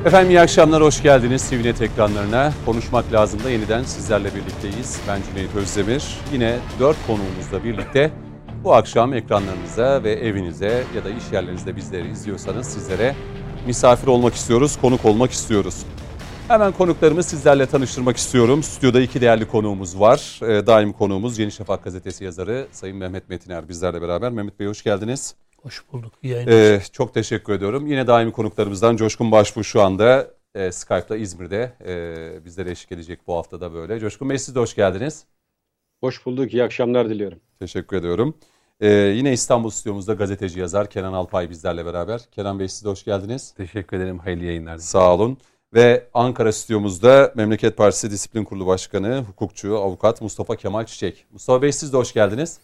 Efendim iyi akşamlar, hoş geldiniz TVNet ekranlarına. Konuşmak lazım da yeniden sizlerle birlikteyiz. Ben Cüneyt Özdemir. Yine 4 konuğumuzla birlikte bu akşam ekranlarınıza ve evinize ya da iş yerlerinizde bizleri izliyorsanız sizlere misafir olmak istiyoruz, konuk olmak istiyoruz. Hemen konuklarımı sizlerle tanıştırmak istiyorum. Stüdyoda 2 değerli konuğumuz var. Daim konuğumuz Yeni Şafak gazetesi yazarı Sayın Mehmet Metiner bizlerle beraber. Mehmet Bey hoş geldiniz. Hoş bulduk. İyi yayınlar. Çok teşekkür ediyorum. Yine daimi konuklarımızdan Coşkun Başbuğ şu anda Skype'la İzmir'de bizlere eşlik edecek bu hafta da böyle. Coşkun Bey siz de hoş geldiniz. Hoş bulduk. İyi akşamlar diliyorum. Teşekkür ediyorum. Yine İstanbul stüdyomuzda gazeteci yazar Kenan Alpay bizlerle beraber. Kenan Bey siz de hoş geldiniz. Teşekkür ederim. Hayırlı yayınlar. Sağ olun. Ve Ankara stüdyomuzda Memleket Partisi Disiplin Kurulu Başkanı, hukukçu, avukat Mustafa Kemal Çiçek. Mustafa Bey siz de hoş geldiniz.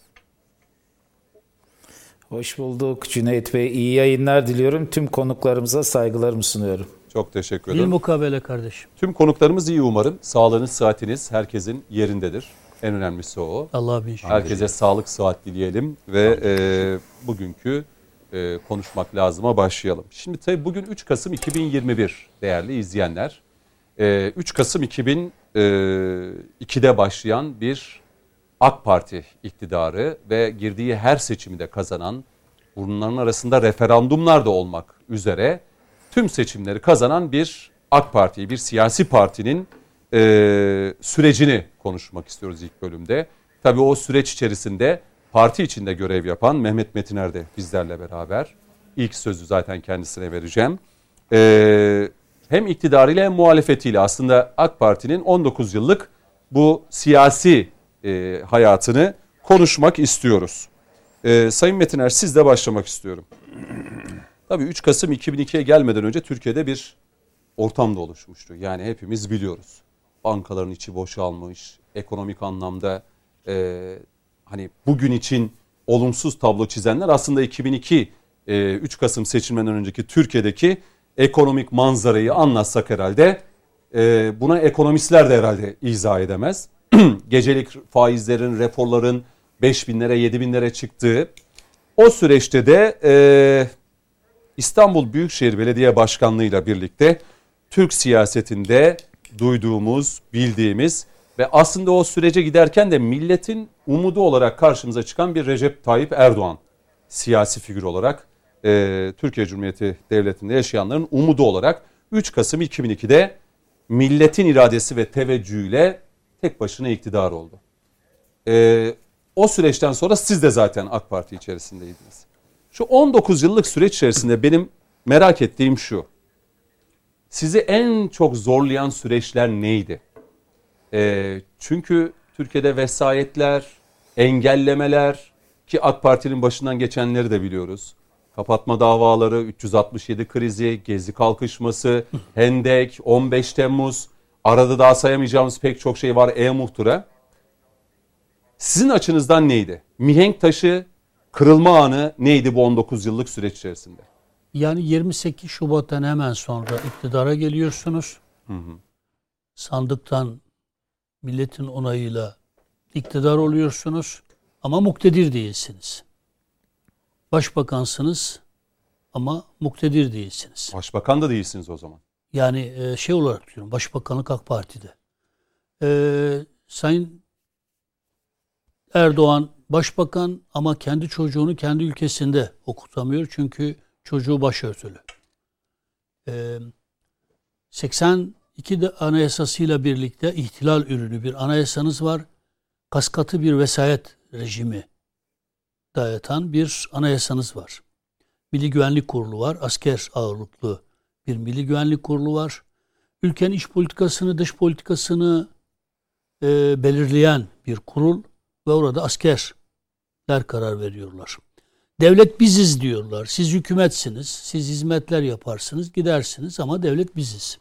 Hoş bulduk Cüneyt Bey. İyi yayınlar diliyorum. Tüm konuklarımıza saygılarımı sunuyorum. Çok teşekkür ederim. Bilmukabele kardeşim. Tüm konuklarımız iyi umarım. Sağlığınız, sıhhatiniz herkesin yerindedir. En önemlisi o. Allah'a bin şükür. Herkese sağlık, sıhhat dileyelim ve bugünkü konuşmak lazıma başlayalım. Şimdi tabii bugün 3 Kasım 2021 değerli izleyenler. 3 Kasım 2002'de başlayan bir AK Parti iktidarı ve girdiği her seçimi de kazanan, bunların arasında referandumlar da olmak üzere tüm seçimleri kazanan bir AK Parti, bir siyasi partinin sürecini konuşmak istiyoruz ilk bölümde. Tabii o süreç içerisinde parti içinde görev yapan Mehmet Metiner de bizlerle beraber. İlk sözü zaten kendisine vereceğim. Hem iktidarıyla hem muhalefetiyle aslında AK Parti'nin 19 yıllık bu siyasi hayatını konuşmak istiyoruz. Sayın Metiner sizle başlamak istiyorum. Tabii 3 Kasım 2002'ye gelmeden önce Türkiye'de bir ortam da oluşmuştu. Yani hepimiz biliyoruz. Bankaların içi boşalmış, ekonomik anlamda hani bugün için olumsuz tablo çizenler aslında 2002 3 Kasım seçimlerinden önceki Türkiye'deki ekonomik manzarayı anlatsak herhalde buna ekonomistler de herhalde izah edemez. Gecelik faizlerin, repoların 5.000'lere 7.000'lere çıktığı o süreçte de İstanbul Büyükşehir Belediye Başkanlığı ile birlikte Türk siyasetinde duyduğumuz, bildiğimiz ve aslında o sürece giderken de milletin umudu olarak karşımıza çıkan bir Recep Tayyip Erdoğan siyasi figür olarak Türkiye Cumhuriyeti Devleti'nde yaşayanların umudu olarak 3 Kasım 2002'de milletin iradesi ve teveccühüyle tek başına iktidar oldu. O süreçten sonra siz de zaten AK Parti içerisindeydiniz. Şu 19 yıllık süreç içerisinde benim merak ettiğim şu. Sizi en çok zorlayan süreçler neydi? Çünkü Türkiye'de vesayetler, engellemeler ki AK Parti'nin başından geçenleri de biliyoruz. Kapatma davaları, 367 krizi, Gezi kalkışması, Hendek, 15 Temmuz, arada daha sayamayacağımız pek çok şey var E-Muhtıra. Sizin açınızdan neydi? Mihenk taşı, kırılma anı neydi bu 19 yıllık süreç içerisinde? Yani 28 Şubat'tan hemen sonra iktidara geliyorsunuz. Sandıktan milletin onayıyla iktidar oluyorsunuz ama muktedir değilsiniz. Başbakansınız ama muktedir değilsiniz. Başbakan da değilsiniz o zaman. Yani şey olarak diyorum, Başbakanlık AK Parti'de. Sayın Erdoğan başbakan ama kendi çocuğunu kendi ülkesinde okutamıyor çünkü çocuğu başörtülü. 82 anayasasıyla birlikte ihtilal ürünü bir anayasanız var. Kaskatı bir vesayet rejimi dayatan bir anayasanız var. Milli Güvenlik Kurulu var. Asker ağırlıklı bir Milli Güvenlik Kurulu var. Ülkenin iç politikasını, dış politikasını belirleyen bir kurul ve orada askerler karar veriyorlar. Devlet biziz diyorlar. Siz hükümetsiniz, siz hizmetler yaparsınız, gidersiniz ama devlet biziz.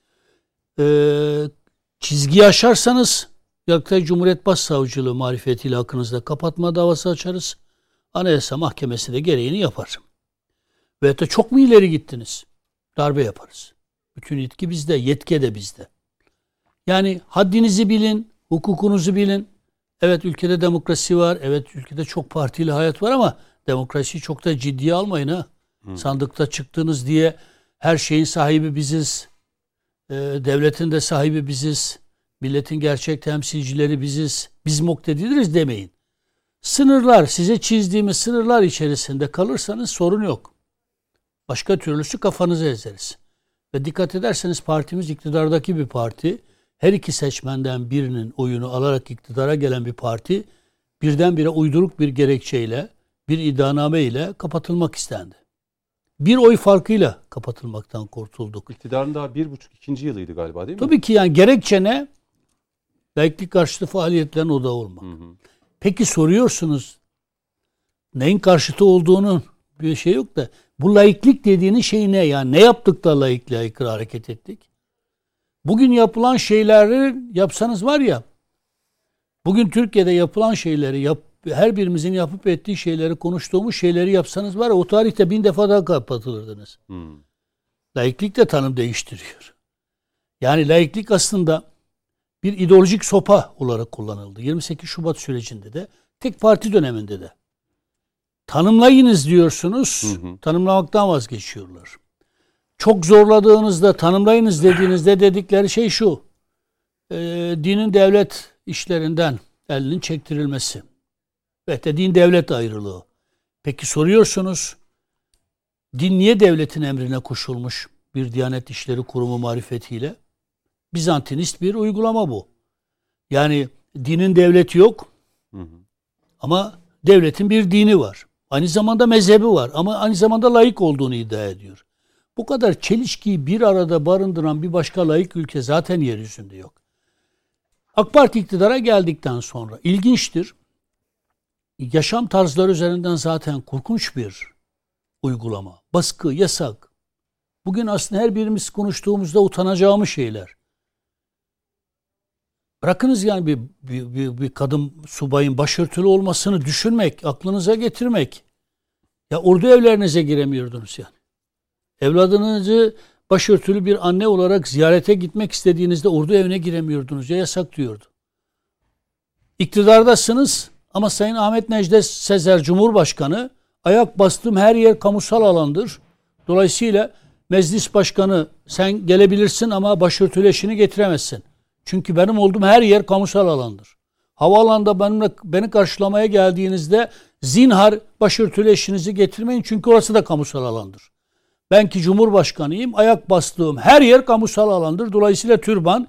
Çizgiyi aşarsanız Yargıtay Cumhuriyet Başsavcılığı marifetiyle hakkınızda kapatma davası açarız. Anayasa Mahkemesi de gereğini yapar. Veyahut da çok mu ileri gittiniz? Darbe yaparız. Bütün yetki bizde, yetki de bizde. Yani haddinizi bilin, hukukunuzu bilin. Evet ülkede demokrasi var, evet ülkede çok partili hayat var ama demokrasiyi çok da ciddiye almayın ha. Sandıkta çıktınız diye her şeyin sahibi biziz Devletin de sahibi biziz. Milletin gerçek temsilcileri biziz. Biz muktediriz demeyin. Sınırlar, size çizdiğimiz sınırlar içerisinde kalırsanız sorun yok. Başka türlüsü kafanızı ezeriz. Ve dikkat ederseniz partimiz iktidardaki bir parti. Her iki seçmenden birinin oyunu alarak iktidara gelen bir parti birdenbire uyduruk bir gerekçeyle, bir iddianame ile kapatılmak istendi. Bir oy farkıyla kapatılmaktan kurtulduk. İktidarın daha 1,5-2. yılıydı galiba, değil mi? Tabii ki yani gerekçe ne? Laiklik karşıtı faaliyetlerin odağı olmak. Peki soruyorsunuz neyin karşıtı olduğunun bir şey yok da bu laiklik dediğiniz şey ne? Yani ne yaptık da laikliğe aykırı hareket ettik? Bugün yapılan şeyleri yapsanız var ya, bugün Türkiye'de yapılan şeyleri, her birimizin yapıp ettiği şeyleri, konuştuğumuz şeyleri yapsanız var ya, o tarihte 1000 defa daha kapatılırdınız. Laiklik de tanım değiştiriyor. Yani laiklik aslında bir ideolojik sopa olarak kullanıldı. 28 Şubat sürecinde de, tek parti döneminde de. Tanımlayınız diyorsunuz, tanımlamaktan vazgeçiyorlar. Çok zorladığınızda, tanımlayınız dediğinizde dedikleri şey şu: dinin devlet işlerinden elinin çektirilmesi ve de din devlet ayrılığı. Peki soruyorsunuz, din niye devletin emrine koşulmuş bir Diyanet İşleri Kurumu marifetiyle? Bizantinist bir uygulama bu. Yani dinin devleti yok ama devletin bir dini var. Aynı zamanda mezhebi var ama aynı zamanda laik olduğunu iddia ediyor. Bu kadar çelişkiyi bir arada barındıran bir başka laik ülke zaten yeryüzünde yok. AK Parti iktidara geldikten sonra ilginçtir. Yaşam tarzları üzerinden zaten korkunç bir uygulama. Baskı, yasak. Bugün aslında her birimiz konuştuğumuzda utanacağımız şeyler. Bırakınız yani bir kadın subayın başörtülü olmasını düşünmek, aklınıza getirmek. Ya ordu evlerinize giremiyordunuz yani. Evladınızı başörtülü bir anne olarak ziyarete gitmek istediğinizde ordu evine giremiyordunuz. Ya yasak diyordu. İktidardasınız ama Sayın Ahmet Necdet Sezer Cumhurbaşkanı, ayak bastığım her yer kamusal alandır. Dolayısıyla meclis başkanı, sen gelebilirsin ama başörtülü eşini getiremezsin. Çünkü benim olduğum her yer kamusal alandır. Havaalanında beni karşılamaya geldiğinizde zinhar başörtülü eşinizi getirmeyin çünkü orası da kamusal alandır. Ben ki Cumhurbaşkanıyım, ayak bastığım her yer kamusal alandır. Dolayısıyla türban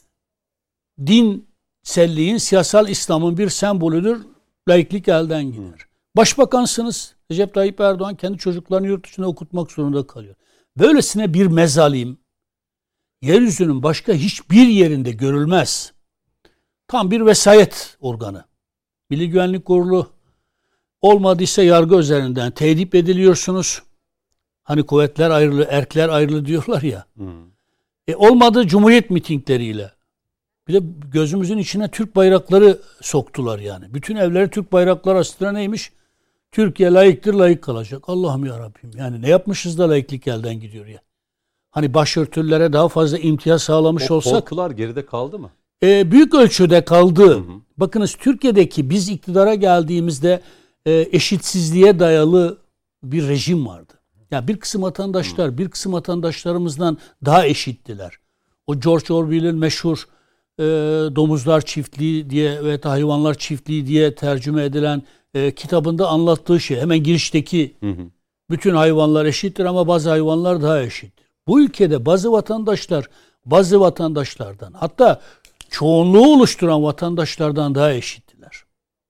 dinselliğin, siyasal İslam'ın bir sembolüdür. Laiklik elden gider. Başbakansınız. Recep Tayyip Erdoğan kendi çocuklarını yurt dışında okutmak zorunda kalıyor. Böylesine bir mezalim yeryüzünün başka hiçbir yerinde görülmez. Tam bir vesayet organı. Milli Güvenlik Kurulu olmadıysa yargı üzerinden tedip ediliyorsunuz. Hani kuvvetler ayrılı, erkler ayrılı diyorlar ya. Olmadı Cumhuriyet mitingleriyle. Bir de gözümüzün içine Türk bayrakları soktular yani. Bütün evleri Türk bayrakları astırana neymiş? Türkiye layıktır, layık kalacak. Allah'ım ya Rabbim. Yani ne yapmışız da laiklik elden gidiyor ya. Hani başörtülere daha fazla imtiyaz sağlamış olsak. Korkular geride kaldı mı? Büyük ölçüde kaldı. Bakınız Türkiye'deki biz iktidara geldiğimizde eşitsizliğe dayalı bir rejim vardı. Yani bir kısım vatandaşlar, bir kısım vatandaşlarımızdan daha eşittiler. O George Orwell'in meşhur domuzlar çiftliği diye ve hayvanlar çiftliği diye tercüme edilen kitabında anlattığı şey. Hemen girişteki bütün hayvanlar eşittir ama bazı hayvanlar daha eşittir. Bu ülkede bazı vatandaşlardan, hatta çoğunluğu oluşturan vatandaşlardan daha eşittiler.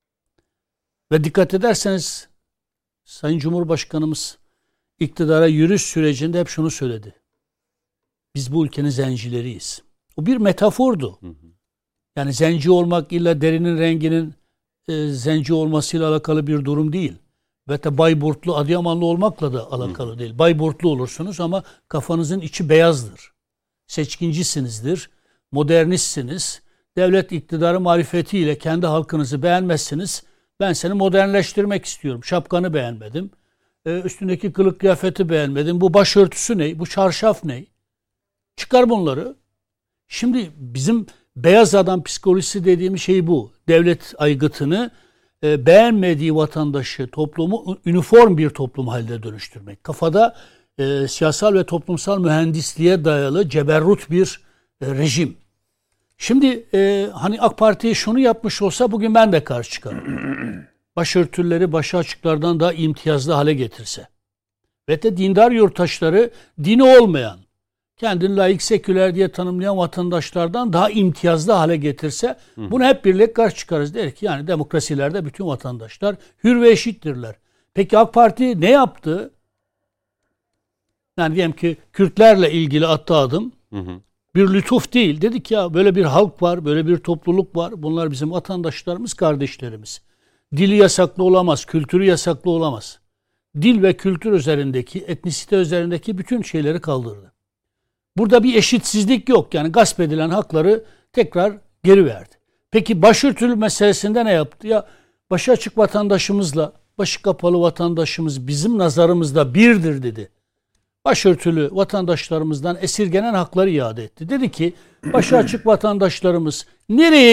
Ve dikkat ederseniz Sayın Cumhurbaşkanımız iktidara yürüyüş sürecinde hep şunu söyledi. Biz bu ülkenin zencileriyiz. O bir metafordu. Yani zenci olmak illa derinin renginin zenci olmasıyla alakalı bir durum değil. Ve de Bayburtlu, Adıyamanlı olmakla da alakalı değil. Bayburtlu olursunuz ama kafanızın içi beyazdır. Seçkincisinizdir, modernistsiniz. Devlet iktidarı marifetiyle kendi halkınızı beğenmezsiniz. Ben seni modernleştirmek istiyorum. Şapkanı beğenmedim. Üstündeki kılık kıyafeti beğenmedim. Bu başörtüsü ne? Bu çarşaf ne? Çıkar bunları. Şimdi bizim beyaz adam psikolojisi dediğimiz şey bu. Devlet aygıtını beğenmediği vatandaşı, toplumu üniform bir toplum haline dönüştürmek. Kafada siyasal ve toplumsal mühendisliğe dayalı ceberrut bir rejim. Şimdi hani AK Parti şunu yapmış olsa bugün ben de karşı çıkarım. Başörtüleri başı açıklardan daha imtiyazlı hale getirse ve de dindar yurttaşları dini olmayan, kendini laik seküler diye tanımlayan vatandaşlardan daha imtiyazlı hale getirse bunu hep birlikte karşı çıkarız. Der ki yani demokrasilerde bütün vatandaşlar hür ve eşittirler. Peki AK Parti ne yaptı? Yani diyelim ki Kürtlerle ilgili attığı adım bir lütuf değil. Dedik ya böyle bir halk var, böyle bir topluluk var. Bunlar bizim vatandaşlarımız, kardeşlerimiz. Dili yasaklı olamaz, kültürü yasaklı olamaz. Dil ve kültür üzerindeki, etnisite üzerindeki bütün şeyleri kaldırdı. Burada bir eşitsizlik yok. Yani gasp edilen hakları tekrar geri verdi. Peki başörtülü meselesinde ne yaptı? Ya başı açık vatandaşımızla başı kapalı vatandaşımız bizim nazarımızda birdir dedi. Başörtülü vatandaşlarımızdan esirgenen hakları iade etti. Dedi ki başı açık vatandaşlarımız nereye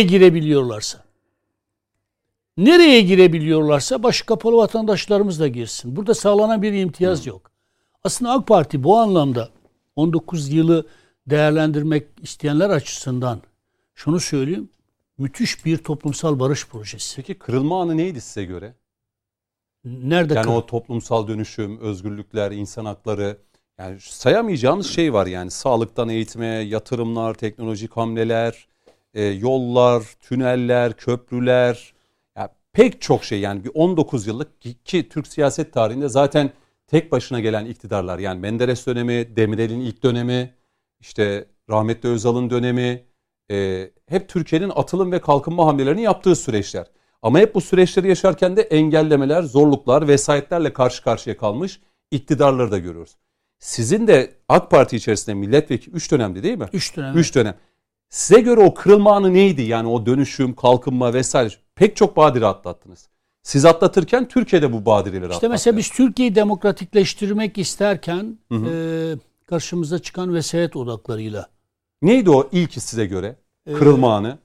girebiliyorlarsa başı kapalı vatandaşlarımız da girsin. Burada sağlanan bir imtiyaz yok. Aslında AK Parti bu anlamda 19 yılı değerlendirmek isteyenler açısından şunu söyleyeyim. Müthiş bir toplumsal barış projesi. Peki kırılma anı neydi size göre? Nerede Yani o toplumsal dönüşüm, özgürlükler, insan hakları, yani sayamayacağımız şey var yani sağlıktan eğitime, yatırımlar, teknolojik hamleler, yollar, tüneller, köprüler, yani pek çok şey yani bir 19 yıllık ki Türk siyaset tarihinde zaten tek başına gelen iktidarlar yani Menderes dönemi, Demirel'in ilk dönemi, işte rahmetli Özal'ın dönemi, hep Türkiye'nin atılım ve kalkınma hamlelerini yaptığı süreçler. Ama hep bu süreçleri yaşarken de engellemeler, zorluklar, vesayetlerle karşı karşıya kalmış iktidarları da görüyoruz. Sizin de AK Parti içerisinde milletvekili 3 dönemdi değil mi? 3 dönem. 3 dönem. Size göre o kırılma anı neydi? Yani o dönüşüm, kalkınma vesaire pek çok badire atlattınız. Siz atlatırken Türkiye'de bu badireleri atlattı. İşte mesela biz Türkiye'yi demokratikleştirmek isterken karşımıza çıkan vesayet odaklarıyla. Neydi o ilki size göre? Kırılma anı.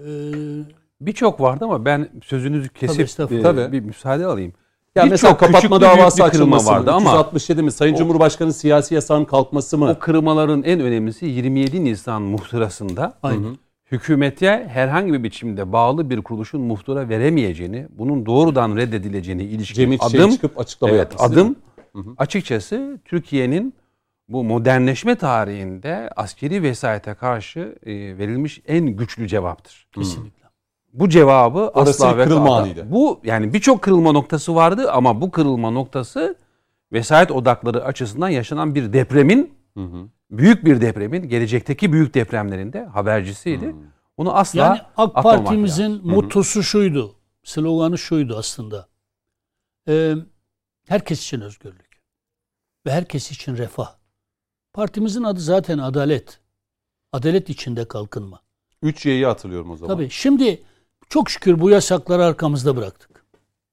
Birçok vardı ama ben sözünüzü kesip tabii. bir müsaade alayım. Ya mesela kapatma davası açılması vardı ama 367 mi? Sayın Cumhurbaşkanı siyasi yasağın kalkması mı? O kırılmaların en önemlisi 27 Nisan muhtırasında hükümete herhangi bir biçimde bağlı bir kuruluşun muhtıra veremeyeceğini, bunun doğrudan reddedileceğini ilişkin adım çıkıp açıklama yapması. Adım açıkçası Türkiye'nin bu modernleşme tarihinde askeri vesayete karşı verilmiş en güçlü cevaptır. Kesinlikle. Bu cevabı orası asla ve kırılma anıydı. Bu yani birçok kırılma noktası vardı ama bu kırılma noktası vesayet odakları açısından yaşanan bir depremin, büyük bir depremin, gelecekteki büyük depremlerin de habercisiydi. Onu asla yani AK atmamak Partimizin lazım. mottosu şuydu, sloganı şuydu aslında. Herkes için özgürlük ve herkes için refah. Partimizin adı zaten adalet. Adalet içinde kalkınma. 3Y'yi hatırlıyorum o zaman. Tabii şimdi çok şükür bu yasakları arkamızda bıraktık.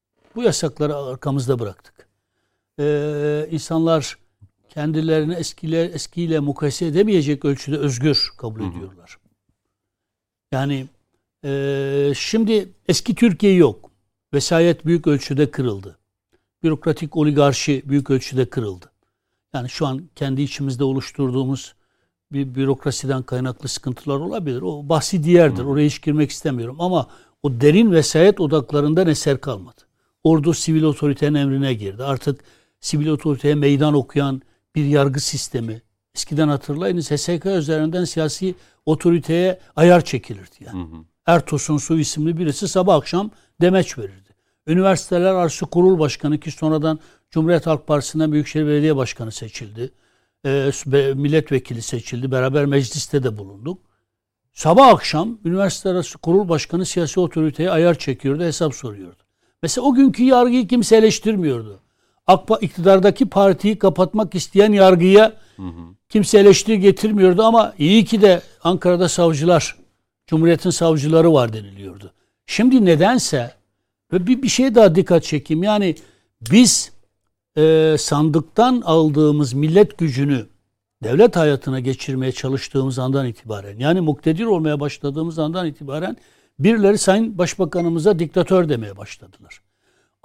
İnsanlar kendilerini eskiyle mukayese edemeyecek ölçüde özgür kabul ediyorlar. Yani şimdi eski Türkiye yok. Vesayet büyük ölçüde kırıldı. Bürokratik oligarşi büyük ölçüde kırıldı. Yani şu an kendi içimizde oluşturduğumuz bir bürokrasiden kaynaklı sıkıntılar olabilir. O bahsi diğerdir. Oraya hiç girmek istemiyorum. Ama o derin vesayet odaklarından eser kalmadı. Ordu sivil otoritenin emrine girdi. Artık sivil otoriteye meydan okuyan bir yargı sistemi. Eskiden hatırlayınız HSK üzerinden siyasi otoriteye ayar çekilirdi yani. Ertosun Su isimli birisi sabah akşam demeç verirdi. Üniversiteler Arası Kurul Başkanı ki sonradan Cumhuriyet Halk Partisi'nden Büyükşehir Belediye Başkanı seçildi. Milletvekili seçildi. Beraber mecliste de bulunduk. Sabah akşam Üniversiteler Arası Kurul Başkanı siyasi otoriteye ayar çekiyordu, hesap soruyordu. Mesela o günkü yargıyı kimse eleştirmiyordu. İktidardaki partiyi kapatmak isteyen yargıya kimse eleştiri getirmiyordu ama iyi ki de Ankara'da savcılar, Cumhuriyet'in savcıları var deniliyordu. Şimdi nedense ve bir şeye daha dikkat çekeyim. Yani biz sandıktan aldığımız millet gücünü devlet hayatına geçirmeye çalıştığımız andan itibaren, yani muktedir olmaya başladığımız andan itibaren birileri Sayın Başbakanımıza diktatör demeye başladılar.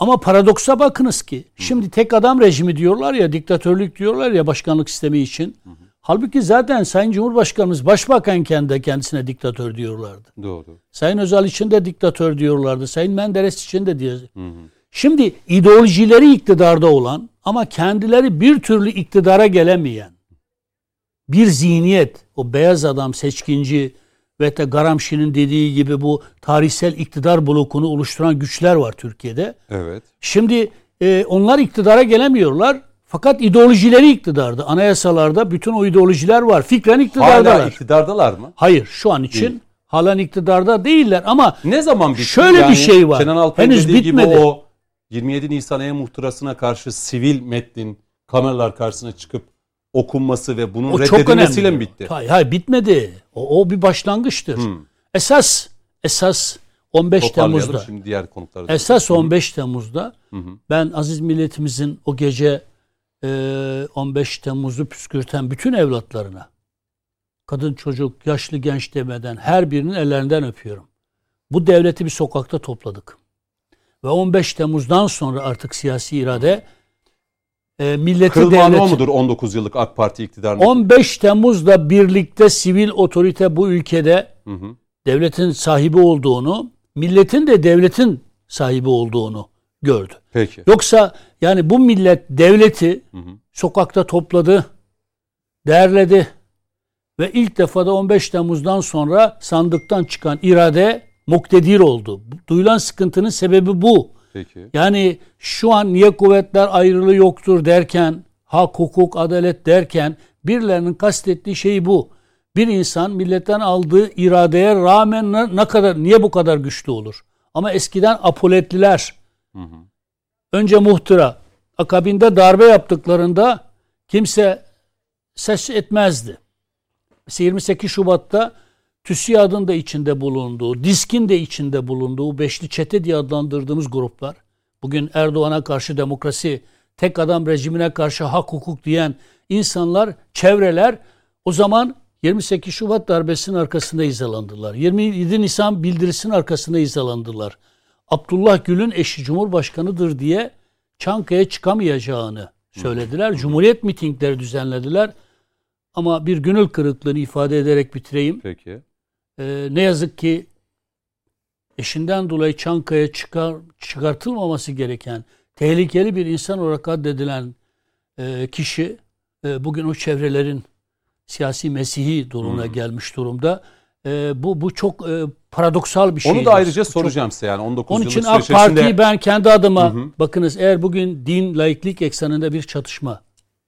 Ama paradoksa bakınız ki şimdi tek adam rejimi diyorlar ya, diktatörlük diyorlar ya başkanlık sistemi için. Halbuki zaten Sayın Cumhurbaşkanımız başbakanken de kendisine diktatör diyorlardı. Doğru. Sayın Özal için de diktatör diyorlardı. Sayın Menderes için de diyor. Şimdi ideolojileri iktidarda olan ama kendileri bir türlü iktidara gelemeyen bir zihniyet, o beyaz adam, seçkinci ve de Gramsci'nin dediği gibi bu tarihsel iktidar blokunu oluşturan güçler var Türkiye'de. Evet. Şimdi onlar iktidara gelemiyorlar. Fakat ideolojileri iktidarda. Anayasalarda bütün o ideolojiler var. Fikren iktidardalar. Hala iktidardalar mı? Hayır, şu an için halen iktidarda değiller ama Ne zaman bitti? şöyle bir şey var. Kenan Alpay'ın Henüz dediği bitmedi. gibi o 27 Nisan e-muhtırasına karşı sivil metnin kameralar karşısına çıkıp okunması ve bunun O çok reddedilmesiyle önemli. mi bitti? Hayır, bitmedi. O bir başlangıçtır. Esas 15 Toparlayalım Temmuz'da. şimdi diğer konukları. Esas 15 Temmuz'da ben aziz milletimizin o gece 15 Temmuz'u püskürten bütün evlatlarına, kadın, çocuk, yaşlı, genç demeden her birinin ellerinden öpüyorum. Bu devleti bir sokakta topladık. Ve 15 Temmuz'dan sonra artık siyasi irade milleti, Kırılma devleti... mudur 19 yıllık AK Parti iktidarında? 15 Temmuz'da birlikte sivil otorite bu ülkede devletin sahibi olduğunu, milletin de devletin sahibi olduğunu gördü. Peki. Yoksa yani bu millet devleti sokakta topladı, değerledi ve ilk defa da 15 Temmuz'dan sonra sandıktan çıkan irade muktedir oldu. Duyulan sıkıntının sebebi bu. Peki. Yani şu an niye kuvvetler ayrılığı yoktur derken, hak, hukuk, adalet derken birilerinin kastettiği şey bu. Bir insan milletten aldığı iradeye rağmen niye bu kadar güçlü olur? Ama eskiden apoletliler, önce muhtıra, akabinde darbe yaptıklarında kimse ses etmezdi. Mesela 28 Şubat'ta TÜSİAD'ın da içinde bulunduğu, DİSK'in de içinde bulunduğu beşli çete diye adlandırdığımız gruplar, bugün Erdoğan'a karşı demokrasi, tek adam rejimine karşı hak hukuk diyen insanlar, çevreler o zaman 28 Şubat darbesinin arkasında hizalandılar. 27 Nisan bildirisinin arkasında hizalandılar. Abdullah Gül'ün eşi Cumhurbaşkanı'dır diye Çankaya çıkamayacağını söylediler. Cumhuriyet mitingleri düzenlediler. Ama bir gönül kırıklığını ifade ederek bitireyim. Peki. Ne yazık ki eşinden dolayı Çankaya çıkartılmaması gereken tehlikeli bir insan olarak addedilen kişi bugün o çevrelerin siyasi mesihi durumuna gelmiş durumda. Bu çok paradoksal bir şey. Onu da ayrıca soracağım size yani 19 Onun yıllık için süreç AK Parti'yi içinde... ben kendi adıma bakınız, eğer bugün din laiklik ekseninde bir çatışma,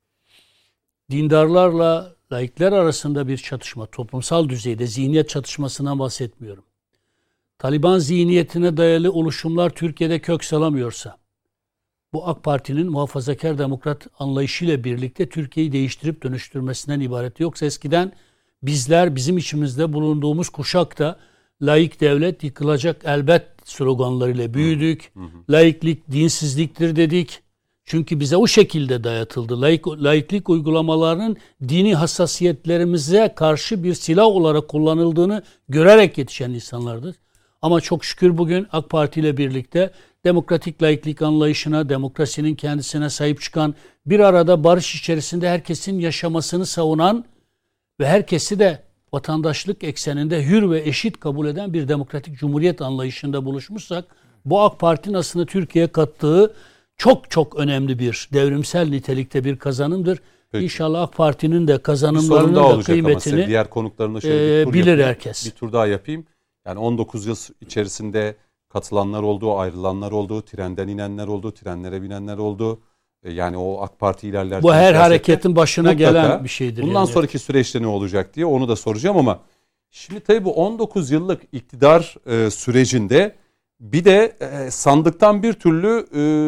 dindarlarla laikler arasında bir çatışma, toplumsal düzeyde zihniyet çatışmasından bahsetmiyorum. Taliban zihniyetine dayalı oluşumlar Türkiye'de kök salamıyorsa, bu AK Parti'nin muhafazakar demokrat anlayışıyla birlikte Türkiye'yi değiştirip dönüştürmesinden ibaret. Yoksa eskiden bizler, bizim içimizde bulunduğumuz kuşakta laik devlet yıkılacak elbet sloganlarıyla büyüdük. Laiklik dinsizliktir dedik. Çünkü bize o şekilde dayatıldı. Laiklik uygulamalarının dini hassasiyetlerimize karşı bir silah olarak kullanıldığını görerek yetişen insanlardır. Ama çok şükür bugün AK Parti ile birlikte demokratik laiklik anlayışına, demokrasinin kendisine sahip çıkan, bir arada barış içerisinde herkesin yaşamasını savunan ve herkesi de vatandaşlık ekseninde hür ve eşit kabul eden bir demokratik cumhuriyet anlayışında buluşmuşsak, bu AK Parti'nin aslında Türkiye'ye kattığı çok çok önemli bir devrimsel nitelikte bir kazanımdır. Peki. İnşallah AK Parti'nin de Bir kazanımlarının sorun daha da olacak ama size kıymetini diğer konuklarına şöyle bir tur bilir yapayım. herkes. Bir tur daha yapayım. Yani 19 yıl içerisinde katılanlar oldu, ayrılanlar oldu, trenden inenler oldu, trenlere binenler oldu. Yani o AK Parti ilerlerken... Bu her hareketin başına gelen bir şeydir. Bundan yani. sonraki süreçte ne olacak diye onu da soracağım ama şimdi tabii bu 19 yıllık iktidar sürecinde bir de sandıktan bir türlü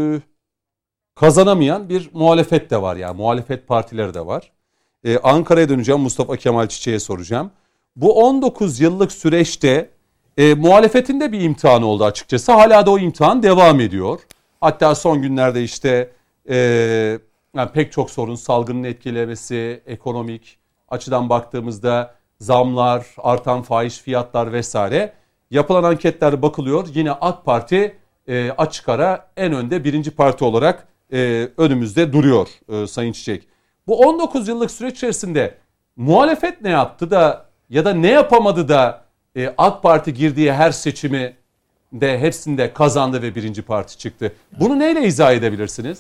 kazanamayan bir muhalefet de var. Yani muhalefet partileri de var. Ankara'ya döneceğim, Mustafa Kemal Çiçek'e soracağım. Bu 19 yıllık süreçte muhalefetin de bir imtihanı oldu açıkçası. Hala da o imtihan devam ediyor. Hatta son günlerde işte yani pek çok sorun, salgının etkilemesi, ekonomik açıdan baktığımızda zamlar, artan fahiş fiyatlar vesaire. Yapılan anketler bakılıyor. Yine AK Parti açık ara en önde birinci parti olarak önümüzde duruyor Sayın Çiçek. Bu 19 yıllık süreç içerisinde muhalefet ne yaptı da ya da ne yapamadı da AK Parti girdiği her seçimi de hepsinde kazandı ve birinci parti çıktı. Bunu neyle izah edebilirsiniz?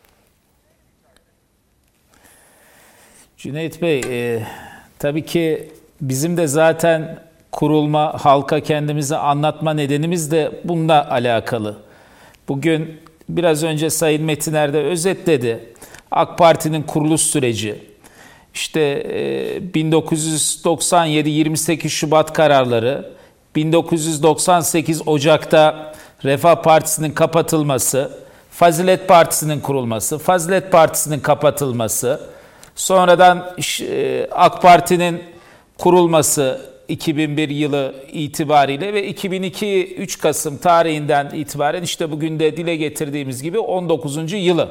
Cüneyt Bey, tabii ki bizim de zaten kurulma, halka kendimizi anlatma nedenimiz de bununla alakalı. Bugün biraz önce Sayın Metiner de özetledi. AK Parti'nin kuruluş süreci, işte 1997 28 Şubat kararları, 1998 Ocak'ta Refah Partisi'nin kapatılması, Fazilet Partisi'nin kurulması, Fazilet Partisi'nin kapatılması, sonradan AK Parti'nin kurulması 2001 yılı itibariyle ve 2002 3 Kasım tarihinden itibaren işte bugün de dile getirdiğimiz gibi 19. yılı.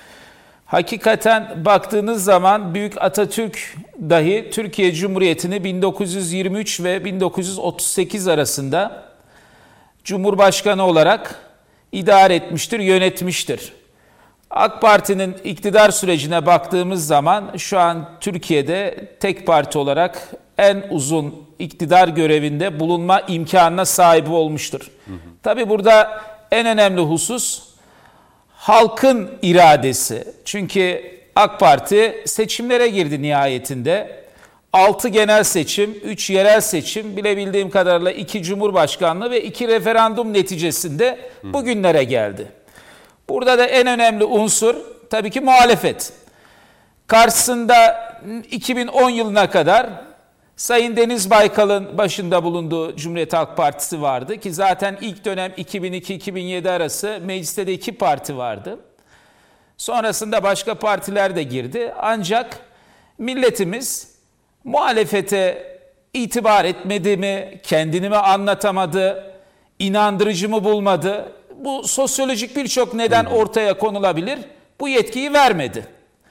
Hakikaten baktığınız zaman Büyük Atatürk dahi Türkiye Cumhuriyeti'ni 1923 ve 1938 arasında Cumhurbaşkanı olarak idare etmiştir, yönetmiştir. AK Parti'nin iktidar sürecine baktığımız zaman şu an Türkiye'de tek parti olarak en uzun iktidar görevinde bulunma imkanına sahip olmuştur. Tabii burada en önemli husus halkın iradesi. Çünkü AK Parti seçimlere girdi nihayetinde. 6 genel seçim, 3 yerel seçim, bilebildiğim kadarıyla 2 cumhurbaşkanlığı ve 2 referandum neticesinde bugünlere geldi. Burada da en önemli unsur tabii ki muhalefet. Karşısında 2010 yılına kadar Sayın Deniz Baykal'ın başında bulunduğu Cumhuriyet Halk Partisi vardı ki zaten ilk dönem 2002-2007 arası mecliste de 2 parti vardı. Sonrasında başka partiler de girdi. Ancak milletimiz muhalefete itibar etmedi mi, kendini mi anlatamadı, inandırıcı mı bulmadı? Bu sosyolojik birçok neden ortaya konulabilir. Bu yetkiyi vermedi.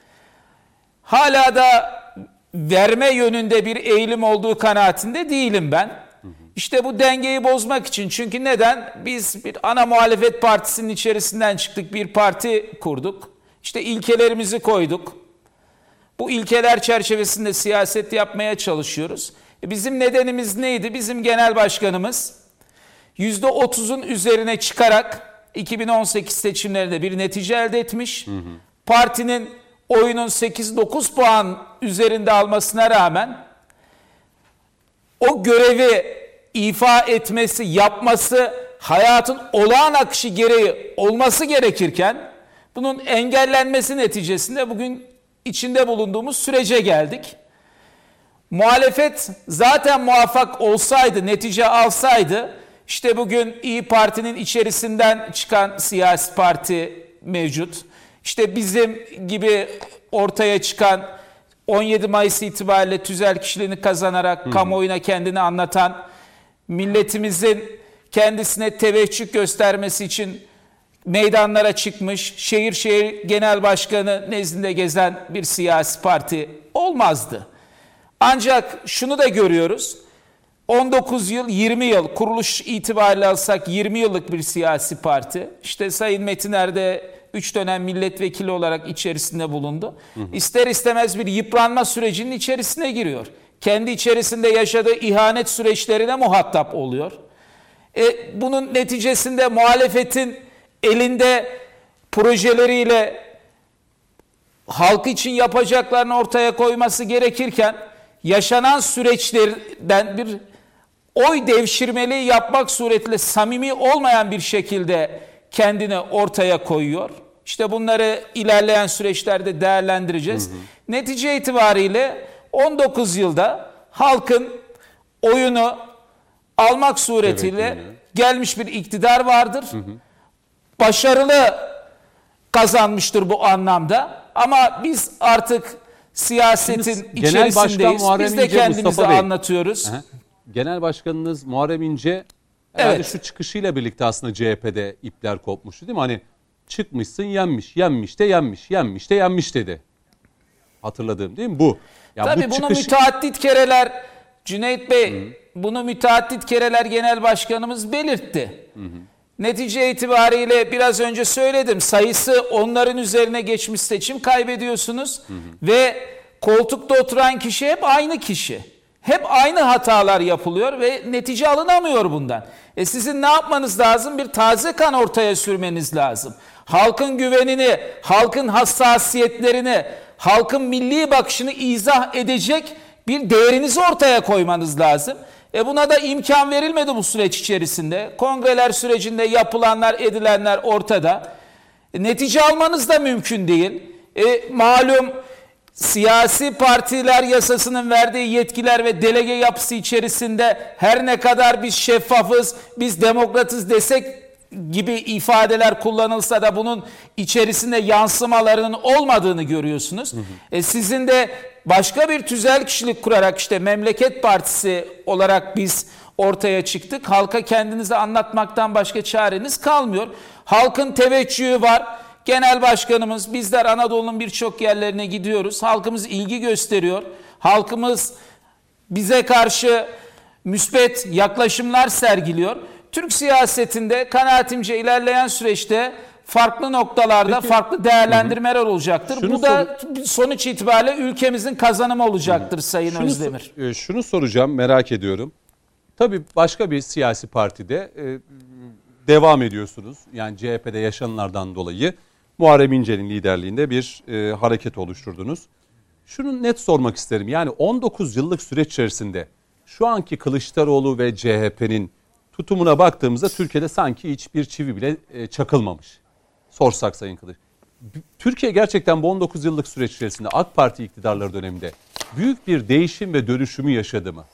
Hala da verme yönünde bir eğilim olduğu kanaatinde değilim ben. İşte bu dengeyi bozmak için. Çünkü neden? Biz bir ana muhalefet partisinin içerisinden çıktık. Bir parti kurduk. İşte ilkelerimizi koyduk. Bu ilkeler çerçevesinde siyaset yapmaya çalışıyoruz. Bizim nedenimiz neydi? Bizim genel başkanımız %30'un üzerine çıkarak 2018 seçimlerinde bir netice elde etmiş. Partinin oyunun 8-9 puan üzerinde almasına rağmen o görevi ifa etmesi, yapması hayatın olağan akışı gereği olması gerekirken bunun engellenmesi neticesinde bugün içinde bulunduğumuz sürece geldik. Muhalefet zaten muvaffak olsaydı, netice alsaydı, işte bugün İYİ Parti'nin içerisinden çıkan siyasi parti mevcut. İşte bizim gibi ortaya çıkan 17 Mayıs itibariyle tüzel kişiliğini kazanarak kamuoyuna kendini anlatan, milletimizin kendisine teveccüh göstermesi için meydanlara çıkmış, şehir şehir genel başkanı nezdinde gezen bir siyasi parti olmazdı. Ancak şunu da görüyoruz. 19 yıl, 20 yıl kuruluş itibariyle alsak 20 yıllık bir siyasi parti. İşte Sayın Metiner de 3 dönem milletvekili olarak içerisinde bulundu. İster istemez bir yıpranma sürecinin içerisine giriyor. Kendi içerisinde yaşadığı ihanet süreçlerine muhatap oluyor. Bunun neticesinde muhalefetin elinde projeleriyle halk için yapacaklarını ortaya koyması gerekirken yaşanan süreçlerden bir oy devşirmeliği yapmak suretiyle samimi olmayan bir şekilde kendini ortaya koyuyor. İşte bunları ilerleyen süreçlerde değerlendireceğiz. Netice itibariyle 19 yılda halkın oyunu almak suretiyle gelmiş bir iktidar vardır. Başarılı kazanmıştır bu anlamda. Ama biz artık siyasetin içerisindeyiz. Biz de kendimizi anlatıyoruz. Genel Başkanınız Muharrem İnce herhalde şu çıkışıyla birlikte aslında CHP'de ipler kopmuştu değil mi? Hani çıkmışsın yenmiş, yenmiş de yenmiş, yenmiş de yenmiş dedi. Hatırladığım değil mi? Bu. Yani tabii bunu müteaddit kereler Cüneyt Bey, bunu müteaddit kereler Genel Başkanımız belirtti. Netice itibariyle biraz önce söyledim, sayısı onların üzerine geçmiş seçim kaybediyorsunuz ve koltukta oturan kişi hep aynı kişi. Hep aynı hatalar yapılıyor ve netice alınamıyor bundan. Sizin ne yapmanız lazım? Bir taze kan ortaya sürmeniz lazım. Halkın güvenini, halkın hassasiyetlerini, halkın milli bakışını izah edecek bir değerinizi ortaya koymanız lazım. Buna da imkan verilmedi bu süreç içerisinde. Kongreler sürecinde yapılanlar, edilenler ortada. Netice almanız da mümkün değil. Malum siyasi partiler yasasının verdiği yetkiler ve delege yapısı içerisinde her ne kadar biz şeffafız, biz demokratız desek gibi ifadeler kullanılsa da bunun içerisinde yansımalarının olmadığını görüyorsunuz. Sizin de başka bir tüzel kişilik kurarak işte Memleket Partisi olarak biz ortaya çıktık. Halka kendinizi anlatmaktan başka çareniz kalmıyor. Halkın teveccühü var. Genel başkanımız, bizler Anadolu'nun birçok yerlerine gidiyoruz. Halkımız ilgi gösteriyor. Halkımız bize karşı müspet yaklaşımlar sergiliyor. Türk siyasetinde kanaatimce ilerleyen süreçte farklı noktalarda farklı değerlendirmeler olacaktır. Bu da sonuç itibariyle ülkemizin kazanımı olacaktır Sayın Özdemir. Şunu soracağım, merak ediyorum. Tabii başka bir siyasi partide devam ediyorsunuz. Yani CHP'de yaşananlardan dolayı Muharrem İnce'nin liderliğinde bir hareket oluşturdunuz. Şunu net sormak isterim. Yani 19 yıllık süreç içerisinde şu anki Kılıçdaroğlu ve CHP'nin tutumuna baktığımızda Türkiye'de sanki hiçbir çivi bile çakılmamış. Sorsak Sayın Kılıç. Türkiye gerçekten bu 19 yıllık süreç içerisinde AK Parti iktidarları döneminde büyük bir değişim ve dönüşümü yaşadı mı?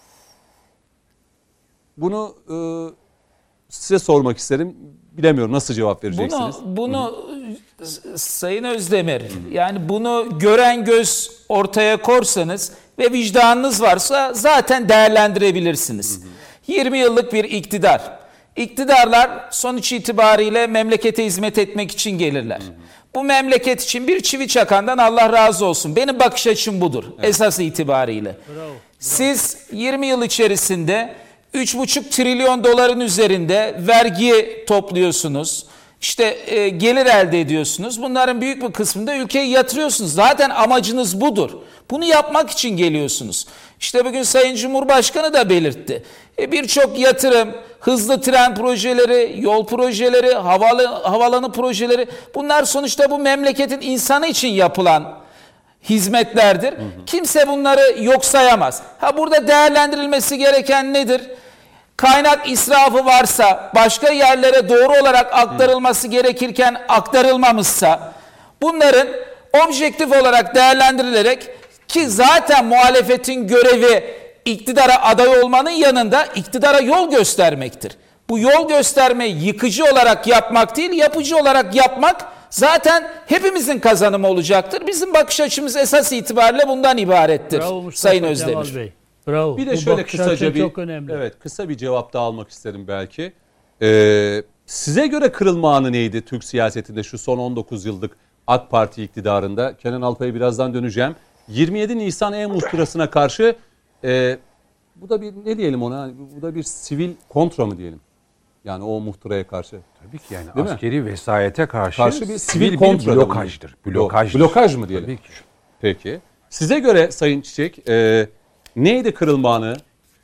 Bunu size sormak isterim. Bilemiyorum nasıl cevap vereceksiniz. Bunu Sayın Özdemir, yani bunu gören göz ortaya korsanız ve vicdanınız varsa zaten değerlendirebilirsiniz. 20 yıllık bir iktidar. İktidarlar sonuç itibariyle memlekete hizmet etmek için gelirler. Bu memleket için bir çivi çakandan Allah razı olsun. Benim bakış açım budur esas itibariyle. Siz 20 yıl içerisinde 3,5 trilyon doların üzerinde vergi topluyorsunuz. İşte gelir elde ediyorsunuz. Bunların büyük bir kısmını da ülkeye yatırıyorsunuz. Zaten amacınız budur. Bunu yapmak için geliyorsunuz. İşte bugün Sayın Cumhurbaşkanı da belirtti. Birçok yatırım, hızlı tren projeleri, yol projeleri, havalanı projeleri, bunlar sonuçta bu memleketin insanı için yapılan hizmetlerdir. Kimse bunları yok sayamaz. Burada değerlendirilmesi gereken nedir? Kaynak israfı varsa, başka yerlere doğru olarak aktarılması gerekirken aktarılmamışsa, bunların objektif olarak değerlendirilerek, ki zaten muhalefetin görevi iktidara aday olmanın yanında iktidara yol göstermektir. Bu yol göstermeyi yıkıcı olarak yapmak değil, yapıcı olarak yapmak zaten hepimizin kazanımı olacaktır. Bizim bakış açımız esas itibariyle bundan ibarettir. Bravo Sayın Özdemir. Bey. Bravo. Bir de bu şöyle kısaca çok önemli. kısa bir cevap daha almak isterim belki. Size göre kırılma anı neydi Türk siyasetinde şu son 19 yıllık AK Parti iktidarında? Kenan Alpay'a birazdan döneceğim. 27 Nisan e-muhtırasına karşı bu da bir ne diyelim ona? Bu da bir sivil kontra mı diyelim? Yani o muhtıraya karşı. Tabii ki yani Değil mi? askeri vesayete karşı bir sivil kontra bir blokajdır. Blokaj mı diyelim? Tabii ki. Peki. Size göre Sayın Çiçek neydi kırılma anı?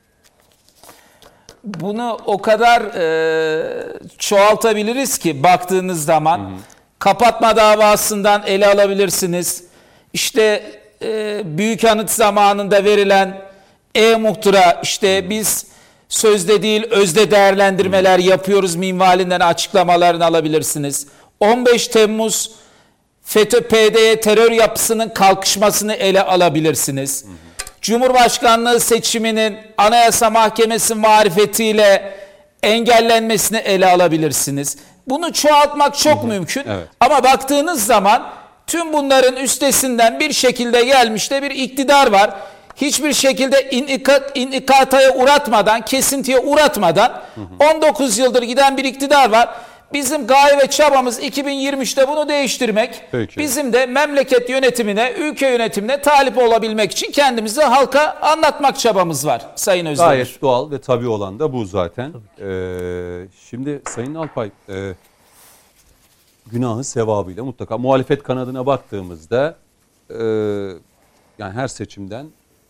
Bunu o kadar çoğaltabiliriz ki baktığınız zaman kapatma davasından ele alabilirsiniz. İşte Büyük Anıt zamanında verilen e-muhtıra, işte biz sözde değil özde değerlendirmeler yapıyoruz minvalinden açıklamalarını alabilirsiniz. 15 Temmuz FETÖ-PDY terör yapısının kalkışmasını ele alabilirsiniz. Cumhurbaşkanlığı seçiminin Anayasa Mahkemesi marifetiyle engellenmesini ele alabilirsiniz. Bunu çoğaltmak çok mümkün. Evet. Ama baktığınız zaman tüm bunların üstesinden bir şekilde gelmiş de bir iktidar var. Hiçbir şekilde inikataya uğratmadan, kesintiye uğratmadan 19 yıldır giden bir iktidar var. Bizim gaye ve çabamız 2023'te bunu değiştirmek. Peki. Bizim de memleket yönetimine, ülke yönetimine talip olabilmek için kendimizi halka anlatmak çabamız var Sayın Özdemir. Gayet doğal ve tabii olan da bu zaten. Şimdi Sayın Alpay, günahı sevabıyla mutlaka muhalefet kanadına baktığımızda yani her seçimden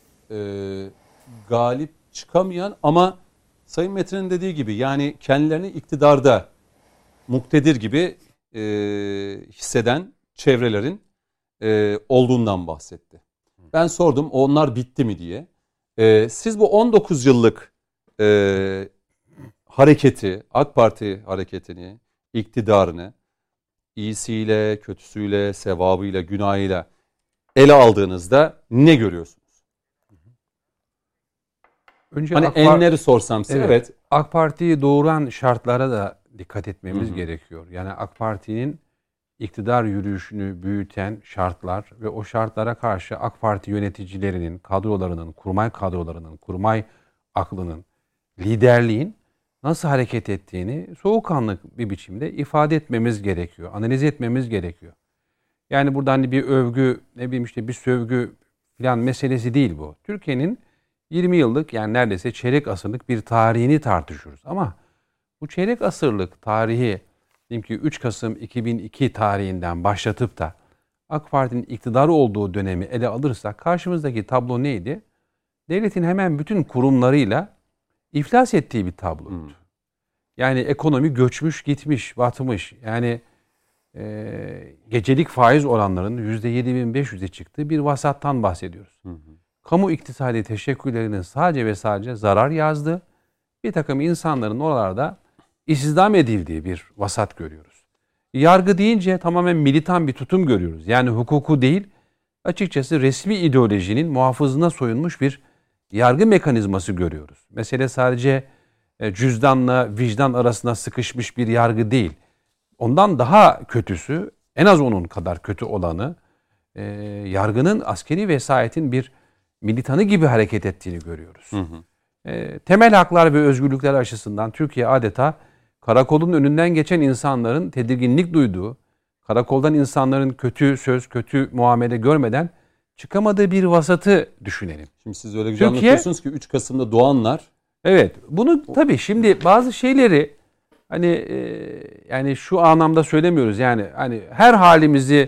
galip çıkamayan ama Sayın Metin'in dediği gibi yani kendilerini iktidarda muktedir gibi hisseden çevrelerin olduğundan bahsetti. Ben sordum onlar bitti mi diye. Siz bu 19 yıllık hareketi, AK Parti hareketini, iktidarını iyisiyle, kötüsüyle, sevabıyla, günahıyla ele aldığınızda ne görüyorsunuz? Önce Hani enleri sorsam size. Evet. AK Parti'yi doğuran şartlara da dikkat etmemiz gerekiyor. Yani AK Parti'nin iktidar yürüyüşünü büyüten şartlar ve o şartlara karşı AK Parti yöneticilerinin, kadrolarının, kurmay aklının, liderliğin nasıl hareket ettiğini soğukkanlı bir biçimde ifade etmemiz gerekiyor. Analiz etmemiz gerekiyor. Yani burada hani bir övgü, ne bileyim işte bir sövgü falan meselesi değil bu. Türkiye'nin 20 yıllık yani neredeyse çeyrek asırlık bir tarihini tartışıyoruz. Ama bu çeyrek asırlık tarihi diyelim ki 3 Kasım 2002 tarihinden başlatıp da AK Parti'nin iktidarı olduğu dönemi ele alırsak karşımızdaki tablo neydi? Devletin hemen bütün kurumlarıyla iflas ettiği bir tabloydu. Yani ekonomi göçmüş, gitmiş, batmış. Yani gecelik faiz oranlarının %7.500'e çıktığı bir vasattan bahsediyoruz. Kamu iktisadi teşekküllerinin sadece ve sadece zarar yazdığı, bir takım insanların oralarda istihdam edildiği bir vasat görüyoruz. Yargı deyince tamamen militan bir tutum görüyoruz. Yani hukuku değil, açıkçası resmi ideolojinin muhafızına soyunmuş bir yargı mekanizması görüyoruz. Mesele sadece cüzdanla vicdan arasında sıkışmış bir yargı değil. Ondan daha kötüsü, en az onun kadar kötü olanı, yargının askeri vesayetin bir militanı gibi hareket ettiğini görüyoruz. Temel haklar ve özgürlükler açısından Türkiye adeta karakolun önünden geçen insanların tedirginlik duyduğu, karakoldan insanların kötü söz, kötü muamele görmeden çıkamadığı bir vasatı düşünelim. Şimdi siz öyle güzel anlatıyorsunuz ki 3 Kasım'da doğanlar. Evet, bunu tabii şimdi bazı şeyleri hani yani şu anlamda söylemiyoruz. Yani hani her halimizi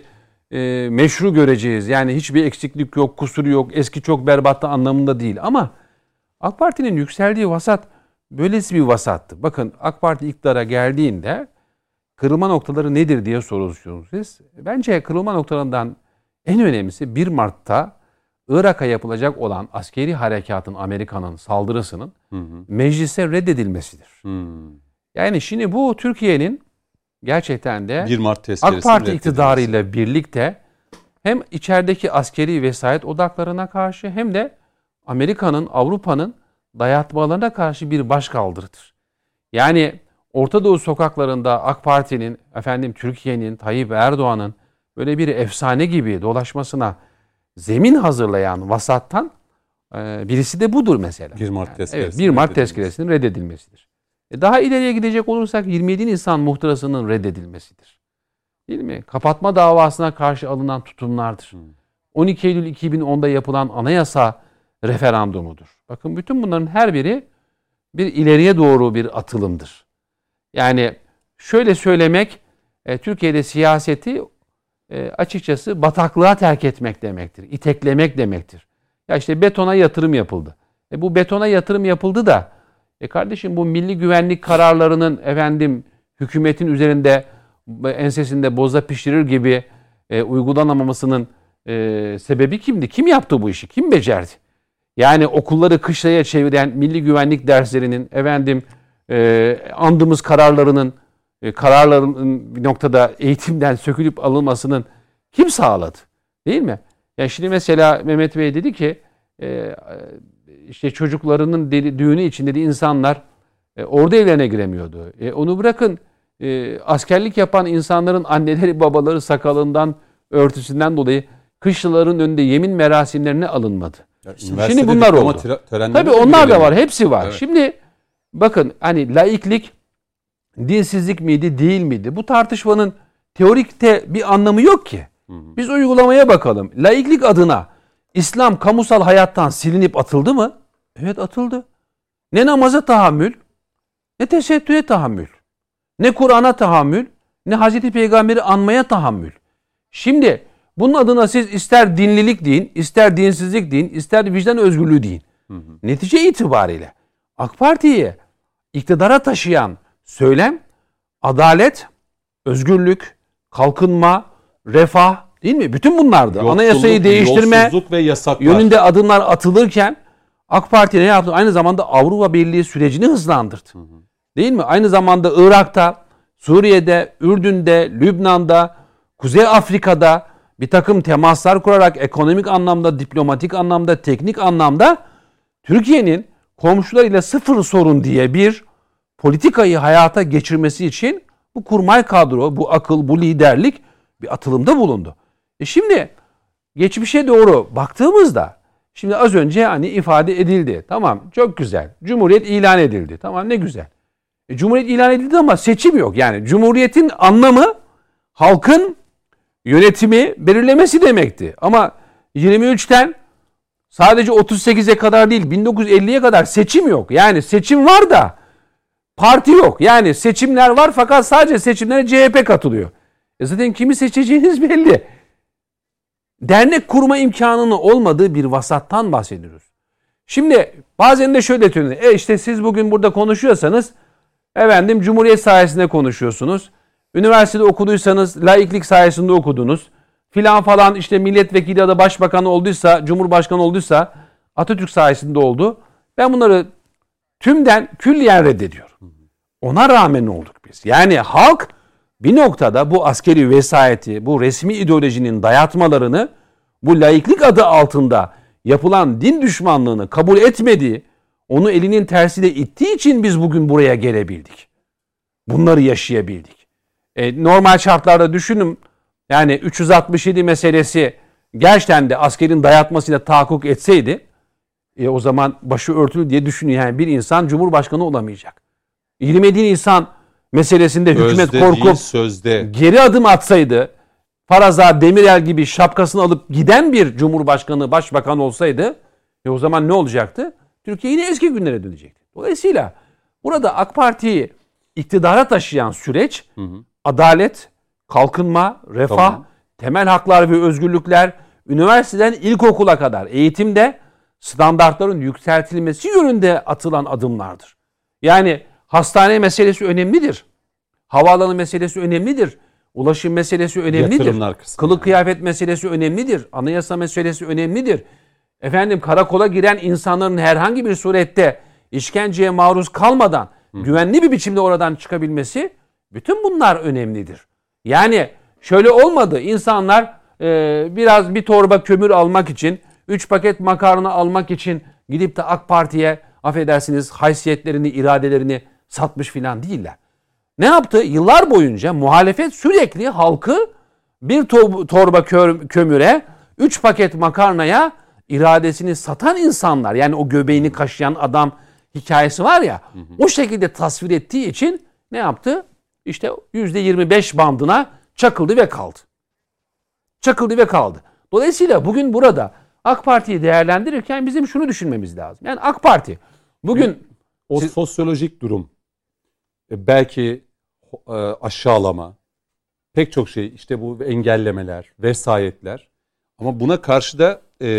meşru göreceğiz. Yani hiçbir eksiklik yok, kusuru yok, eski çok berbattı anlamında değil. Ama AK Parti'nin yükseldiği vasat böylesi bir vasattı. Bakın AK Parti iktidara geldiğinde kırılma noktaları nedir diye soruyorsunuz siz. Bence kırılma noktalarından en önemlisi 1 Mart'ta Irak'a yapılacak olan askeri harekatın, Amerika'nın saldırısının meclise reddedilmesidir. Yani şimdi bu Türkiye'nin gerçekten de 1 Mart AK Parti iktidarıyla birlikte hem içerideki askeri vesayet odaklarına karşı hem de Amerika'nın, Avrupa'nın dayatmalarına karşı bir başkaldırıdır. Yani Orta Doğu sokaklarında AK Parti'nin, Türkiye'nin, Tayyip Erdoğan'ın böyle bir efsane gibi dolaşmasına zemin hazırlayan vasattan birisi de budur mesela. 1 Mart tezkeresinin evet, 1 Mart tezkeresinin reddedilmesidir. Daha ileriye gidecek olursak 27 Nisan muhtırasının reddedilmesidir. Değil mi? Kapatma davasına karşı alınan tutumlardır. 12 Eylül 2010'da yapılan anayasa referandumudur. Bakın bütün bunların her biri bir ileriye doğru bir atılımdır. Yani şöyle söylemek Türkiye'de siyaseti açıkçası bataklığa terk etmek demektir. İteklemek demektir. Ya işte betona yatırım yapıldı. Bu betona yatırım yapıldı da kardeşim bu milli güvenlik kararlarının hükümetin üzerinde ensesinde boza pişirir gibi uygulanamamasının sebebi kimdi? Kim yaptı bu işi? Kim becerdi? Yani okulları kışlaya çeviren milli güvenlik derslerinin andığımız kararların bir noktada eğitimden sökülüp alınmasının kim sağladı? Değil mi? Yani şimdi mesela Mehmet Bey dedi ki işte çocuklarının düğünü için dedi insanlar ordu evlerine giremiyordu. Onu bırakın askerlik yapan insanların anneleri babaları sakalından örtüsünden dolayı kışlaların önünde yemin merasimlerine alınmadı. Şimdi bunlar oldu. Tabii onlar da var. Hepsi var. Evet. Şimdi bakın hani laiklik dinsizlik miydi, değil miydi? Bu tartışmanın teorikte bir anlamı yok ki. Biz uygulamaya bakalım. Laiklik adına İslam kamusal hayattan silinip atıldı mı? Evet, atıldı. Ne namaza tahammül, ne tesettüre tahammül, ne Kur'an'a tahammül, ne Hazreti Peygamber'i anmaya tahammül. Şimdi bunun adına siz ister dinlilik deyin, ister dinsizlik deyin, ister vicdan özgürlüğü deyin. Netice itibariyle AK Parti'yi iktidara taşıyan söylem adalet, özgürlük, kalkınma, refah, değil mi? Bütün bunlardı. Yoksulluk, Anayasayı değiştirme yolsuzluk ve yasaklar yönünde adımlar atılırken AK Parti ne yaptı? Aynı zamanda Avrupa Birliği sürecini hızlandırdı. Değil mi? Aynı zamanda Irak'ta, Suriye'de, Ürdün'de, Lübnan'da, Kuzey Afrika'da bir takım temaslar kurarak ekonomik anlamda, diplomatik anlamda, teknik anlamda Türkiye'nin komşularıyla sıfır sorun diye bir politikayı hayata geçirmesi için bu kurmay kadro, bu akıl, bu liderlik bir atılımda bulundu. Şimdi geçmişe doğru baktığımızda, şimdi az önce hani ifade edildi. Tamam, çok güzel. Cumhuriyet ilan edildi. Tamam, ne güzel. Cumhuriyet ilan edildi ama seçim yok. Yani Cumhuriyet'in anlamı halkın yönetimi belirlemesi demekti. Ama 23'ten sadece 38'e kadar değil, 1950'ye kadar seçim yok. Yani seçim var da parti yok. Yani seçimler var fakat sadece seçimlere CHP katılıyor. Zaten kimi seçeceğiniz belli. Dernek kurma imkanının olmadığı bir vasattan bahsediyoruz. Şimdi bazen de şöyle söyleniyor. İşte siz bugün burada konuşuyorsanız efendim Cumhuriyet sayesinde konuşuyorsunuz. Üniversitede okuduysanız laiklik sayesinde okudunuz. Filan falan işte milletvekili ya da başbakan olduysa, cumhurbaşkanı olduysa Atatürk sayesinde oldu. Ben bunları tümden külliyen reddediyorum. Ona rağmen olduk biz. Yani halk bir noktada bu askeri vesayeti, bu resmi ideolojinin dayatmalarını, bu laiklik adı altında yapılan din düşmanlığını kabul etmediği, onu elinin tersiyle ittiği için biz bugün buraya gelebildik. Bunları yaşayabildik. Normal şartlarda düşünün, yani 367 meselesi gerçekten de askerin dayatmasıyla tahakkuk etseydi, o zaman başı örtülü diye düşünüyor. Yani bir insan cumhurbaşkanı olamayacak. 27 Nisan meselesinde hükümet korkup geri adım atsaydı, Faraza Demirel gibi şapkasını alıp giden bir cumhurbaşkanı, başbakan olsaydı, o zaman ne olacaktı? Türkiye yine eski günlere dönecekti. Dolayısıyla burada AK Parti'yi iktidara taşıyan süreç adalet, kalkınma, refah, temel haklar ve özgürlükler, üniversiteden ilkokula kadar eğitimde standartların yükseltilmesi yönünde atılan adımlardır. Yani hastane meselesi önemlidir. Havaalanı meselesi önemlidir. Ulaşım meselesi önemlidir. Kılık kıyafet meselesi önemlidir. Anayasa meselesi önemlidir. Efendim karakola giren insanların herhangi bir surette işkenceye maruz kalmadan güvenli bir biçimde oradan çıkabilmesi, bütün bunlar önemlidir. Yani şöyle olmadı. İnsanlar biraz bir torba kömür almak için, 3 paket makarna almak için gidip de AK Parti'ye affedersiniz haysiyetlerini, iradelerini satmış filan değiller. Ne yaptı? Yıllar boyunca muhalefet sürekli halkı bir torba kömüre, 3 paket makarnaya iradesini satan insanlar, yani o göbeğini kaşıyan adam hikayesi var ya, o şekilde tasvir ettiği için ne yaptı? İşte %25 bandına çakıldı ve kaldı. Çakıldı ve kaldı. Dolayısıyla bugün burada AK Parti'yi değerlendirirken bizim şunu düşünmemiz lazım. Yani AK Parti bugün o sosyolojik durum, belki aşağılama, pek çok şey, işte bu engellemeler, vesayetler, ama buna karşı da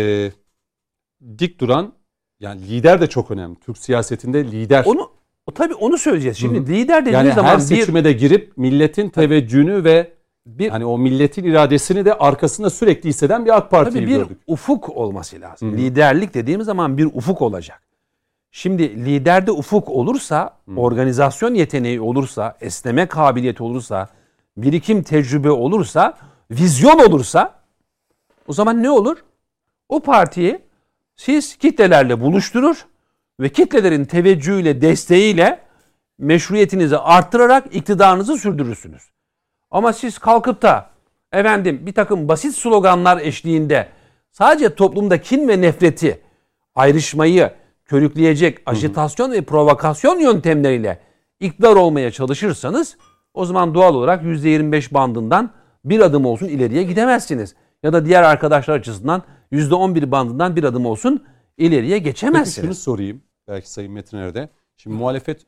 dik duran, yani lider de çok önemli. Türk siyasetinde lider. Tabii onu söyleyeceğiz. Şimdi lider dediğimiz yani zaman her seçime de girip milletin teveccühünü ve hani o milletin iradesini de arkasında sürekli hisseden bir AK Parti'yi gördük. Bir ufuk olması lazım. Liderlik dediğimiz zaman bir ufuk olacak. Şimdi liderde ufuk olursa, organizasyon yeteneği olursa, esneme kabiliyeti olursa, birikim tecrübe olursa, vizyon olursa, o zaman ne olur? O partiyi siz kitlelerle buluşturur ve kitlelerin teveccühüyle, desteğiyle meşruiyetinizi arttırarak iktidarınızı sürdürürsünüz. Ama siz kalkıp da bir takım basit sloganlar eşliğinde sadece toplumda kin ve nefreti, ayrışmayı körükleyecek ajitasyon ve provokasyon yöntemleriyle iktidar olmaya çalışırsanız o zaman doğal olarak %25 bandından bir adım olsun ileriye gidemezsiniz. Ya da diğer arkadaşlar açısından %11 bandından bir adım olsun ileriye Peki geçemezsiniz. şunu sorayım belki Sayın Metiner'de. Şimdi muhalefet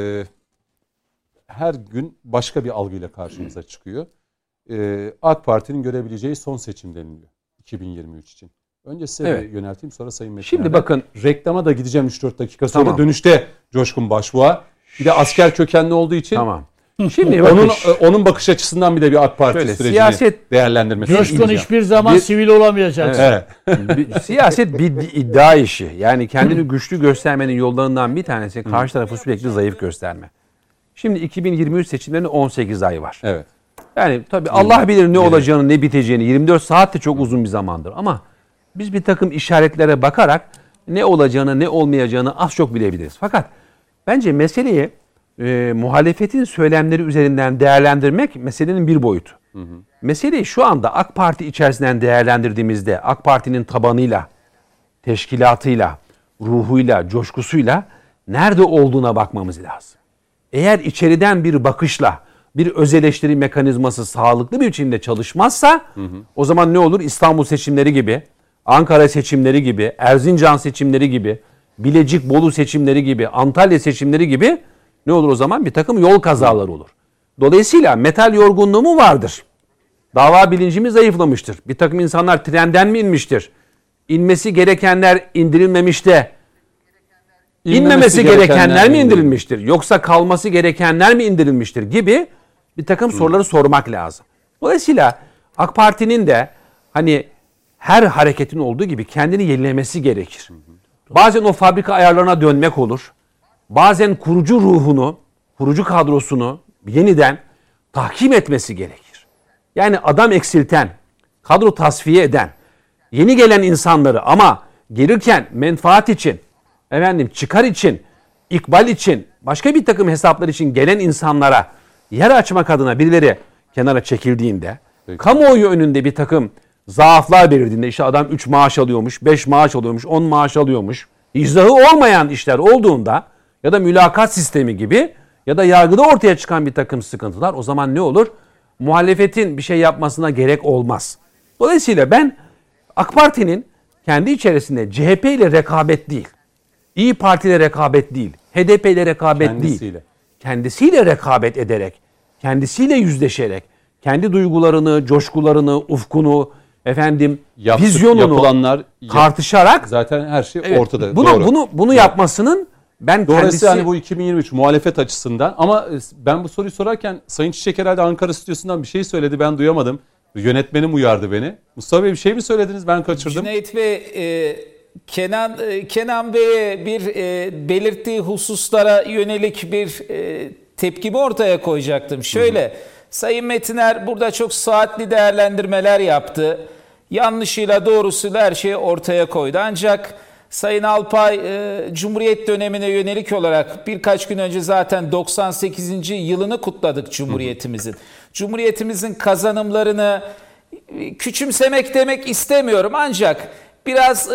her gün başka bir algıyla karşımıza çıkıyor. AK Parti'nin görebileceği son seçim deniliyor 2023 için. Önce size Evet. bir yönelteyim sonra Sayın Metiner'de. Şimdi bakın Reklama da gideceğim 3-4 dakika sonra. Tamam. Dönüşte Coşkun Başbuğ'a. Bir de asker kökenli olduğu için tamam. Şimdi bakın, onun bakış açısından bir de bir AK Parti Şöyle, sürecini siyaset değerlendirmesini Coşkun isteyeceğim. hiçbir zaman sivil olamayacaksın. Evet. siyaset bir iddia işi. Yani kendini güçlü göstermenin yollarından bir tanesi karşı tarafı sürekli zayıf gösterme. Şimdi 2023 seçimlerine 18 ay var. Evet. Yani tabii Allah bilir ne olacağını, ne biteceğini. 24 saat de çok uzun bir zamandır. Ama biz bir takım işaretlere bakarak ne olacağını, ne olmayacağını az çok bilebiliriz. Fakat bence meseleyi muhalefetin söylemleri üzerinden değerlendirmek meselenin bir boyutu. Meseleyi şu anda AK Parti içerisinden değerlendirdiğimizde AK Parti'nin tabanıyla, teşkilatıyla, ruhuyla, coşkusuyla nerede olduğuna bakmamız lazım. Eğer içeriden bir bakışla bir öz eleştiri mekanizması sağlıklı bir biçimde çalışmazsa o zaman ne olur? İstanbul seçimleri gibi, Ankara seçimleri gibi, Erzincan seçimleri gibi, Bilecik, Bolu seçimleri gibi, Antalya seçimleri gibi ne olur o zaman? Bir takım yol kazaları olur. Dolayısıyla metal yorgunluğu mu vardır? Dava bilincimiz zayıflamıştır. Bir takım insanlar trenden mi inmiştir? İnmesi gerekenler indirilmemiş de İnmemesi gerekenler mi indirilmiştir? Yoksa kalması gerekenler mi indirilmiştir? Gibi bir takım soruları sormak lazım. Dolayısıyla AK Parti'nin de hani her hareketin olduğu gibi kendini yenilemesi gerekir. Bazen o fabrika ayarlarına dönmek olur. Bazen kurucu ruhunu, kurucu kadrosunu yeniden tahkim etmesi gerekir. Yani adam eksilten, kadro tasfiye eden, yeni gelen insanları ama gelirken menfaat için, çıkar için, ikbal için, başka bir takım hesaplar için gelen insanlara yer açmak adına birileri kenara çekildiğinde, kamuoyu önünde bir takım zaaflar belirdiğinde, işte adam 3 maaş alıyormuş, 5 maaş alıyormuş, 10 maaş alıyormuş, izahı olmayan işler olduğunda ya da mülakat sistemi gibi ya da yargıda ortaya çıkan bir takım sıkıntılar, o zaman ne olur? Muhalefetin bir şey yapmasına gerek olmaz. Dolayısıyla ben AK Parti'nin kendi içerisinde CHP ile rekabet değil, İYİ Parti ile rekabet değil, HDP ile rekabet değil, kendisiyle rekabet ederek, kendisiyle yüzleşerek, kendi duygularını, coşkularını, ufkunu, vizyonunu tartışarak zaten her şey ortada. Bunu yapmasının ben dolayısıyla hani bu 2023 muhalefet açısından, ama ben bu soruyu sorarken Sayın Çiçek herhalde Ankara stüdyosundan bir şey söyledi, ben duyamadım. Yönetmenim uyardı beni. Mustafa Bey bir şey mi söylediniz, ben kaçırdım. Cüneyt Bey, Kenan Bey'e bir belirttiği hususlara yönelik bir tepkimi ortaya koyacaktım. Şöyle, Sayın Metiner burada çok saatli değerlendirmeler yaptı. Yanlışıyla doğrusuyla her şeyi ortaya koydu. Ancak Sayın Alpay Cumhuriyet dönemine yönelik olarak birkaç gün önce zaten 98. yılını kutladık Cumhuriyetimizin. Cumhuriyetimizin kazanımlarını küçümsemek demek istemiyorum, ancak biraz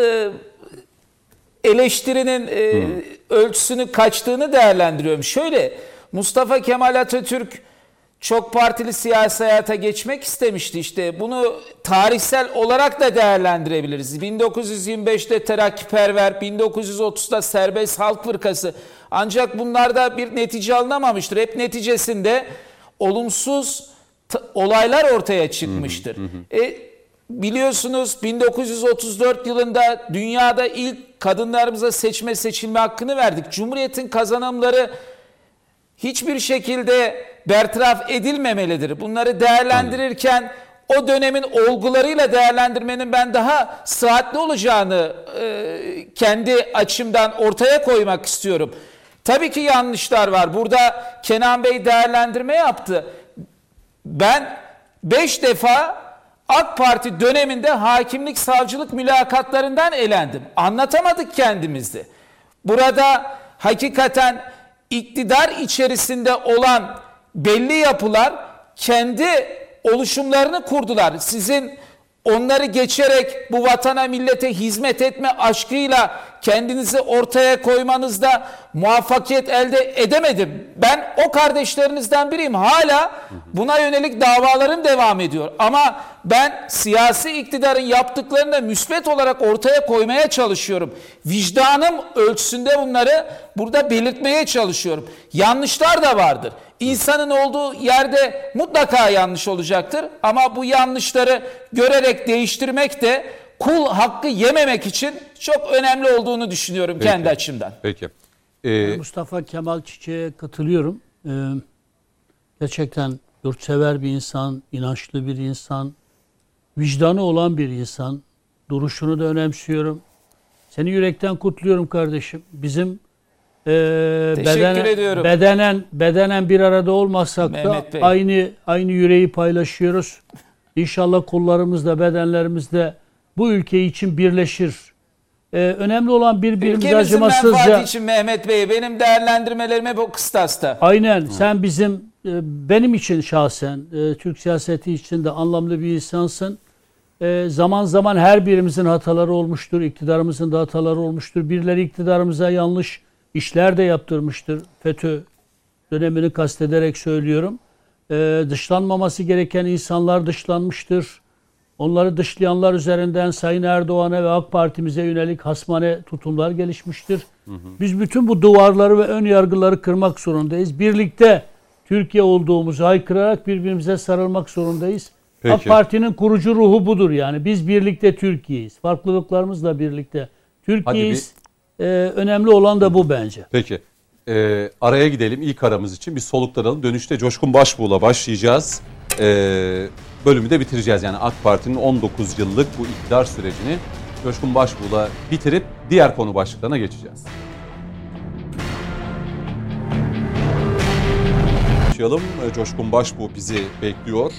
eleştirinin ölçüsünü kaçtığını değerlendiriyorum. Şöyle, Mustafa Kemal Atatürk çok partili siyasi hayata geçmek istemişti. İşte bunu tarihsel olarak da değerlendirebiliriz. 1925'te Terakkiperver, 1930'da Serbest Halk Fırkası. Ancak bunlarda bir netice alınamamıştır. Hep neticesinde olumsuz olaylar ortaya çıkmıştır. Biliyorsunuz 1934 yılında dünyada ilk kadınlarımıza seçilme hakkını verdik. Cumhuriyetin kazanımları hiçbir şekilde bertaraf edilmemelidir. Bunları değerlendirirken o dönemin olgularıyla değerlendirmenin ben daha sıhhatli olacağını kendi açımdan ortaya koymak istiyorum. Tabii ki yanlışlar var. Burada Kenan Bey değerlendirme yaptı. Ben 5 defa AK Parti döneminde hakimlik, savcılık mülakatlarından elendim. Anlatamadık kendimizi. Burada hakikaten iktidar içerisinde olan belli yapılar kendi oluşumlarını kurdular. Sizin onları geçerek bu vatana millete hizmet etme aşkıyla kendinizi ortaya koymanızda muvaffakiyet elde edemedim. Ben o kardeşlerinizden biriyim. Hala buna yönelik davalarım devam ediyor. Ama ben siyasi iktidarın yaptıklarını da müsbet olarak ortaya koymaya çalışıyorum. Vicdanım ölçüsünde bunları burada belirtmeye çalışıyorum. Yanlışlar da vardır. İnsanın olduğu yerde mutlaka yanlış olacaktır. Ama bu yanlışları görerek değiştirmek de kul hakkı yememek için çok önemli olduğunu düşünüyorum. Peki. Kendi açımdan. Peki. Mustafa Kemal Çiçek'e katılıyorum. Gerçekten yurtsever bir insan, inançlı bir insan, vicdanı olan bir insan. Duruşunu da önemsiyorum. Seni yürekten kutluyorum kardeşim. Bizim ediyorum. bedenen bir arada olmasak Mehmet da Bey. aynı yüreği paylaşıyoruz. İnşallah kollarımızla, bedenlerimizle bu ülke için birleşir. Önemli olan birbirimize Ülkemizin acımasızca. menfaati için Mehmet Bey, benim değerlendirmelerim hep o kıstasta. Aynen. Sen benim için şahsen, Türk siyaseti için de anlamlı bir insansın. Zaman zaman her birimizin hataları olmuştur. İktidarımızın da hataları olmuştur. Birileri iktidarımıza yanlış işler de yaptırmıştır. FETÖ dönemini kastederek söylüyorum. Dışlanmaması gereken insanlar dışlanmıştır. Onları dışlayanlar üzerinden Sayın Erdoğan'a ve AK Parti'mize yönelik hasmane tutumlar gelişmiştir. Biz bütün bu duvarları ve ön yargıları kırmak zorundayız. Birlikte Türkiye olduğumuzu haykırarak birbirimize sarılmak zorundayız. Peki. AK Parti'nin kurucu ruhu budur yani. Biz birlikte Türkiye'yiz. Farklılıklarımızla birlikte Türkiye'yiz. Önemli olan da bu bence. Peki. Araya gidelim. İlk aramız için bir soluklanalım. Dönüşte Coşkun Başbuğ'la başlayacağız. Bölümü de bitireceğiz. Yani AK Parti'nin 19 yıllık bu iktidar sürecini Coşkun Başbuğ'la bitirip diğer konu başlıklarına geçeceğiz. Başlayalım. Coşkun Başbuğ bizi bekliyor.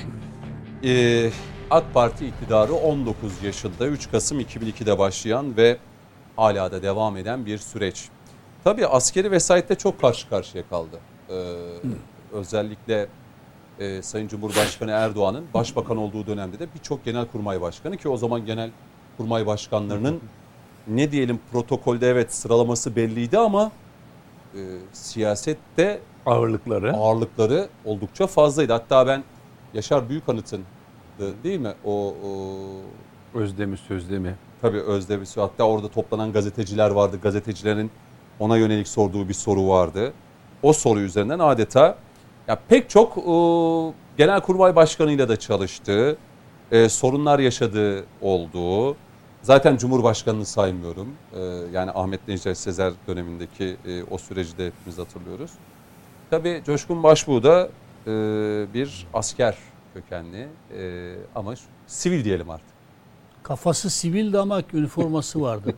AK Parti iktidarı 19 yaşında 3 Kasım 2002'de başlayan ve hala da devam eden bir süreç. Tabii askeri vesayette çok karşı karşıya kaldı. Özellikle Sayın Cumhurbaşkanı Erdoğan'ın başbakan olduğu dönemde de birçok genelkurmay başkanı, ki o zaman genelkurmay başkanlarının ne diyelim protokolde evet sıralaması belliydi ama siyasette ağırlıkları oldukça fazlaydı. Hatta ben Yaşar Büyükanıt'ın değil mi o Özdemi Sözdemi. Tabii Özdemisi, hatta orada toplanan gazeteciler vardı. Gazetecilerin ona yönelik sorduğu bir soru vardı. O soru üzerinden adeta ya pek çok genelkurmay başkanıyla da çalıştığı, sorunlar yaşadığı olduğu. Zaten Cumhurbaşkanı'nı saymıyorum. Yani Ahmet Necdet Sezer dönemindeki o süreci de hepimiz hatırlıyoruz. Tabii Coşkun Başbuğ da bir asker kökenli ama sivil diyelim artık. Kafası sivildi ama üniforması vardı.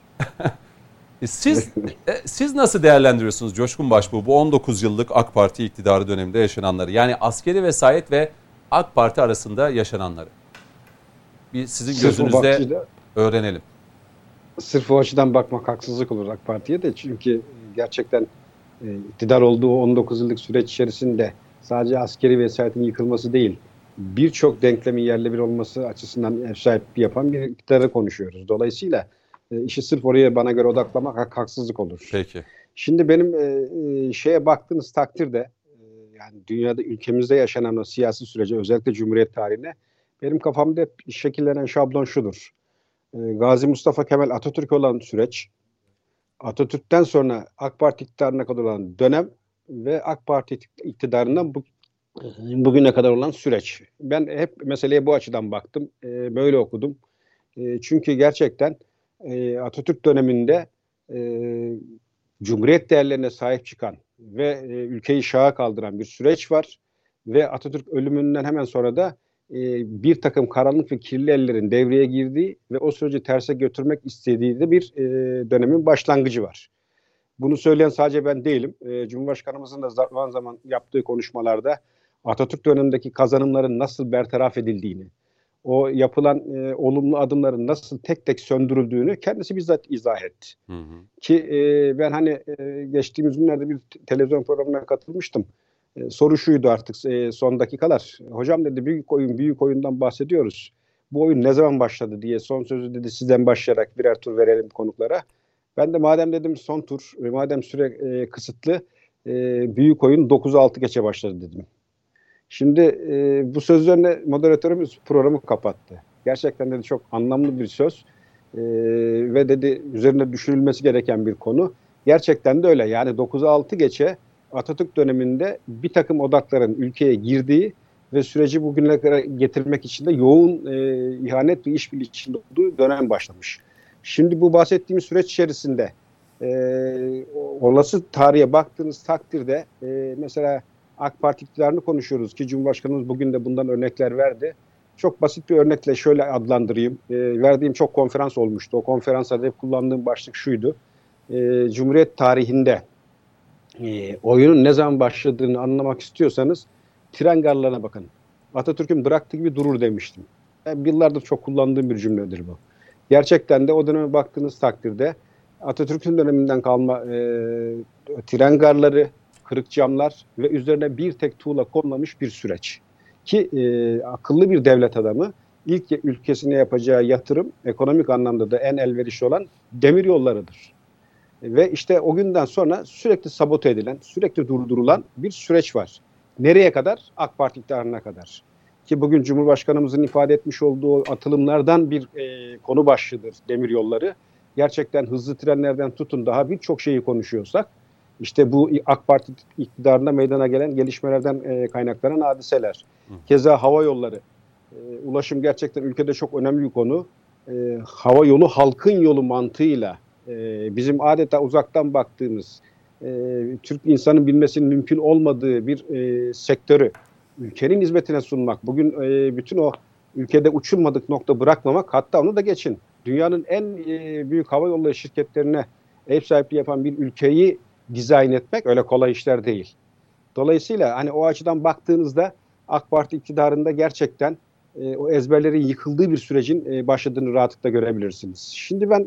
Siz nasıl değerlendiriyorsunuz Coşkun Başbuğ bu 19 yıllık AK Parti iktidarı döneminde yaşananları? Yani askeri vesayet ve AK Parti arasında yaşananları. Bir sizin gözünüzde öğrenelim. Sırf o açıdan bakmak haksızlık olur AK Parti'ye de. Çünkü gerçekten iktidar olduğu 19 yıllık süreç içerisinde sadece askeri vesayetin yıkılması değil, birçok denklemin yerle bir olması açısından ev sahipliği yapan bir iktidarı konuşuyoruz. Dolayısıyla işi sırf oraya bana göre odaklamak haksızlık olur. Peki. Şimdi benim şeye baktığınız takdirde yani dünyada, ülkemizde yaşanan o siyasi sürece, özellikle Cumhuriyet tarihine benim kafamda hep şekillenen şablon şudur. Gazi Mustafa Kemal Atatürk olan süreç, Atatürk'ten sonra AK Parti iktidarına kadar olan dönem ve AK Parti iktidarından bugüne kadar olan süreç. Ben hep meseleye bu açıdan baktım, böyle okudum. Çünkü gerçekten Atatürk döneminde Cumhuriyet değerlerine sahip çıkan ve ülkeyi şaha kaldıran bir süreç var. Ve Atatürk ölümünden hemen sonra da bir takım karanlık ve kirli ellerin devreye girdiği ve o süreci terse götürmek istediği de bir dönemin başlangıcı var. Bunu söyleyen sadece ben değilim. Cumhurbaşkanımızın da zaman zaman yaptığı konuşmalarda Atatürk dönemindeki kazanımların nasıl bertaraf edildiğini, o yapılan olumlu adımların nasıl tek tek söndürüldüğünü kendisi bizzat izah etti. Hı hı. Ki ben hani geçtiğimiz günlerde bir televizyon programına katılmıştım. Soru şuydu artık son dakikalar. Hocam dedi, büyük oyundan bahsediyoruz. bu oyun ne zaman başladı diye son sözü dedi sizden başlayarak birer tur verelim konuklara. Ben de madem dedim son tur, madem süre kısıtlı, büyük oyun 9'a 6 geçe başladı dedim. Şimdi bu sözlerle moderatörümüz programı kapattı. Gerçekten dedi çok anlamlı bir söz ve dedi üzerine düşünülmesi gereken bir konu. Gerçekten de öyle. Yani 9'a 6 geçe Atatürk döneminde bir takım odakların ülkeye girdiği ve süreci bugüne kadar getirmek için de yoğun ihanet ve işbirliği içinde olduğu dönem başlamış. Şimdi bu bahsettiğimiz süreç içerisinde olası tarihe baktığınız takdirde mesela AK Parti iktidarını konuşuyoruz ki Cumhurbaşkanımız bugün de bundan örnekler verdi. Çok basit bir örnekle şöyle adlandırayım. Verdiğim çok konferans olmuştu. O konferanslarda hep kullandığım başlık şuydu. Cumhuriyet tarihinde oyunun ne zaman başladığını anlamak istiyorsanız tren garlarına bakın. Atatürk'ün bıraktığı gibi durur demiştim. Yıllardır çok kullandığım bir cümledir bu. Gerçekten de o döneme baktığınız takdirde Atatürk'ün döneminden kalma tren garları, kırık camlar ve üzerine bir tek tuğla konulamış bir süreç. Ki akıllı bir devlet adamı ilk ülkesine yapacağı yatırım ekonomik anlamda da en elverişli olan demir yollarıdır. Ve işte o günden sonra sürekli sabote edilen, sürekli durdurulan bir süreç var. Nereye kadar? AK Parti iktidarına kadar. Ki bugün Cumhurbaşkanımızın ifade etmiş olduğu atılımlardan bir konu başlığıdır demir yolları. Gerçekten hızlı trenlerden tutun daha birçok şeyi konuşuyorsak, işte bu AK Parti iktidarında meydana gelen gelişmelerden kaynaklanan hadiseler. Keza hava yolları. Ulaşım gerçekten ülkede çok önemli bir konu. Hava yolu halkın yolu mantığıyla bizim adeta uzaktan baktığımız, Türk insanın bilmesinin mümkün olmadığı bir sektörü ülkenin hizmetine sunmak, bugün bütün o ülkede uçulmadık nokta bırakmamak, hatta onu da geçin. Dünyanın en büyük hava yolları şirketlerine ev sahipliği yapan bir ülkeyi dizayn etmek öyle kolay işler değil. Dolayısıyla hani o açıdan baktığınızda AK Parti iktidarında gerçekten o ezberlerin yıkıldığı bir sürecin başladığını rahatlıkla görebilirsiniz. Şimdi ben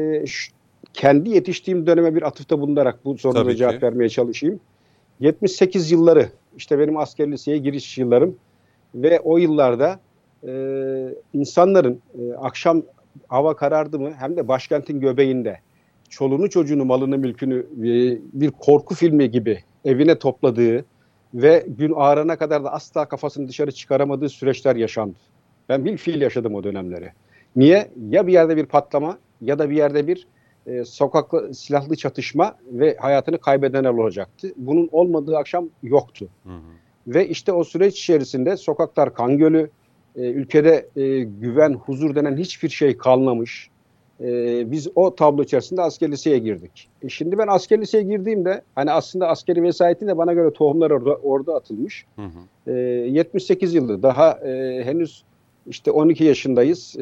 kendi yetiştiğim döneme bir atıfta bulunarak bu sorunuza cevap vermeye çalışayım. 78 yılları işte benim asker liseye giriş yıllarım ve o yıllarda insanların akşam hava karardı mı hem de başkentin göbeğinde çoluğunu çocuğunu malını mülkünü bir korku filmi gibi evine topladığı ve gün ağarana kadar da asla kafasını dışarı çıkaramadığı süreçler yaşandı. Ben bilfiil yaşadım o dönemleri. Niye? Ya bir yerde bir patlama ya da bir yerde bir sokaklı silahlı çatışma ve hayatını kaybedenler olacaktı. Bunun olmadığı akşam yoktu. Hı hı. Ve işte o süreç içerisinde sokaklar kan gölü, ülkede güven, huzur denen hiçbir şey kalmamış. Biz o tablo içerisinde asker liseye girdik. Şimdi ben asker liseye girdiğimde hani aslında askeri vesayetin de bana göre tohumlar orada atılmış. Hı hı. 78 yılı daha henüz işte 12 yaşındayız.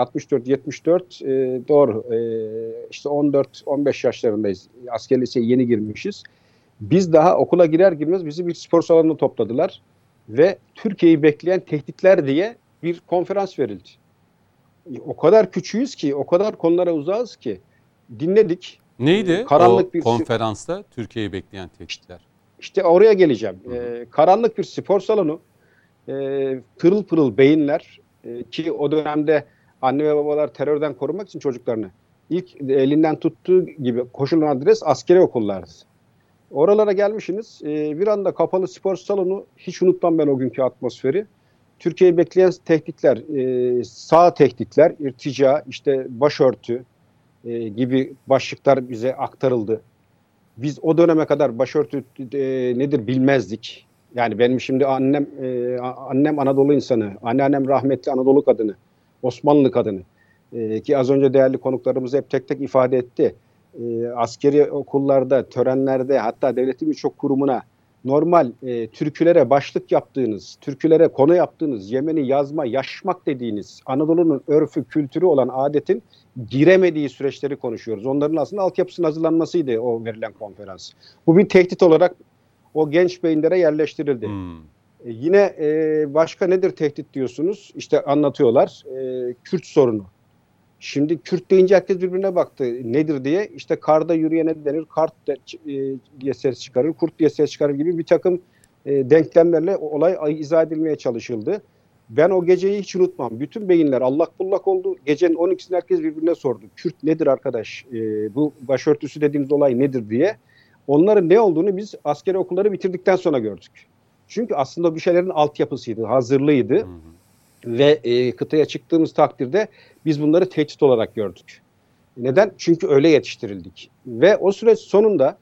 64-74 doğru. İşte 14-15 yaşlarındayız. Asker liseye yeni girmişiz. Biz daha okula girer girmez bizi bir spor salonuna topladılar ve Türkiye'yi bekleyen tehditler diye bir konferans verildi. O kadar küçüğüz ki, o kadar konulara uzağız ki dinledik. Neydi karanlık o konferansta Türkiye'yi bekleyen tehditler? İşte oraya geleceğim. Karanlık bir spor salonu, pırıl pırıl beyinler ki o dönemde anne ve babalar terörden korumak için çocuklarını ilk elinden tuttuğu gibi koşulan adres askeri okullardı. Oralara gelmişsiniz. Bir anda kapalı spor salonu, hiç unutmam ben o günkü atmosferi. Türkiye'yi bekleyen tehditler, sağ tehditler, irtica, işte başörtü gibi başlıklar bize aktarıldı. Biz o döneme kadar başörtü nedir bilmezdik. Yani benim şimdi annem Anadolu insanı, anneannem rahmetli Anadolu kadını, Osmanlı kadını ki az önce değerli konuklarımız hep tek tek ifade etti. Askeri okullarda, törenlerde hatta devletin birçok kurumuna normal türkülere başlık yaptığınız, türkülere konu yaptığınız, Yemen'i yazma, yaşmak dediğiniz Anadolu'nun örfü, kültürü olan adetin giremediği süreçleri konuşuyoruz. Onların aslında altyapısının hazırlanmasıydı o verilen konferans. Bu bir tehdit olarak o genç beyinlere yerleştirildi. Yine başka nedir tehdit diyorsunuz? İşte anlatıyorlar. Kürt sorunu. Şimdi Kürt deyince herkes birbirine baktı. Nedir diye. İşte karda yürüyene denir. Kart diye ses çıkarır. Kurt diye ses çıkarır gibi bir takım denklemlerle olay izah edilmeye çalışıldı. Ben o geceyi hiç unutmam. Bütün beyinler allak bullak oldu. Gecenin 12'sinde herkes birbirine sordu. Kürt nedir arkadaş? Bu başörtüsü dediğimiz olay nedir diye. Onların ne olduğunu biz askeri okulları bitirdikten sonra gördük. Çünkü aslında bir şeylerin altyapısıydı, hazırlığıydı. Ve kıtaya çıktığımız takdirde biz bunları tehdit olarak gördük. Neden? Çünkü öyle yetiştirildik. Ve o süreç sonunda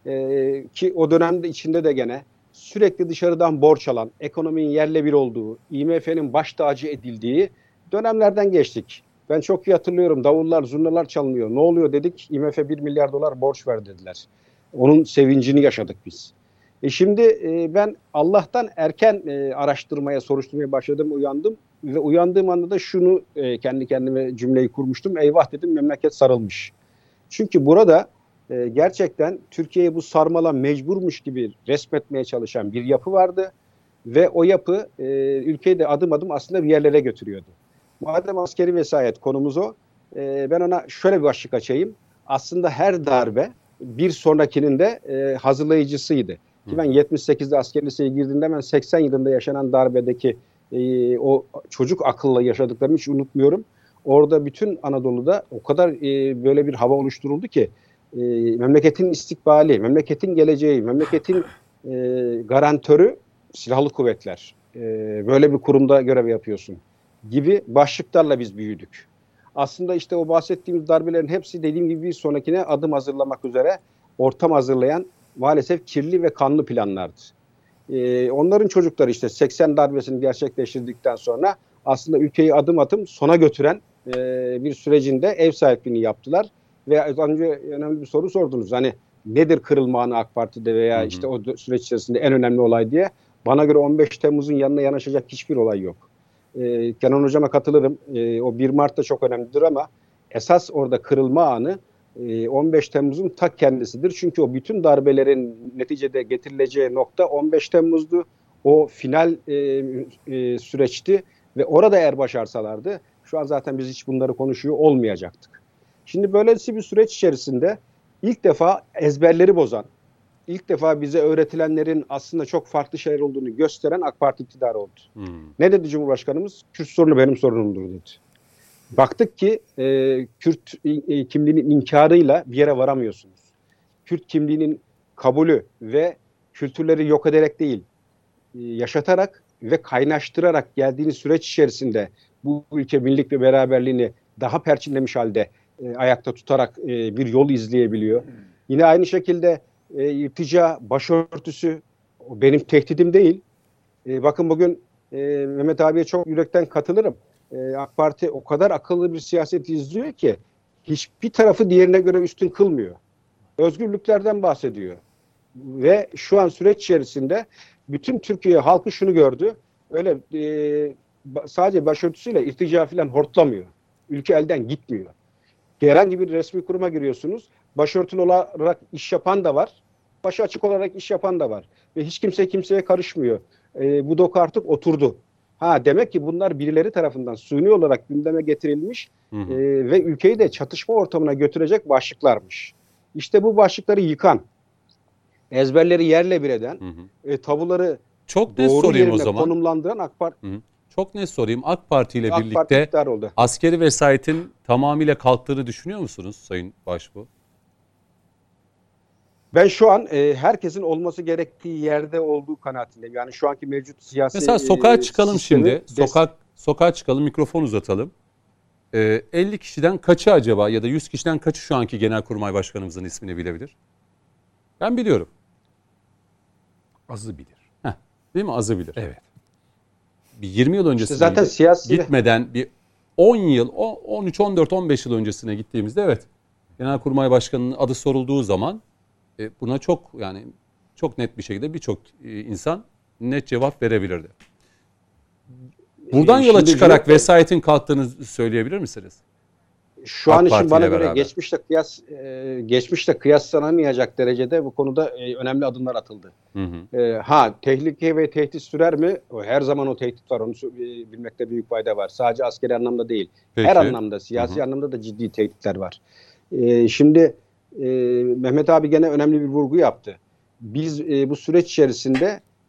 ki o dönemde içinde de gene sürekli dışarıdan borç alan, ekonominin yerle bir olduğu, IMF'nin baş tacı edildiği dönemlerden geçtik. Ben çok iyi hatırlıyorum. Davullar, zurnalar çalınıyor. Ne oluyor dedik. IMF 1 milyar dolar borç ver dediler. Onun sevincini yaşadık biz. Şimdi ben Allah'tan erken araştırmaya, soruşturmaya başladım, uyandım. Ve uyandığım anda da şunu kendi kendime cümleyi kurmuştum. Eyvah dedim, memleket sarılmış. Çünkü burada gerçekten Türkiye'yi bu sarmala mecburmuş gibi resmetmeye çalışan bir yapı vardı. Ve o yapı ülkeyi de adım adım aslında bir yerlere götürüyordu. Madem askeri vesayet konumuz o, ben ona şöyle bir başlık açayım. Aslında her darbe bir sonrakinin de hazırlayıcısıydı. Ki ben 78'de asker liseye girdiğimde ben 80 yılında yaşanan darbedeki o çocuk akılla yaşadıklarımı hiç unutmuyorum. Orada bütün Anadolu'da o kadar böyle bir hava oluşturuldu ki memleketin istikbali, memleketin geleceği, memleketin garantörü silahlı kuvvetler. Böyle bir kurumda görev yapıyorsun gibi başlıklarla biz büyüdük. Aslında işte o bahsettiğimiz darbelerin hepsi dediğim gibi bir sonrakine adım hazırlamak üzere ortam hazırlayan maalesef kirli ve kanlı planlardı. Onların çocukları işte 80 darbesini gerçekleştirdikten sonra aslında ülkeyi adım adım sona götüren bir sürecinde ev sahipliğini yaptılar. Ve az önce önemli bir soru sordunuz. Hani nedir kırılma anı AK Parti'de veya işte o süreç içerisinde en önemli olay diye. Bana göre 15 Temmuz'un yanına yanaşacak hiçbir olay yok. Kenan Hocam'a katılırım. O 1 Mart'ta çok önemlidir ama esas orada kırılma anı 15 Temmuz'un ta kendisidir. Çünkü o bütün darbelerin neticede getirileceği nokta 15 Temmuz'du. O final süreçti ve orada eğer başarsalardı şu an zaten biz hiç bunları konuşuyor olmayacaktık. Şimdi böylesi bir süreç içerisinde ilk defa ezberleri bozan, ilk defa bize öğretilenlerin aslında çok farklı şeyler olduğunu gösteren AK Parti iktidarı oldu. Ne dedi Cumhurbaşkanımız? Kürt sorunu benim sorunumdur dedi. Baktık ki Kürt kimliğinin inkarıyla bir yere varamıyorsunuz. Kürt kimliğinin kabulü ve kültürleri yok ederek değil, yaşatarak ve kaynaştırarak geldiğiniz süreç içerisinde bu ülke birlik ve beraberliğini daha perçinlemiş halde ayakta tutarak bir yol izleyebiliyor. Yine aynı şekilde irtica, başörtüsü benim tehdidim değil. Bakın bugün Mehmet abiye çok yürekten katılırım. AK Parti o kadar akıllı bir siyaset izliyor ki hiçbir tarafı diğerine göre üstün kılmıyor. Özgürlüklerden bahsediyor. Ve şu an süreç içerisinde bütün Türkiye halkı şunu gördü. Öyle sadece başörtüsüyle irtica falan hortlamıyor. Ülke elden gitmiyor. Herhangi bir resmi kuruma giriyorsunuz. Başörtülü olarak iş yapan da var. Başı açık olarak iş yapan da var. Ve hiç kimse kimseye karışmıyor. Bu doku artık oturdu. Demek ki bunlar birileri tarafından suni olarak gündeme getirilmiş ve ülkeyi de çatışma ortamına götürecek başlıklarmış. İşte bu başlıkları yıkan, ezberleri yerle bir eden, tabuları çok net doğru sorayım yerine o zaman. konumlandıran AK Parti. Çok net sorayım. AK Parti ile AK Parti birlikte iktidar oldu. askeri vesayetin tamamıyla kalktığını düşünüyor musunuz Sayın Başbuğ? Ben şu an herkesin olması gerektiği yerde olduğu kanaatindeyim. Yani şu anki mevcut siyasi Mesela sokağa çıkalım sistemi şimdi. Sokağa çıkalım, mikrofon uzatalım. 50 kişiden kaçı acaba ya da 100 kişiden kaçı şu anki Genelkurmay Başkanımızın ismini bilebilir? Ben biliyorum. Azı bilir. Değil mi? Azı bilir. Evet. Bir 20 yıl öncesine İşte zaten siyasi gitmeden bir 10 yıl, 13, 14, 15 yıl öncesine gittiğimizde evet Genelkurmay Başkanı'nın adı sorulduğu zaman buna çok net bir şekilde birçok insan net cevap verebilirdi. Buradan yola çıkarak vesayetin kalktığını söyleyebilir misiniz? Şu an için bana göre beraber. geçmişte kıyaslanamayacak derecede bu konuda önemli adımlar atıldı. Tehlike ve tehdit sürer mi? Her zaman o tehdit var. Onu bilmekte büyük fayda var. Sadece askeri anlamda değil. Peki. Her anlamda, siyasi anlamda da ciddi tehditler var. Şimdi Mehmet abi gene önemli bir vurgu yaptı. Biz bu süreç içerisinde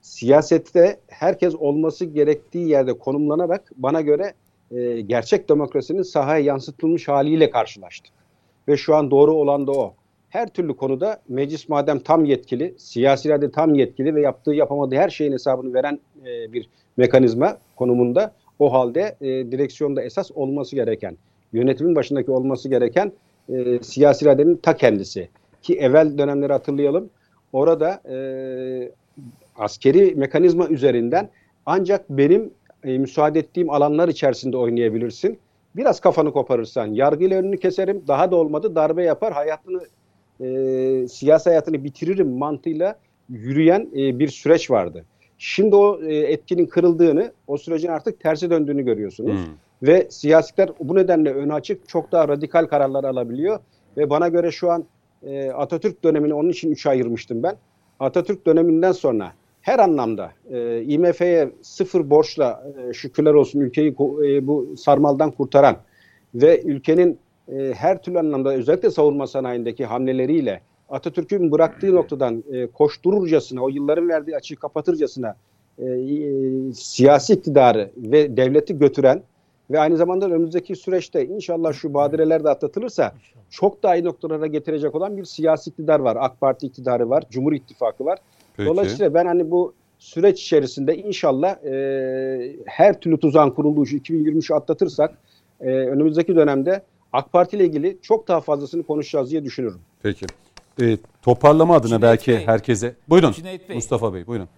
siyasette herkes olması gerektiği yerde konumlanarak bana göre gerçek demokrasinin sahaya yansıtılmış haliyle karşılaştık. Ve şu an doğru olan da o. Her türlü konuda meclis madem tam yetkili, siyasiler de tam yetkili ve yaptığı yapamadığı her şeyin hesabını veren bir mekanizma konumunda, o halde direksiyonda esas olması gereken, yönetimin başındaki olması gereken siyasi iradenin ta kendisi. Ki evvel dönemleri hatırlayalım. Orada askeri mekanizma üzerinden ancak benim müsaade ettiğim alanlar içerisinde oynayabilirsin. Biraz kafanı koparırsan yargıyla önünü keserim, daha da olmadı darbe yapar, hayatını siyasi hayatını bitiririm mantığıyla yürüyen bir süreç vardı. Şimdi o etkinin kırıldığını, o sürecin artık terse döndüğünü görüyorsunuz. Ve siyasetler bu nedenle önü açık, çok daha radikal kararlar alabiliyor. Ve bana göre şu an Atatürk dönemini onun için 3'e ayırmıştım ben. Atatürk döneminden sonra her anlamda IMF'ye sıfır borçla şükürler olsun ülkeyi bu sarmaldan kurtaran ve ülkenin her türlü anlamda özellikle savunma sanayindeki hamleleriyle Atatürk'ün bıraktığı noktadan koştururcasına, o yılların verdiği açığı kapatırcasına siyasi iktidarı ve devleti götüren ve aynı zamanda önümüzdeki süreçte inşallah şu badireler de atlatılırsa çok daha iyi noktalara getirecek olan bir siyasi iktidar var. AK Parti iktidarı var, Cumhur İttifakı var. Peki. Dolayısıyla ben hani bu süreç içerisinde inşallah her türlü tuzağın kurulduğu 2023'ü atlatırsak önümüzdeki dönemde AK Parti ile ilgili çok daha fazlasını konuşacağız diye düşünüyorum. Peki. Toparlama adına Cüneyt belki Bey. Herkese... Buyurun Cüneyt Bey. Mustafa Bey, buyurun.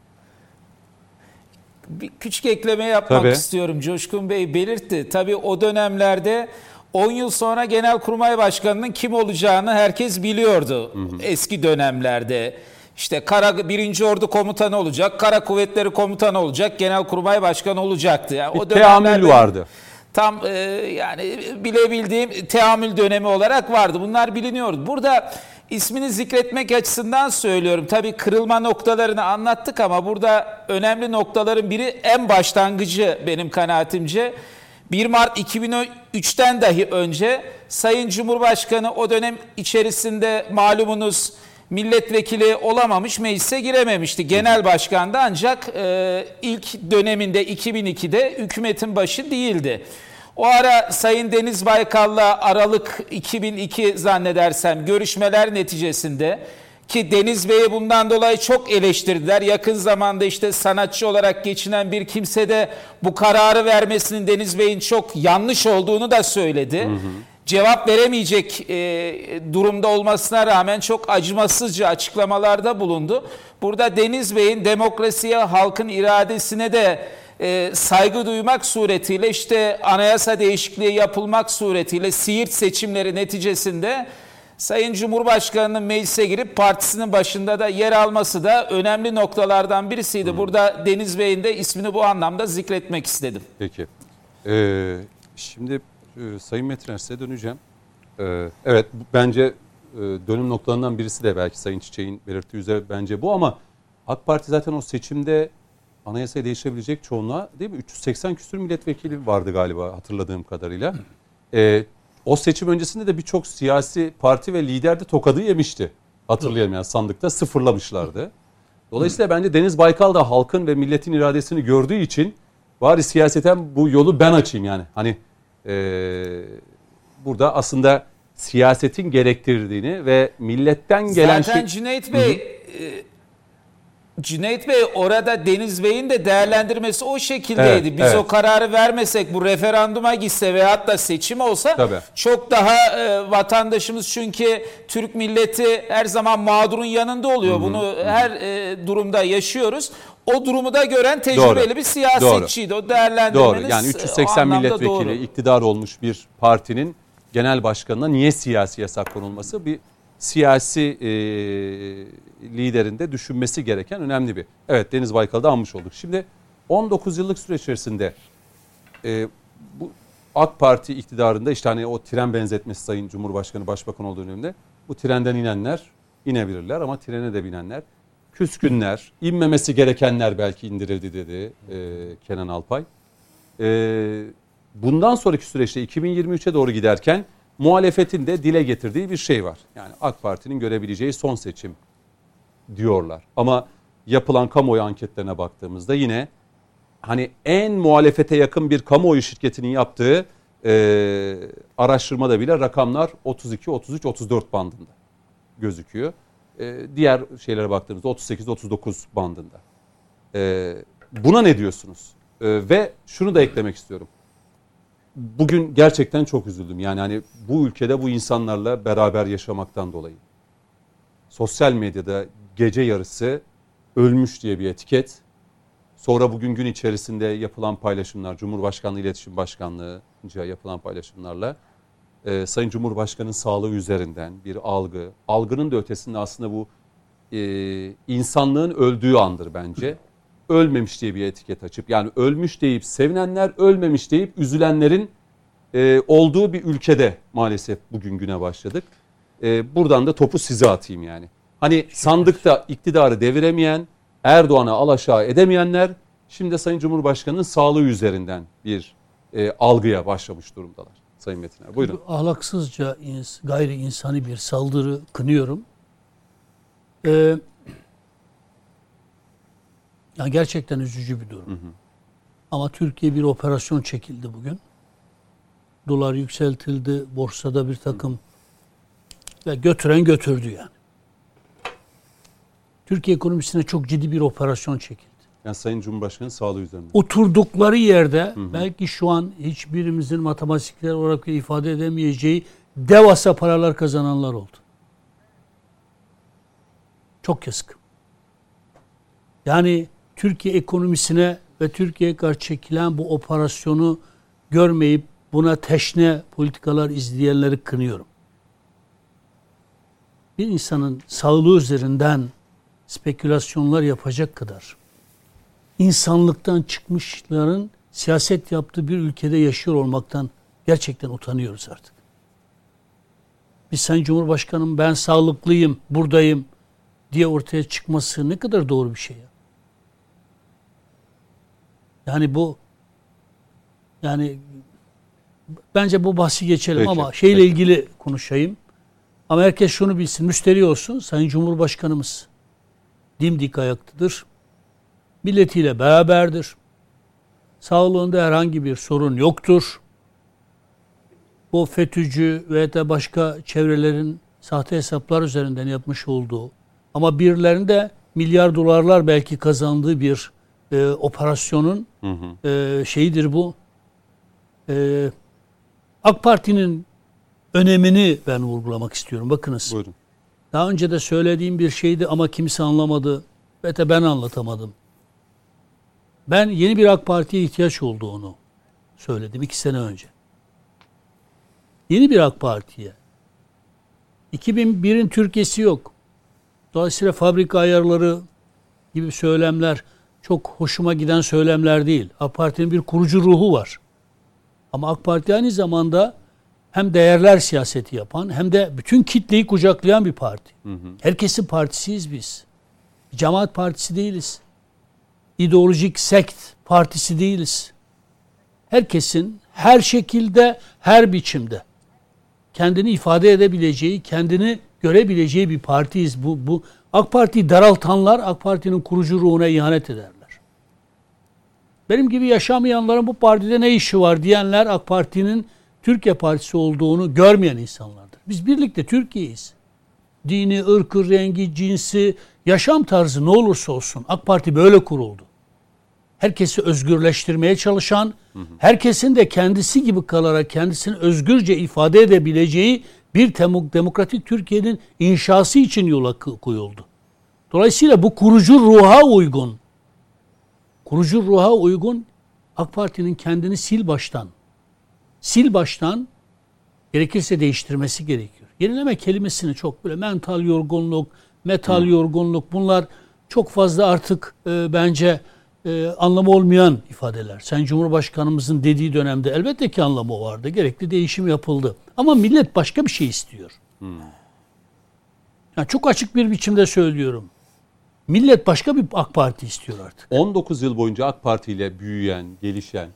Bir küçük ekleme yapmak Tabii. istiyorum. Coşkun Bey belirtti. Tabii o dönemlerde 10 yıl sonra Genelkurmay Başkanı'nın kim olacağını herkes biliyordu. Eski dönemlerde. İşte 1. Ordu Komutanı olacak, Kara Kuvvetleri Komutanı olacak, Genelkurmay Başkanı olacaktı. Yani Bir o dönemler teamül vardı. tam yani bilebildiğim teamül dönemi olarak vardı. Bunlar biliniyordu. Burada ismini zikretmek açısından söylüyorum. Tabii kırılma noktalarını anlattık ama burada önemli noktaların biri en başlangıcı benim kanaatimce. 1 Mart 2003'ten dahi önce Sayın Cumhurbaşkanı o dönem içerisinde malumunuz milletvekili olamamış, meclise girememişti. Genel başkan da ancak ilk döneminde 2002'de hükümetin başı değildi. O ara Sayın Deniz Baykal'la Aralık 2002 zannedersem görüşmeler neticesinde, ki Deniz Bey'i bundan dolayı çok eleştirdiler. Yakın zamanda işte sanatçı olarak geçinen bir kimse de bu kararı vermesinin Deniz Bey'in çok yanlış olduğunu da söyledi. Cevap veremeyecek durumda olmasına rağmen çok acımasızca açıklamalarda bulundu. Burada Deniz Bey'in demokrasiye, halkın iradesine de saygı duymak suretiyle, işte anayasa değişikliği yapılmak suretiyle Siirt seçimleri neticesinde Sayın Cumhurbaşkanı'nın meclise girip partisinin başında da yer alması da önemli noktalardan birisiydi. Burada Deniz Bey'in de ismini bu anlamda zikretmek istedim. Peki. Şimdi Sayın Metiner size döneceğim. Evet, bence dönüm noktalarından birisi de belki Sayın Çiçek'in belirttiği üzere bence bu, ama AK Parti zaten o seçimde anayasayı değiştirebilecek çoğunluğa, değil mi? 380 küsur milletvekili vardı galiba hatırladığım kadarıyla. O seçim öncesinde de birçok siyasi parti ve lider de tokadı yemişti. Hatırlayalım, yani sandıkta sıfırlamışlardı. Dolayısıyla bence Deniz Baykal da halkın ve milletin iradesini gördüğü için bari siyaseten bu yolu ben açayım yani. Hani burada aslında siyasetin gerektirdiğini ve milletten gelen Zaten Cüneyt Bey orada Deniz Bey'in de değerlendirmesi o şekildeydi. Evet, Biz evet. o kararı vermesek, bu referanduma gitse veyahut da seçim olsa Tabii. çok daha vatandaşımız, çünkü Türk milleti her zaman mağdurun yanında oluyor. Bunu her durumda yaşıyoruz. O durumu da gören tecrübeli bir siyasetçiydi. O değerlendirmeniz doğru. Yani o 380 anlamda milletvekili doğru. iktidar olmuş bir partinin genel başkanına niye siyasi yasak konulması, bir siyasi liderin de düşünmesi gereken önemli bir. Evet, Deniz Baykal'ı da anmış olduk. Şimdi 19 yıllık süreç içerisinde bu AK Parti iktidarında işte hani o tren benzetmesi Sayın Cumhurbaşkanı Başbakan olduğu dönemde, bu trenden inenler inebilirler ama trene de binenler küskünler, inmemesi gerekenler belki indirildi dedi Kenan Alpay. Bundan sonraki süreçte 2023'e doğru giderken muhalefetin de dile getirdiği bir şey var. Yani AK Parti'nin görebileceği son seçim diyorlar. Ama yapılan kamuoyu anketlerine baktığımızda yine hani en muhalefete yakın bir kamuoyu şirketinin yaptığı araştırmada bile rakamlar 32, 33, 34 bandında gözüküyor. Diğer şeylere baktığımızda 38, 39 bandında. Buna ne diyorsunuz? Ve şunu da eklemek istiyorum. Bugün gerçekten çok üzüldüm. Yani hani bu ülkede bu insanlarla beraber yaşamaktan dolayı. Sosyal medyada gece yarısı ölmüş diye bir etiket. Sonra bugün gün içerisinde yapılan paylaşımlar, Cumhurbaşkanlığı İletişim Başkanlığı'nca yapılan paylaşımlarla Sayın Cumhurbaşkanı'nın sağlığı üzerinden bir algı. Algının da ötesinde aslında bu insanlığın öldüğü andır bence. Ölmemiş diye bir etiket açıp yani ölmüş deyip sevinenler, ölmemiş deyip üzülenlerin olduğu bir ülkede maalesef bugün güne başladık. Buradan da topu size atayım yani. Hani sandıkta iktidarı deviremeyen, Erdoğan'a alaşağı edemeyenler şimdi Sayın Cumhurbaşkanı'nın sağlığı üzerinden bir algıya başlamış durumdalar. Sayın Metiner buyurun. Ahlaksızca gayri insani bir saldırı kınıyorum. Yani gerçekten üzücü bir durum. Ama Türkiye bir operasyon çekildi bugün. Dolar yükseltildi, borsada bir takım ve götüren götürdü yani. Türkiye ekonomisine çok ciddi bir operasyon çekildi. Yani Sayın Cumhurbaşkanı sağlığı üzerinden. Oturdukları yerde belki şu an hiçbirimizin matematikler olarak ifade edemeyeceği devasa paralar kazananlar oldu. Çok yazık. Yani Türkiye ekonomisine ve Türkiye'ye karşı çekilen bu operasyonu görmeyip buna teşne politikalar izleyenleri kınıyorum. Bir insanın sağlığı üzerinden spekülasyonlar yapacak kadar insanlıktan çıkmışların siyaset yaptığı bir ülkede yaşıyor olmaktan gerçekten utanıyoruz artık. Biz Sayın Cumhurbaşkanım ben sağlıklıyım, buradayım diye ortaya çıkması ne kadar doğru bir şey ya. Yani bu bence bu bahsi geçelim. Peki, ama şeyle ilgili konuşayım. Ama herkes şunu bilsin, müşteri olsun. Sayın Cumhurbaşkanımız dimdik ayaktadır. Milletiyle beraberdir. Sağlığında herhangi bir sorun yoktur. Bu FETÖ'cü ve de başka çevrelerin sahte hesaplar üzerinden yapmış olduğu ama birilerinde milyar dolarlar belki kazandığı bir operasyonun şeyidir bu. AK Parti'nin önemini ben vurgulamak istiyorum. Bakınız. Buyurun. Daha önce de söylediğim bir şeydi ama kimse anlamadı ve de ben anlatamadım. Ben yeni bir AK Parti'ye ihtiyaç olduğunu söyledim 2 sene önce. Yeni bir AK Parti'ye. 2001'in Türkiye'si yok. Dolayısıyla fabrika ayarları gibi söylemler çok hoşuma giden söylemler değil. AK Parti'nin bir kurucu ruhu var. Ama AK Parti aynı zamanda hem değerler siyaseti yapan hem de bütün kitleyi kucaklayan bir parti. Herkesin partisiyiz biz. Cemaat partisi değiliz. İdeolojik sekt partisi değiliz. Herkesin her şekilde, her biçimde kendini ifade edebileceği, kendini görebileceği bir partiyiz. Bu AK Parti'yi daraltanlar AK Parti'nin kurucu ruhuna ihanet ederler. Benim gibi yaşamayanların bu partide ne işi var diyenler AK Parti'nin Türkiye Partisi olduğunu görmeyen insanlardır. Biz birlikte Türkiye'yiz. Dini, ırkı, rengi, cinsi, yaşam tarzı ne olursa olsun AK Parti böyle kuruldu. Herkesi özgürleştirmeye çalışan, herkesin de kendisi gibi kalarak kendisini özgürce ifade edebileceği bir demokratik Türkiye'nin inşası için yola koyuldu. Dolayısıyla bu kurucu ruha uygun AK Parti'nin kendini sil baştan gerekirse değiştirmesi gerekiyor. Yenileme kelimesini çok böyle mental yorgunluk, metal yorgunluk bunlar çok fazla artık bence anlamı olmayan ifadeler. Sayın Cumhurbaşkanımızın dediği dönemde elbette ki anlamı vardı. Gerekli değişim yapıldı. Ama millet başka bir şey istiyor. Yani çok açık bir biçimde söylüyorum. Millet başka bir AK Parti istiyor artık. 19 yıl boyunca AK Parti ile büyüyen, gelişen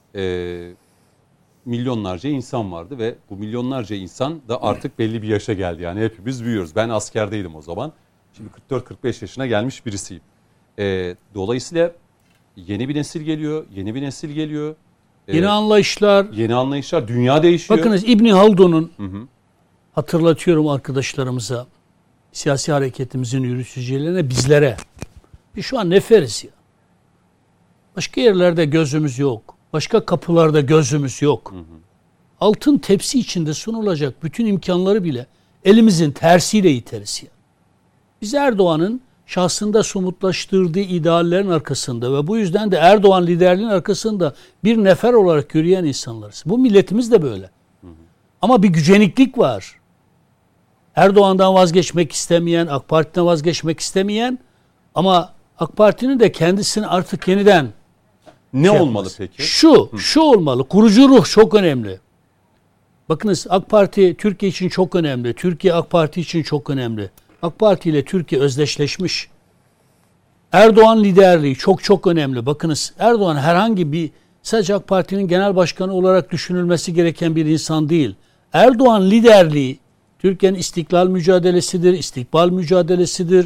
milyonlarca insan vardı ve bu milyonlarca insan da artık belli bir yaşa geldi. Yani hepimiz büyüyoruz. Ben askerdeydim o zaman. Şimdi 44-45 yaşına gelmiş birisiyim. Dolayısıyla yeni bir nesil geliyor, yeni bir nesil geliyor. Yeni anlayışlar. Yeni anlayışlar, dünya değişiyor. Bakınız İbni Haldun'un, hatırlatıyorum arkadaşlarımıza, siyasi hareketimizin yürütücülerine, bizlere. Biz şu an neferiz ya. Başka yerlerde gözümüz yok. Başka kapılarda gözümüz yok. Altın tepsi içinde sunulacak bütün imkanları bile elimizin tersiyle iteriz ya. Biz Erdoğan'ın şahsında somutlaştırdığı ideallerin arkasında ve bu yüzden de Erdoğan liderliğinin arkasında bir nefer olarak yürüyen insanlarız. Bu milletimiz de böyle. Ama bir güceniklik var. Erdoğan'dan vazgeçmek istemeyen, AK Parti'den vazgeçmek istemeyen ama AK Parti'nin de kendisini artık yeniden ne olmalı peki? Şu olmalı. Kurucu ruh çok önemli. Bakınız AK Parti Türkiye için çok önemli. Türkiye AK Parti için çok önemli. AK Parti ile Türkiye özdeşleşmiş. Erdoğan liderliği çok önemli. Bakınız Erdoğan herhangi bir sadece AK Parti'nin genel başkanı olarak düşünülmesi gereken bir insan değil. Erdoğan liderliği Türkiye'nin istiklal mücadelesidir, istikbal mücadelesidir.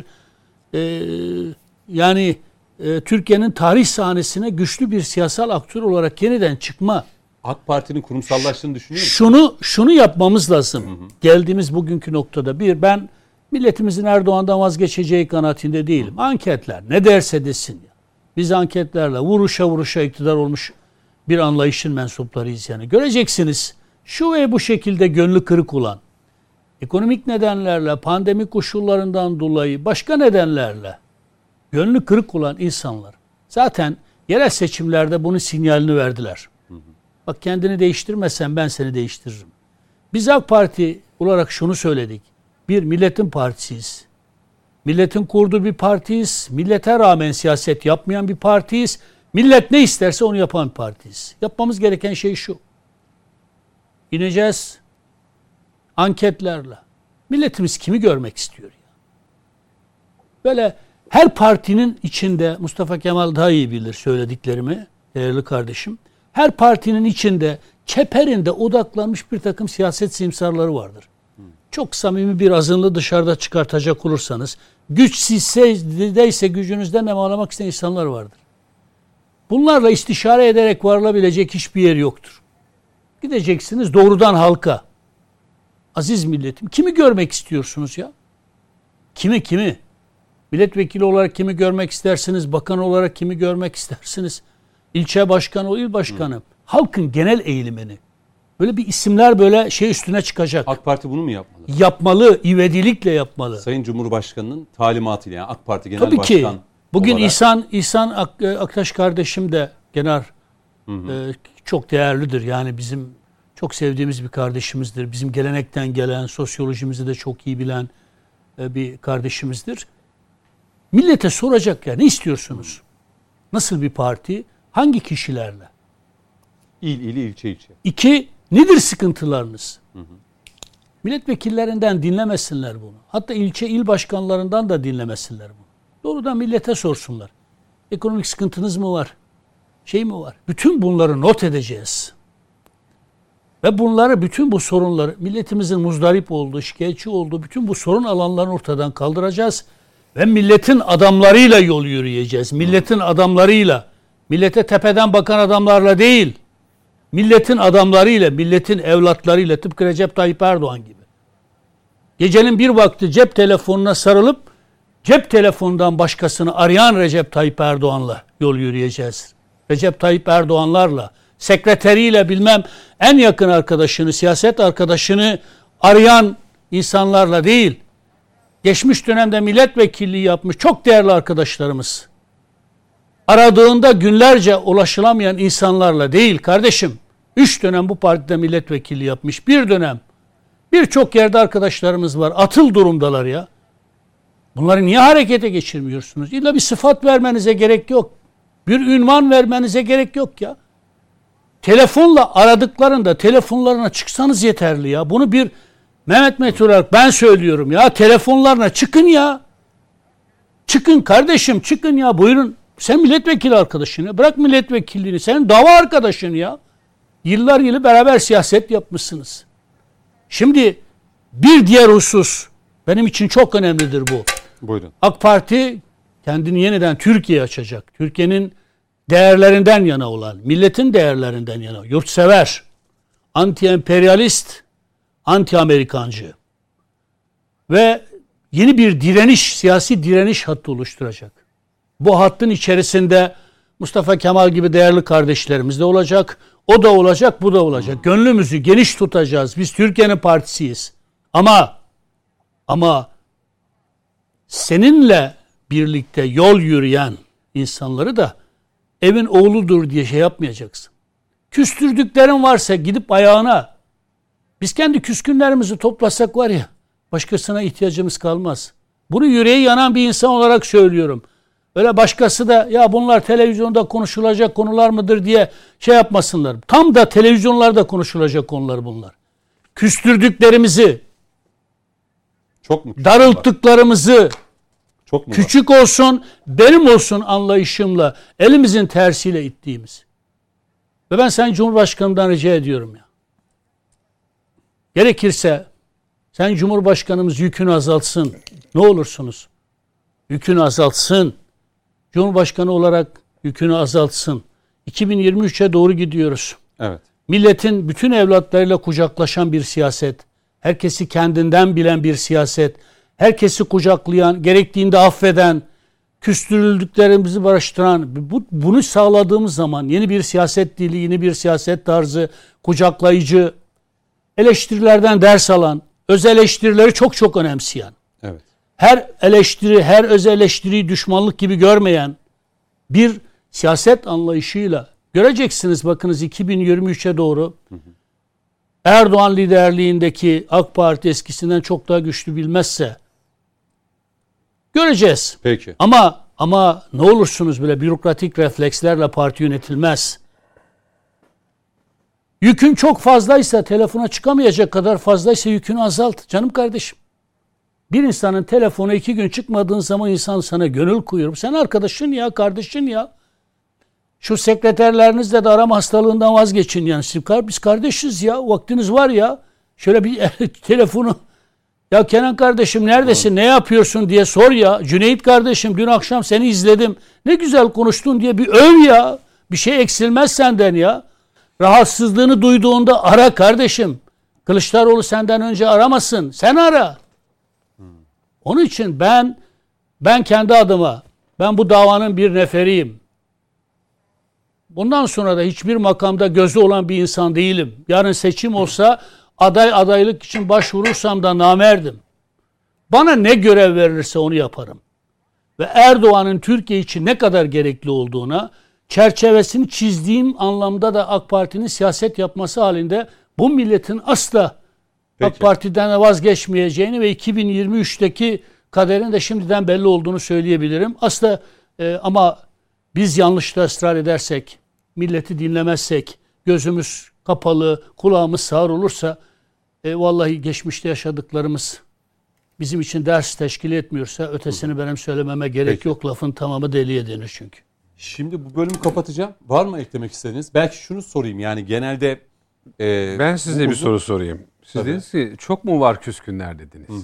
Türkiye'nin tarih sahnesine güçlü bir siyasal aktör olarak yeniden çıkma. AK Parti'nin kurumsallaştığını düşünüyor musun? Şunu yapmamız lazım. Geldiğimiz bugünkü noktada ben milletimizin Erdoğan'dan vazgeçeceği kanaatinde değilim. Anketler ne derse desin ya. Biz anketlerle vuruşa iktidar olmuş bir anlayışın mensuplarıyız yani. Göreceksiniz şu ve bu şekilde gönlü kırık olan, ekonomik nedenlerle, pandemi koşullarından dolayı, başka nedenlerle gönlü kırık olan insanlar zaten yerel seçimlerde bunun sinyalini verdiler. Bak kendini değiştirmezsen ben seni değiştiririm. Biz AK Parti olarak şunu söyledik. Bir milletin partisiyiz. Milletin kurduğu bir partiyiz. Millete rağmen siyaset yapmayan bir partiyiz. Millet ne isterse onu yapan bir partiyiz. Yapmamız gereken şey şu. İneceğiz anketlerle. Milletimiz kimi görmek istiyor ya? Böyle her partinin içinde, Mustafa Kemal daha iyi bilir söylediklerimi değerli kardeşim. Her partinin içinde, çeperinde odaklanmış bir takım siyaset simsarları vardır. Çok samimi bir azınlığı dışarıda çıkartacak olursanız, güç sizdeyse gücünüzden nemalamak isteyen insanlar vardır. Bunlarla istişare ederek varılabilecek hiçbir yer yoktur. Gideceksiniz doğrudan halka. Aziz milletim, kimi görmek istiyorsunuz ya? Kimi? Milletvekili olarak kimi görmek istersiniz? Bakan olarak kimi görmek istersiniz? İlçe başkanı, il başkanı. Halkın genel eğilimini. Böyle bir isimler böyle üstüne çıkacak. AK Parti bunu mu yapmalı? Yapmalı, ivedilikle yapmalı. Sayın Cumhurbaşkanı'nın talimatıyla yani AK Parti Genel Tabii Başkan ki. Bugün olarak... İhsan Aktaş kardeşim de çok değerlidir. Yani bizim çok sevdiğimiz bir kardeşimizdir. Bizim gelenekten gelen, sosyolojimizi de çok iyi bilen bir kardeşimizdir. Millete soracak ya ne istiyorsunuz? Nasıl bir parti? Hangi kişilerle? İl, ilçe. 2. Nedir sıkıntılarınız? Milletvekillerinden dinlemesinler bunu. Hatta ilçe, il başkanlarından da dinlemesinler bunu. Doğrudan millete sorsunlar. Ekonomik sıkıntınız mı var? Mi var? Bütün bunları not edeceğiz. Ve bütün bu sorunları, milletimizin muzdarip olduğu, şikayetçi olduğu bütün bu sorun alanlarını ortadan kaldıracağız. Ve milletin adamlarıyla yol yürüyeceğiz. Milletin adamlarıyla. Millete tepeden bakan adamlarla değil. Milletin adamlarıyla, milletin evlatlarıyla, tıpkı Recep Tayyip Erdoğan gibi. Gecenin bir vakti cep telefonuna sarılıp cep telefonundan başkasını arayan Recep Tayyip Erdoğan'la yol yürüyeceğiz. Recep Tayyip Erdoğan'larla, sekreteriyle bilmem en yakın arkadaşını, siyaset arkadaşını arayan insanlarla değil. Geçmiş dönemde milletvekilliği yapmış çok değerli arkadaşlarımız. Aradığında günlerce ulaşılamayan insanlarla değil kardeşim. 3 dönem bu partide milletvekilliği yapmış. Bir dönem. Birçok yerde arkadaşlarımız var. Atıl durumdalar ya. Bunları niye harekete geçirmiyorsunuz? İlla bir sıfat vermenize gerek yok. Bir ünvan vermenize gerek yok ya. Telefonla aradıklarında telefonlarına çıksanız yeterli ya. Bunu bir Mehmet Metin olarak ben söylüyorum ya. Telefonlarına çıkın ya. Çıkın kardeşim, çıkın ya. Buyurun. Sen milletvekili arkadaşın ya. Bırak milletvekilliğini. Senin dava arkadaşın ya. Yıllar yılı beraber siyaset yapmışsınız. Şimdi bir diğer husus benim için çok önemlidir bu. Buyurun. AK Parti kendini yeniden Türkiye açacak. Türkiye'nin değerlerinden yana olan, milletin değerlerinden yana, yurtsever, anti-emperyalist, anti-Amerikancı ve yeni bir direniş, siyasi direniş hattı oluşturacak. Bu hattın içerisinde Mustafa Kemal gibi değerli kardeşlerimiz de olacak. O da olacak, bu da olacak. Gönlümüzü geniş tutacağız. Biz Türkiye'nin partisiyiz. Ama seninle birlikte yol yürüyen insanları da evin oğludur diye şey yapmayacaksın. Küstürdüklerin varsa gidip ayağına. Biz kendi küskünlerimizi toplasak var ya, başkasına ihtiyacımız kalmaz. Bunu yüreği yanan bir insan olarak söylüyorum. Öyle başkası da ya bunlar televizyonda konuşulacak konular mıdır diye şey yapmasınlar. Tam da televizyonlarda konuşulacak konular bunlar. Küstürdüklerimizi, Çok mu? darılttıklarımızı, Çok mu? küçük olsun, benim olsun anlayışımla, elimizin tersiyle ittiğimiz. Ve ben Sayın Cumhurbaşkanımdan rica ediyorum ya. Gerekirse Sayın Cumhurbaşkanımız yükünü azaltsın. Ne olursunuz. Yükünü azaltsın. Cumhurbaşkanı olarak yükünü azaltsın. 2023'e doğru gidiyoruz. Evet. Milletin bütün evlatlarıyla kucaklaşan bir siyaset, herkesi kendinden bilen bir siyaset, herkesi kucaklayan, gerektiğinde affeden, küstürüldüklerimizi barıştıran, bunu sağladığımız zaman yeni bir siyaset dili, yeni bir siyaset tarzı, kucaklayıcı, eleştirilerden ders alan, öz eleştirileri çok çok önemseyen, Evet. her eleştiri, her öz eleştiriyi düşmanlık gibi görmeyen bir siyaset anlayışıyla göreceksiniz. Bakınız 2023'e doğru Erdoğan liderliğindeki AK Parti eskisinden çok daha güçlü bilmezse göreceğiz. Peki. Ama ne olursunuz böyle bürokratik reflekslerle parti yönetilmez. Yükün çok fazlaysa, telefona çıkamayacak kadar fazlaysa yükünü azalt. Canım kardeşim. Bir insanın telefona 2 gün çıkmadığın zaman insan sana gönül koyuyor. Sen arkadaşın ya, kardeşin ya. Şu sekreterlerinizle de arama hastalığından vazgeçin yani. Biz kardeşiz ya, vaktiniz var ya. Şöyle bir telefonu, ya Kenan kardeşim neredesin, ne yapıyorsun diye sor ya. Cüneyt kardeşim dün akşam seni izledim. Ne güzel konuştun diye bir öv ya. Bir şey eksilmez senden ya. Rahatsızlığını duyduğunda ara kardeşim. Kılıçdaroğlu senden önce aramasın. Sen ara. Onun için ben kendi adıma, ben bu davanın bir neferiyim. Bundan sonra da hiçbir makamda gözü olan bir insan değilim. Yarın seçim olsa adaylık için başvurursam da namerdim. Bana ne görev verilirse onu yaparım. Ve Erdoğan'ın Türkiye için ne kadar gerekli olduğuna, çerçevesini çizdiğim anlamda da AK Parti'nin siyaset yapması halinde bu milletin asla Peki. AK Parti'den vazgeçmeyeceğini ve 2023'teki kaderin de şimdiden belli olduğunu söyleyebilirim. Asla ama biz yanlışta ısrar edersek, milleti dinlemezsek, gözümüz kapalı, kulağımız sağır olursa vallahi geçmişte yaşadıklarımız bizim için ders teşkil etmiyorsa ötesini benim söylememe gerek Peki. yok. Lafın tamamı deliye denir çünkü. Şimdi bu bölümü kapatacağım. Var mı eklemek istediğiniz? Belki şunu sorayım. Yani genelde Ben size bir uzun- soru sorayım. Siz Tabii. dediniz ki çok mu var küskünler dediniz.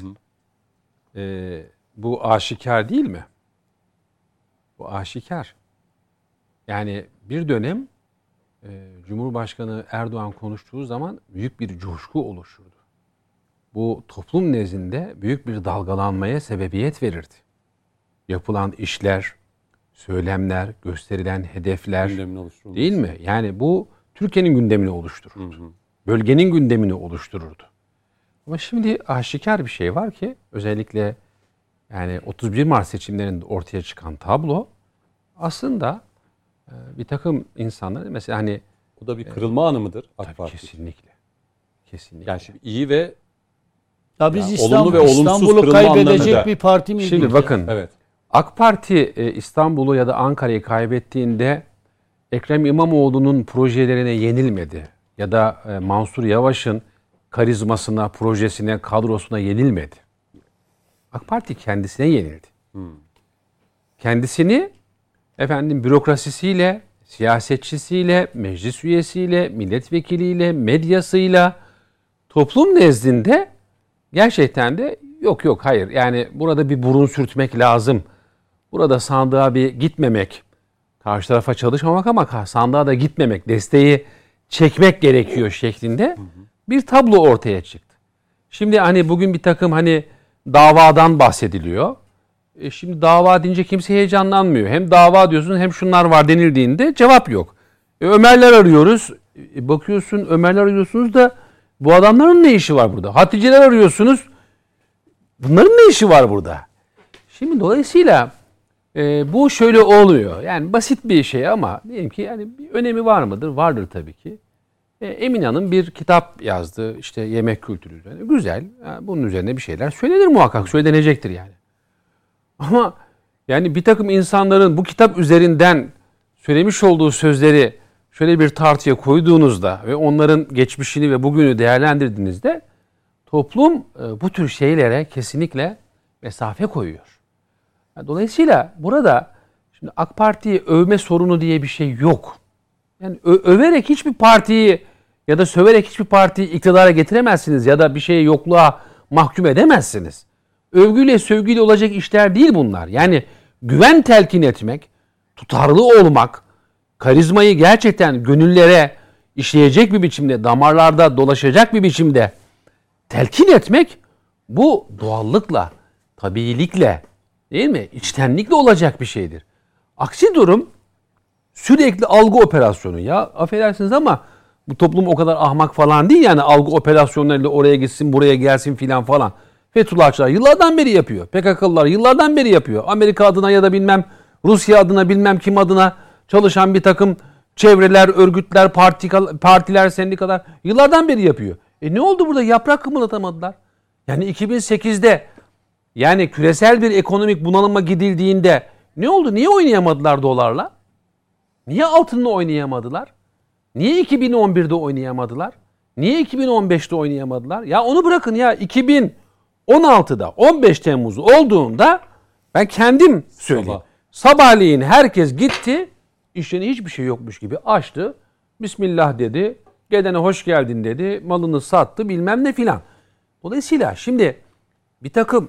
Bu aşikar değil mi? Bu aşikar. Yani bir dönem Cumhurbaşkanı Erdoğan konuştuğu zaman büyük bir coşku oluşurdu. Bu toplum nezdinde büyük bir dalgalanmaya sebebiyet verirdi. Yapılan işler, söylemler, gösterilen hedefler gündemini oluşturulması. değil mi? Yani bu Türkiye'nin gündemini oluştururdu. Bölgenin gündemini oluştururdu. Ama şimdi aşikar bir şey var ki özellikle yani 31 Mart seçimlerinde ortaya çıkan tablo aslında bir takım insanlar mesela hani Bu da bir kırılma anı mıdır AK tabii Parti? kesinlikle. Kesinlikle. Yani şimdi iyi ve Ya biz Ya, olumlu ve olumsuz İstanbul'u kırılma kaybedecek anlamında. bir parti miydik? Şimdi bakın evet. AK Parti İstanbul'u ya da Ankara'yı kaybettiğinde Ekrem İmamoğlu'nun projelerine yenilmedi. Ya da Mansur Yavaş'ın karizmasına, projesine, kadrosuna yenilmedi. AK Parti kendisine yenildi. Kendisini bürokrasisiyle, siyasetçisiyle, meclis üyesiyle, milletvekiliyle, medyasıyla toplum nezdinde gerçekten de yok hayır yani burada bir burun sürtmek lazım burada sandığa bir gitmemek, karşı tarafa çalışmamak ama sandığa da gitmemek, desteği çekmek gerekiyor şeklinde bir tablo ortaya çıktı. Şimdi hani bugün bir takım hani davadan bahsediliyor. Şimdi dava deyince kimse heyecanlanmıyor. Hem dava diyorsun hem şunlar var denildiğinde cevap yok. Ömerler arıyoruz. Bakıyorsun Ömerler arıyorsunuz da bu adamların ne işi var burada? Haticeler arıyorsunuz. Bunların ne işi var burada? Şimdi dolayısıyla bu şöyle oluyor. Yani basit bir şey ama diyelim ki yani bir önemi var mıdır? Vardır tabii ki. Emine Hanım bir kitap yazdı. İşte yemek kültürü üzerine. Güzel. Yani bunun üzerine bir şeyler söylenir muhakkak. Söylenecektir yani. Ama yani bir takım insanların bu kitap üzerinden söylemiş olduğu sözleri şöyle bir tartıya koyduğunuzda ve onların geçmişini ve bugünü değerlendirdiğinizde toplum bu tür şeylere kesinlikle mesafe koyuyor. Dolayısıyla burada şimdi AK Parti'yi övme sorunu diye bir şey yok. Yani överek hiçbir partiyi ya da söverek hiçbir partiyi iktidara getiremezsiniz ya da bir şeyi yokluğa mahkum edemezsiniz. Övgüyle sövgüyle olacak işler değil bunlar. Yani güven telkin etmek, tutarlı olmak, karizmayı gerçekten gönüllere işleyecek bir biçimde, damarlarda dolaşacak bir biçimde telkin etmek bu doğallıkla, tabiilikle, değil mi? İçtenlikle olacak bir şeydir. Aksi durum sürekli algı operasyonu. Ya affedersiniz ama bu toplum o kadar ahmak falan değil yani algı operasyonlarıyla oraya gitsin, buraya gelsin filan falan. Fethullahçılar yıllardan beri yapıyor. PKK'lılar yıllardan beri yapıyor. Amerika adına ya da bilmem Rusya adına bilmem kim adına çalışan bir takım çevreler, örgütler, partiler, sendikalar yıllardan beri yapıyor. Ne oldu burada? Yaprak kımıldatamadılar. Yani 2008'de yani küresel bir ekonomik bunalıma gidildiğinde ne oldu? Niye oynayamadılar dolarla? Niye altınla oynayamadılar? Niye 2011'de oynayamadılar? Niye 2015'te oynayamadılar? Ya onu bırakın ya 2016'da 15 Temmuz olduğunda ben kendim söyleyeyim. Sabahleyin herkes gitti. İşlerine hiçbir şey yokmuş gibi açtı. Bismillah dedi. Gelene hoş geldin dedi. Malını sattı bilmem ne filan. Dolayısıyla şimdi bir takım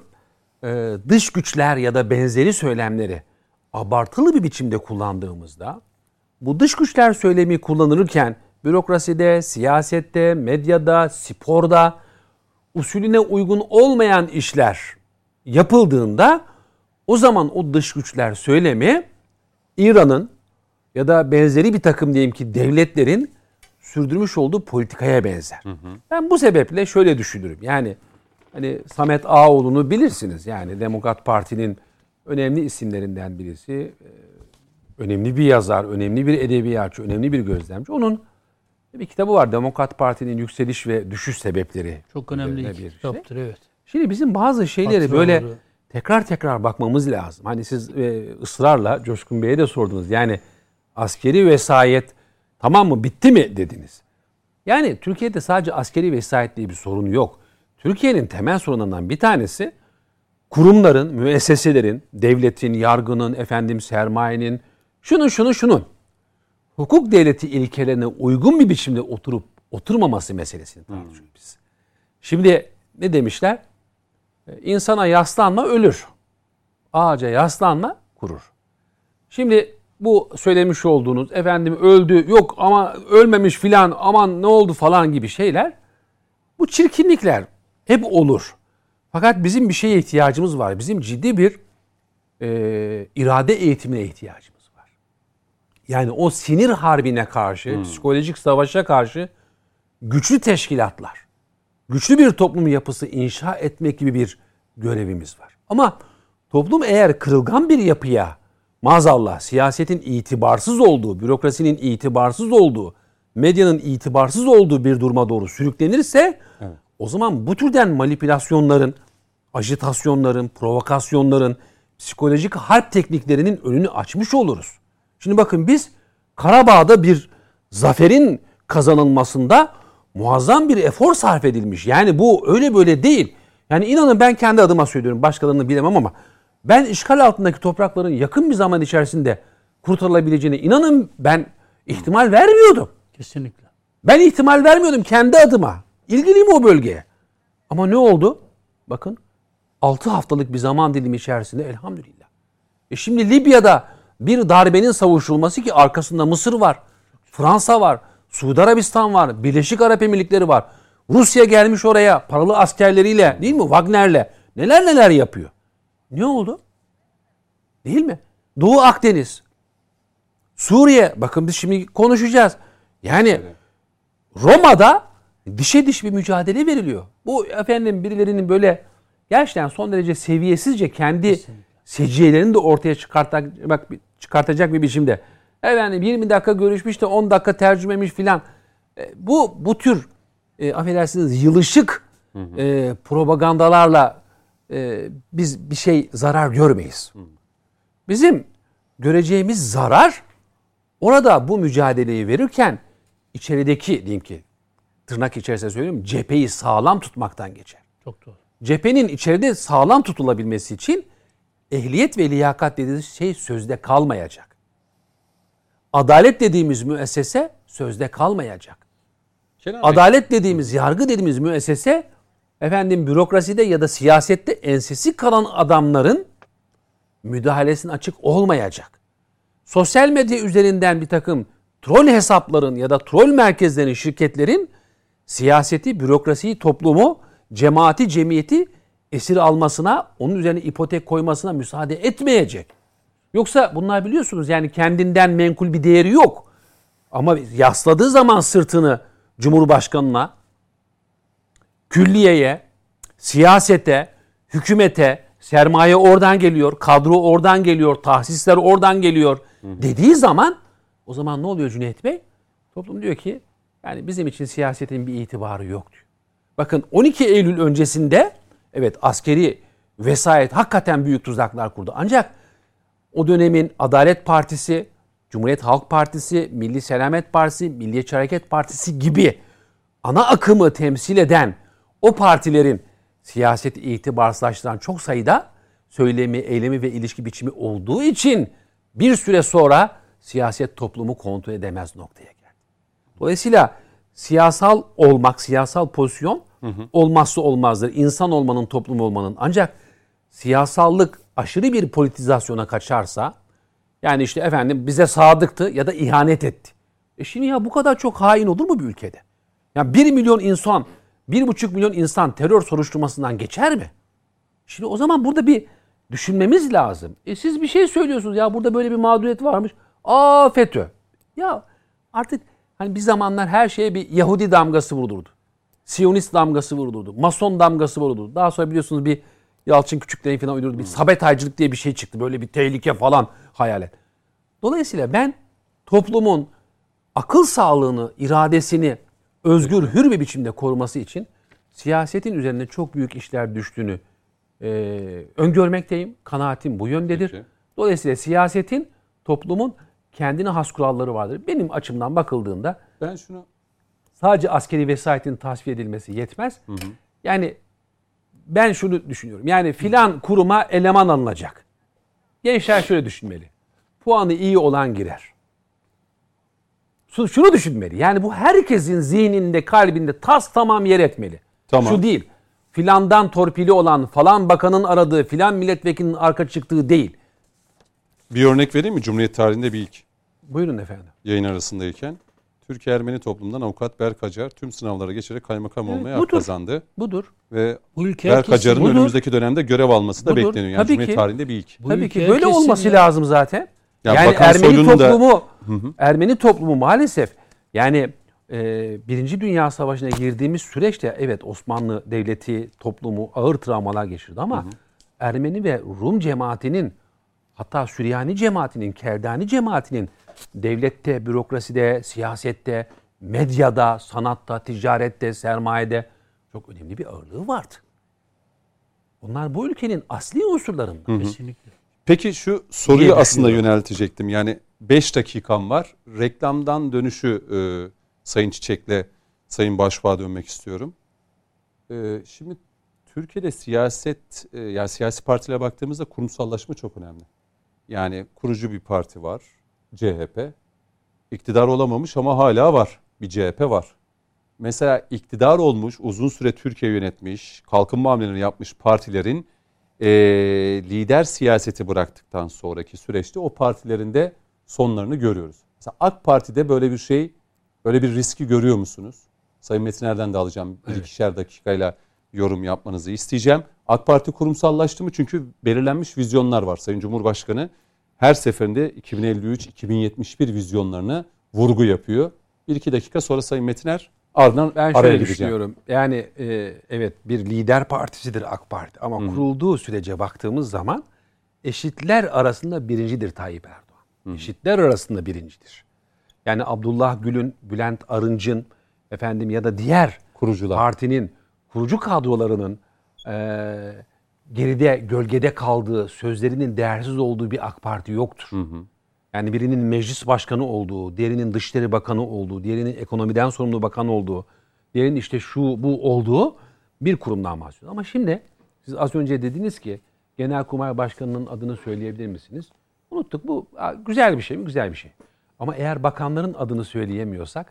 dış güçler ya da benzeri söylemleri abartılı bir biçimde kullandığımızda bu dış güçler söylemi kullanılırken bürokraside, siyasette, medyada, sporda usulüne uygun olmayan işler yapıldığında o zaman o dış güçler söylemi İran'ın ya da benzeri bir takım diyelim ki devletlerin sürdürmüş olduğu politikaya benzer. Ben bu sebeple şöyle düşünürüm. Yani hani Samet Ağoğlu'nu bilirsiniz. Yani Demokrat Parti'nin önemli isimlerinden birisi. Önemli bir yazar, önemli bir edebiyatçı, önemli bir gözlemci. Onun bir kitabı var. Demokrat Parti'nin yükseliş ve düşüş sebepleri. Çok önemli bir kitaptır, evet. Şimdi bizim bazı şeyleri böyle tekrar bakmamız lazım. Hani siz ısrarla Coşkun Bey'e de sordunuz. Yani askeri vesayet tamam mı bitti mi dediniz. Yani Türkiye'de sadece askeri vesayet diye bir sorun yok. Türkiye'nin temel sorunlarından bir tanesi kurumların, müesseselerin, devletin, yargının, sermayenin, şunun hukuk devleti ilkelerine uygun bir biçimde oturmaması meselesini tartışıyoruz biz. Şimdi ne demişler? İnsana yaslanma ölür. Ağaca yaslanma kurur. Şimdi bu söylemiş olduğunuz öldü yok ama ölmemiş filan aman ne oldu falan gibi şeyler bu çirkinlikler hep olur. Fakat bizim bir şeye ihtiyacımız var. Bizim ciddi bir irade eğitimine ihtiyacımız var. Yani o sinir harbine karşı, psikolojik savaşa karşı güçlü teşkilatlar, güçlü bir toplum yapısı inşa etmek gibi bir görevimiz var. Ama toplum eğer kırılgan bir yapıya, maazallah siyasetin itibarsız olduğu, bürokrasinin itibarsız olduğu, medyanın itibarsız olduğu bir duruma doğru sürüklenirse o zaman bu türden manipülasyonların, ajitasyonların, provokasyonların, psikolojik harp tekniklerinin önünü açmış oluruz. Şimdi bakın biz Karabağ'da bir zaferin kazanılmasında muazzam bir efor sarf edilmiş. Yani bu öyle böyle değil. Yani inanın ben kendi adıma söylüyorum, başkalarını bilemem ama ben işgal altındaki toprakların yakın bir zaman içerisinde kurtarılabileceğine inanın ben ihtimal vermiyordum. Kesinlikle. Ben ihtimal vermiyordum kendi adıma. İlgiliyim o bölgeye. Ama ne oldu? Bakın 6 haftalık bir zaman dilimi içerisinde elhamdülillah Şimdi Libya'da bir darbenin savuşulması ki arkasında Mısır var, Fransa var, Suudi Arabistan var, Birleşik Arap Emirlikleri var. Rusya gelmiş oraya paralı askerleriyle, değil mi? Wagner'le neler yapıyor. Ne oldu? Değil mi? Doğu Akdeniz, Suriye, bakın biz şimdi konuşacağız. Yani Roma'da dişe diş bir mücadele veriliyor. Bu efendim birilerinin böyle gerçekten son derece seviyesizce kendi seciyelerini de ortaya çıkartacak bir biçimde. Efendim 20 dakika görüşmüş de 10 dakika tercümemiş filan. Bu tür affedersiniz yılışık propagandalarla biz bir şey zarar görmeyiz. Bizim göreceğimiz zarar orada bu mücadeleyi verirken içerideki diyeyim ki tırnak içerisinde söylüyorum cepheyi sağlam tutmaktan geçer. Çok doğru. Cephenin içeride sağlam tutulabilmesi için ehliyet ve liyakat dediğimiz şey sözde kalmayacak. Adalet dediğimiz müessese sözde kalmayacak. Adalet dediğimiz, yargı dediğimiz müessese efendim bürokraside ya da siyasette ensesi kalan adamların müdahalesine açık olmayacak. Sosyal medya üzerinden bir takım troll hesapların ya da troll merkezlerin, şirketlerin siyaseti, bürokrasiyi, toplumu, cemaati, cemiyeti esir almasına, onun üzerine ipotek koymasına müsaade etmeyecek. Yoksa bunlar biliyorsunuz yani kendinden menkul bir değeri yok. Ama yasladığı zaman sırtını Cumhurbaşkanına, külliyeye, siyasete, hükümete, sermaye oradan geliyor, kadro oradan geliyor, tahsisler oradan geliyor dediği zaman o zaman ne oluyor Cüneyt Bey? Toplum diyor ki yani bizim için siyasetin bir itibarı yok diyor. Bakın 12 Eylül öncesinde evet askeri vesayet hakikaten büyük tuzaklar kurdu. Ancak o dönemin Adalet Partisi, Cumhuriyet Halk Partisi, Milli Selamet Partisi, Milliyetçi Hareket Partisi gibi ana akımı temsil eden o partilerin siyaseti itibarsızlaştıran çok sayıda söylemi, eylemi ve ilişki biçimi olduğu için bir süre sonra siyaset toplumu kontrol edemez noktaya geldi. Dolayısıyla siyasal olmak, siyasal pozisyon olmazsa olmazdır. İnsan olmanın, toplum olmanın. Ancak siyasallık aşırı bir politizasyona kaçarsa yani işte efendim bize sadıktı ya da ihanet etti. Şimdi ya bu kadar çok hain olur mu bir ülkede? Ya 1 milyon insan, 1,5 milyon insan terör soruşturmasından geçer mi? Şimdi o zaman burada bir düşünmemiz lazım. Siz bir şey söylüyorsunuz ya burada böyle bir mağduriyet varmış. FETÖ. Ya artık hani bir zamanlar her şeye bir Yahudi damgası vurulurdu. Siyonist damgası vurulurdu. Mason damgası vurulurdu. Daha sonra biliyorsunuz bir Yalçın Küçükler'in falan uydurdu. Bir sabotaycılık diye bir şey çıktı. Böyle bir tehlike falan hayal et. Dolayısıyla ben toplumun akıl sağlığını, iradesini özgür, hür bir biçimde koruması için siyasetin üzerinde çok büyük işler düştüğünü öngörmekteyim. Kanaatim bu yöndedir. Peki. Dolayısıyla siyasetin, toplumun kendine has kuralları vardır. Benim açımdan bakıldığında Ben şunu sadece askeri vesayetin tasfiye edilmesi yetmez. Yani ben şunu düşünüyorum. Yani filan kuruma eleman alınacak. Gençler şöyle düşünmeli. Puanı iyi olan girer. Şunu düşünmeli. Yani bu herkesin zihninde, kalbinde tas tamam yer etmeli. Tamam. Şu değil. Filandan torpili olan, falan bakanın aradığı, filan milletvekilinin arka çıktığı değil. bir örnek vereyim mi? Cumhuriyet tarihinde bir ilk. Buyurun efendim. Yayın arasındayken Türkiye Ermeni toplumundan avukat Berk Acar tüm sınavlara geçerek kaymakam olmaya hak budur. kazandı. Budur. Ve Bu ülke Berk herkesin- Acar'ın budur. önümüzdeki dönemde görev alması da Budur. bekleniyor. Yani Tabii Cumhuriyet ki. tarihinde bir ilk. Bu Tabii ülke ki böyle herkesin olması ya. lazım zaten. Ya Yani Bakan Ermeni Soylu'nun da- toplumu Ermeni toplumu maalesef yani Birinci Dünya Savaşı'na girdiğimiz süreçte evet Osmanlı Devleti toplumu ağır travmalar geçirdi ama Ermeni ve Rum cemaatinin hatta Süryani cemaatinin, Kerdani cemaatinin devlette, bürokraside, siyasette, medyada, sanatta, ticarette, sermayede çok önemli bir ağırlığı vardı. Bunlar bu ülkenin asli unsurlarından. Kesinlikle. Peki şu soruyu Diye aslında düşünüyorum. yöneltecektim. Yani 5 dakikam var. Reklamdan dönüşü Sayın Çiçek'le Sayın Başbuğ'a dönmek istiyorum. Şimdi Türkiye'de siyaset, yani siyasi partilere baktığımızda kurumsallaşma çok önemli. Yani kurucu bir parti var, CHP. İktidar olamamış ama hala var. Bir CHP var. Mesela iktidar olmuş, uzun süre Türkiye yönetmiş, kalkınma hamlelerini yapmış partilerin lider siyaseti bıraktıktan sonraki süreçte o partilerin de sonlarını görüyoruz. Mesela AK Parti'de böyle bir şey, böyle bir riski görüyor musunuz? Sayın Metiner'den de alacağım. Bir ikişer dakikayla yorum yapmanızı isteyeceğim. AK Parti kurumsallaştı mı? Çünkü belirlenmiş vizyonlar var. Sayın Cumhurbaşkanı her seferinde 2053-2071 vizyonlarını vurgu yapıyor. 1-2 dakika sonra Sayın Metiner, ardından ben araya şöyle gideceğim. düşünüyorum. Yani evet, bir lider partisidir AK Parti ama kurulduğu sürece baktığımız zaman eşitler arasında birincidir Tayyip Erdoğan. Eşitler arasında birincidir. Yani Abdullah Gül'ün, Bülent Arınç'ın ya da diğer Kurucular. partinin kurucu kadrolarının geride, gölgede kaldığı, sözlerinin değersiz olduğu bir AK Parti yoktur. Yani birinin meclis başkanı olduğu, diğerinin dışişleri bakanı olduğu, diğerinin ekonomiden sorumlu bakan olduğu, diğerinin işte şu bu olduğu bir kurumdan bahsediyoruz. Ama şimdi siz az önce dediniz ki Genelkurmay Başkanı'nın adını söyleyebilir misiniz? Unuttuk. Bu güzel bir şey mi? Güzel bir şey. Ama eğer bakanların adını söyleyemiyorsak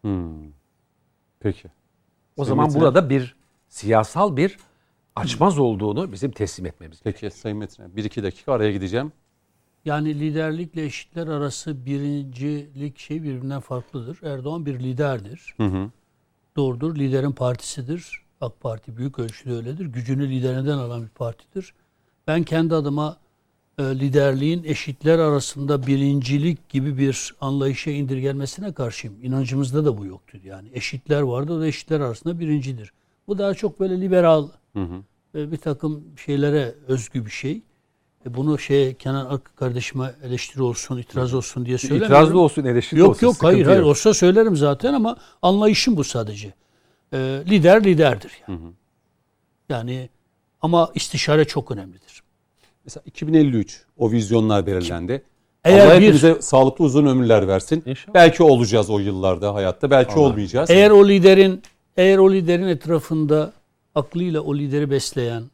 Peki. o zaman Metiner, burada bir siyasal bir açmaz olduğunu bizim teslim etmemiz gerekiyor. Peki Sayın Metiner, 1-2 dakika araya gideceğim. Yani liderlikle eşitler arası birincilik şey birbirinden farklıdır. Erdoğan bir liderdir. Doğrudur. Liderin partisidir. AK Parti büyük ölçüde öyledir. Gücünü liderinden alan bir partidir. Ben kendi adıma liderliğin eşitler arasında birincilik gibi bir anlayışa indirgenmesine karşıyım. İnancımızda da bu yoktur. Yani eşitler vardır, o da eşitler arasında birincidir. Bu daha çok böyle liberal bir takım şeylere özgü bir şey. Bunu Kenan kardeşime eleştiri olsun, itiraz olsun diye söylemiyorum. İtirazlı olsun, eleştiri olsun. Yok hayır olsa söylerim zaten ama anlayışım bu sadece. Lider liderdir yani. Yani ama istişare çok önemlidir. Mesela 2053 o vizyonlar belirlendi. Eğer Allah hepimize sağlıklı uzun ömürler versin. İnşallah. Belki olacağız o yıllarda hayatta, belki olmayacağız. Eğer o liderin etrafında aklıyla o lideri besleyen,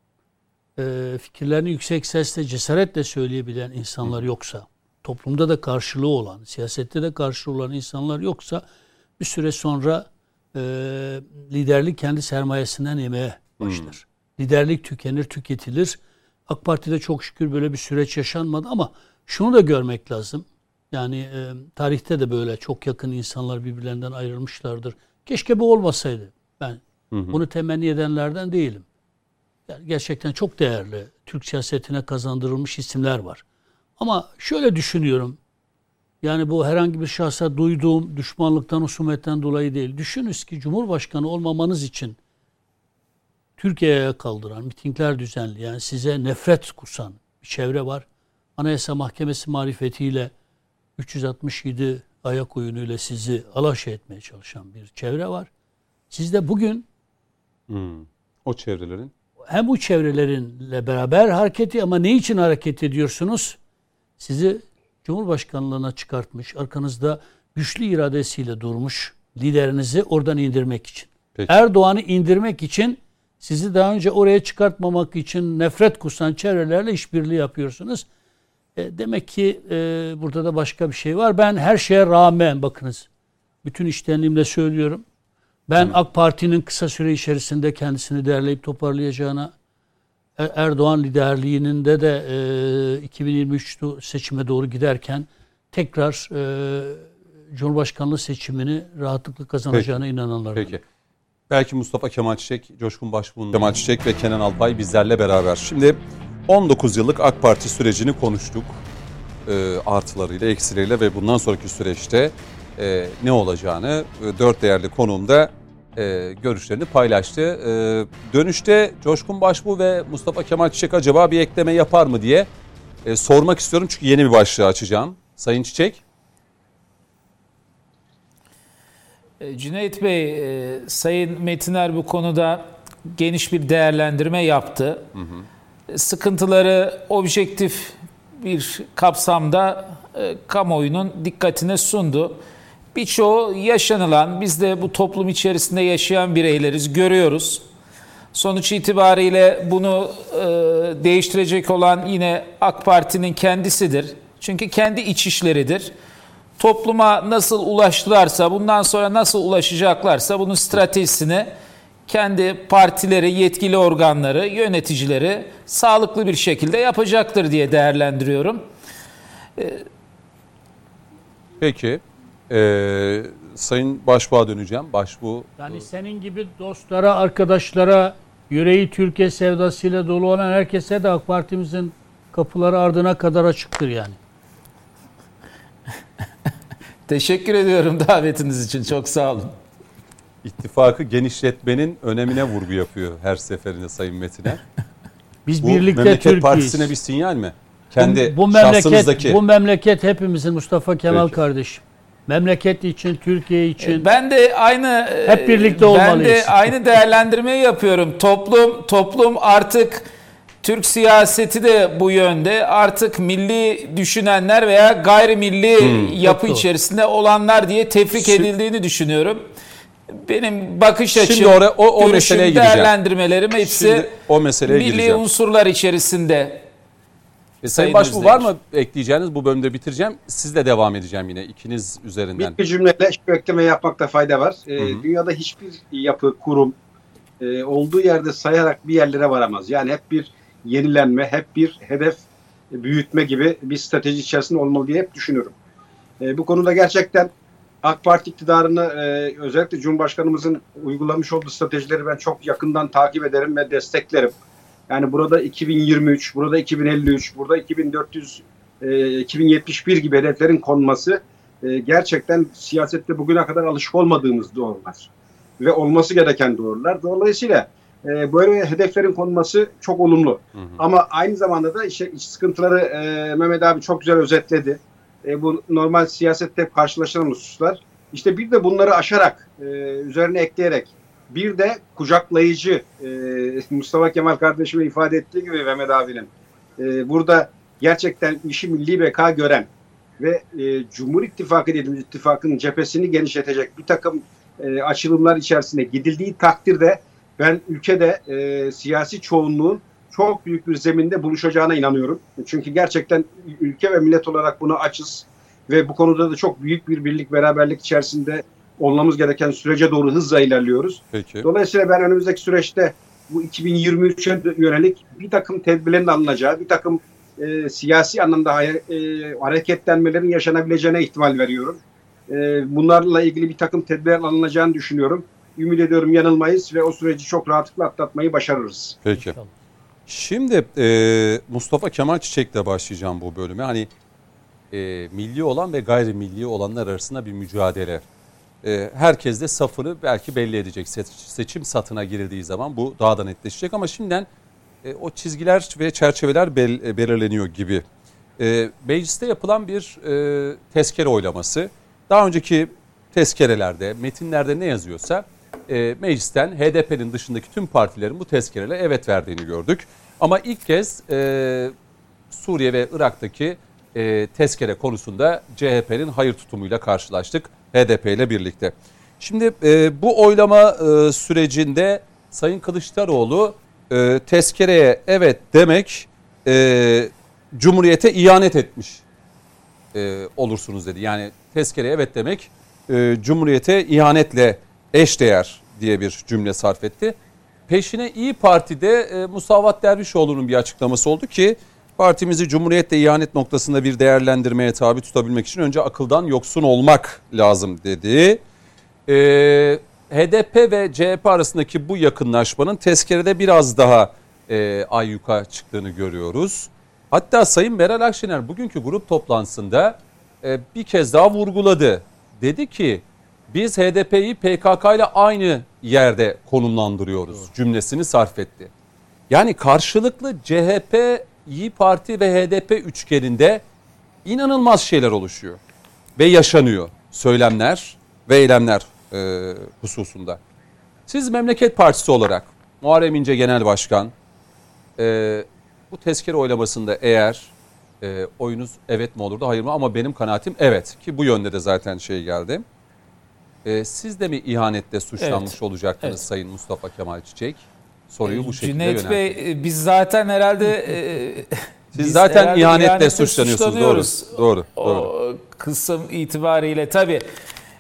fikirlerini yüksek sesle, cesaretle söyleyebilen insanlar yoksa, toplumda da karşılığı olan, siyasette de karşılığı olan insanlar yoksa bir süre sonra liderlik kendi sermayesinden yemeye başlar. Liderlik tükenir, tüketilir. AK Parti'de çok şükür böyle bir süreç yaşanmadı ama şunu da görmek lazım. Yani tarihte de böyle çok yakın insanlar birbirlerinden ayrılmışlardır. Keşke bu olmasaydı. Ben bunu temenni edenlerden değilim. Yani gerçekten çok değerli, Türk siyasetine kazandırılmış isimler var. Ama şöyle düşünüyorum. Yani bu herhangi bir şahsa duyduğum düşmanlıktan, husumetten dolayı değil. Düşününüz ki Cumhurbaşkanı olmamanız için Türkiye'ye kaldıran, mitingler düzenleyen, size nefret kusan bir çevre var. Anayasa Mahkemesi marifetiyle 367 ayak oyunuyla sizi alaşağı etmeye çalışan bir çevre var. Siz de bugün o çevrelerin hem bu çevrelerinle beraber hareket ama ne için hareket ediyorsunuz? Sizi Cumhurbaşkanlığına çıkartmış, arkanızda güçlü iradesiyle durmuş liderinizi oradan indirmek için. Peki. Erdoğan'ı indirmek için, sizi daha önce oraya çıkartmamak için nefret kusan çevrelerle işbirliği yapıyorsunuz. Demek ki burada da başka bir şey var. Ben her şeye rağmen, bakınız, bütün içtenliğimle söylüyorum. Ben AK Parti'nin kısa süre içerisinde kendisini derleyip toparlayacağına, Erdoğan liderliğinin de 2023 seçime doğru giderken tekrar Cumhurbaşkanlığı seçimini rahatlıkla kazanacağına inananlardan. Peki. Belki Mustafa Kemal Çiçek, Coşkun Başbuğ'un, Kemal Çiçek ve Kenan Alpay bizlerle beraber. Şimdi 19 yıllık AK Parti sürecini konuştuk. Artılarıyla, eksileriyle ve bundan sonraki süreçte ne olacağını 4 değerli konuğumda görüşlerini paylaştı. Dönüşte Coşkun Başbuğ ve Mustafa Kemal Çiçek acaba bir ekleme yapar mı diye sormak istiyorum. Çünkü yeni bir başlığı açacağım. Sayın Çiçek. Cüneyt Bey, Sayın Metiner bu konuda geniş bir değerlendirme yaptı. Sıkıntıları objektif bir kapsamda kamuoyunun dikkatine sundu. Birçoğu yaşanılan, biz de bu toplum içerisinde yaşayan bireyleriz, görüyoruz. Sonuç itibariyle bunu değiştirecek olan yine AK Parti'nin kendisidir. Çünkü kendi iç işleridir. Topluma nasıl ulaştılarsa, bundan sonra nasıl ulaşacaklarsa bunun stratejisini kendi partileri, yetkili organları, yöneticileri sağlıklı bir şekilde yapacaktır diye değerlendiriyorum. Peki. Sayın Başbuğ'a döneceğim. Başbuğ. Yani senin gibi dostlara, arkadaşlara, yüreği Türkiye sevdasıyla dolu olan herkese de AK Parti'mizin kapıları ardına kadar açıktır yani. Teşekkür ediyorum davetiniz için. Çok sağ olun. İttifakı genişletmenin önemine vurgu yapıyor her seferinde Sayın Metiner. Biz Bu birlikte Memleket Türkiye'yiz. Partisi'ne bir sinyal mi? Kendi bu şahsınızdaki. memleket hepimizin, Mustafa Kemal Peki. kardeşim. Memleket için, Türkiye için. Ben de aynı Hep birlikte olmalıyız. Ben de aynı değerlendirmeyi yapıyorum. Toplum artık, Türk siyaseti de bu yönde. Artık milli düşünenler veya gayrimilli yapı Çok doğru. içerisinde olanlar diye tefrik edildiğini düşünüyorum. Benim bakış açım, Şimdi o görüşüm, meseleye gireceğim. değerlendirmelerim hepsi Şimdi o meseleye milli gireceğim. unsurlar içerisinde. Sayın Başbuğ, var mı ekleyeceğiniz? Bu bölümde bitireceğim. Sizle devam edeceğim yine ikiniz üzerinden. Bir cümleyle şu ekleme yapmakta fayda var. Dünyada hiçbir yapı, kurum olduğu yerde sayarak bir yerlere varamaz. Yani hep bir yenilenme, hep bir hedef büyütme gibi bir strateji içerisinde olmalı diye hep düşünüyorum. Bu konuda gerçekten AK Parti iktidarını özellikle Cumhurbaşkanımızın uygulamış olduğu stratejileri ben çok yakından takip ederim ve desteklerim. Yani burada 2023, burada 2053, burada 2071 gibi hedeflerin konması gerçekten siyasette bugüne kadar alışık olmadığımız doğrular. Ve olması gereken doğrular. Dolayısıyla böyle hedeflerin konması çok olumlu. Ama aynı zamanda da iç sıkıntıları Mehmet abi çok güzel özetledi. Bu normal siyasette karşılaşılan hususlar. İşte bir de bunları aşarak, üzerine ekleyerek, bir de kucaklayıcı, Mustafa Kemal kardeşime ifade ettiği gibi Mehmet abinin, burada gerçekten işi milli beka gören ve Cumhur İttifakı dediğimiz ittifakın cephesini genişletecek bir takım açılımlar içerisine gidildiği takdirde ben ülkede siyasi çoğunluğun çok büyük bir zeminde buluşacağına inanıyorum. Çünkü gerçekten ülke ve millet olarak buna açız ve bu konuda da çok büyük bir birlik, beraberlik içerisinde olmamız gereken sürece doğru hızla ilerliyoruz. Peki. Dolayısıyla ben önümüzdeki süreçte bu 2023'e yönelik bir takım tedbirlerin alınacağı, bir takım siyasi anlamda hareketlenmelerin yaşanabileceğine ihtimal veriyorum. Bunlarla ilgili bir takım tedbirler alınacağını düşünüyorum. Ümit ediyorum yanılmayız ve o süreci çok rahatlıkla atlatmayı başarırız. Peki. Şimdi Mustafa Kemal Çiçek'le başlayacağım bu bölüme. Hani milli olan ve gayrimilli olanlar arasında bir mücadele. Herkes de safını belki belli edecek. Seçim satına girildiği zaman bu daha da netleşecek ama şimdiden o çizgiler ve çerçeveler belirleniyor gibi. Mecliste yapılan bir tezkere oylaması. Daha önceki tezkerelerde, metinlerde ne yazıyorsa meclisten HDP'nin dışındaki tüm partilerin bu tezkerele evet verdiğini gördük. Ama ilk kez Suriye ve Irak'taki tezkere konusunda CHP'nin hayır tutumuyla karşılaştık HDP ile birlikte. Şimdi bu oylama sürecinde Sayın Kılıçdaroğlu tezkereye evet demek Cumhuriyete ihanet etmiş olursunuz dedi. Yani tezkereye evet demek Cumhuriyete ihanetle eşdeğer diye bir cümle sarf etti. Peşine İyi Parti'de Musavat Dervişoğlu'nun bir açıklaması oldu ki partimizi Cumhuriyet'le ihanet noktasında bir değerlendirmeye tabi tutabilmek için önce akıldan yoksun olmak lazım dedi. HDP ve CHP arasındaki bu yakınlaşmanın tezkerede biraz daha ayyuka çıktığını görüyoruz. Hatta Sayın Meral Akşener bugünkü grup toplantısında bir kez daha vurguladı. Dedi ki biz HDP'yi PKK ile aynı yerde konumlandırıyoruz cümlesini sarf etti. Yani karşılıklı CHP, İyi Parti ve HDP üçgeninde inanılmaz şeyler oluşuyor ve yaşanıyor söylemler ve eylemler hususunda. Siz Memleket Partisi olarak Muharrem İnce Genel Başkan bu tezkere oylamasında eğer oyunuz evet mi olurdu hayır mı ama benim kanaatim evet ki bu yönde de zaten geldi. Siz de mi ihanetle suçlanmış olacaktınız Evet. Sayın Mustafa Kemal Çiçek? Soruyu bu şekilde Cüneyt yöneltin. Bey biz zaten herhalde Siz zaten herhalde ihanetle suçlanıyorsunuz. Doğru. O kısım itibariyle tabii.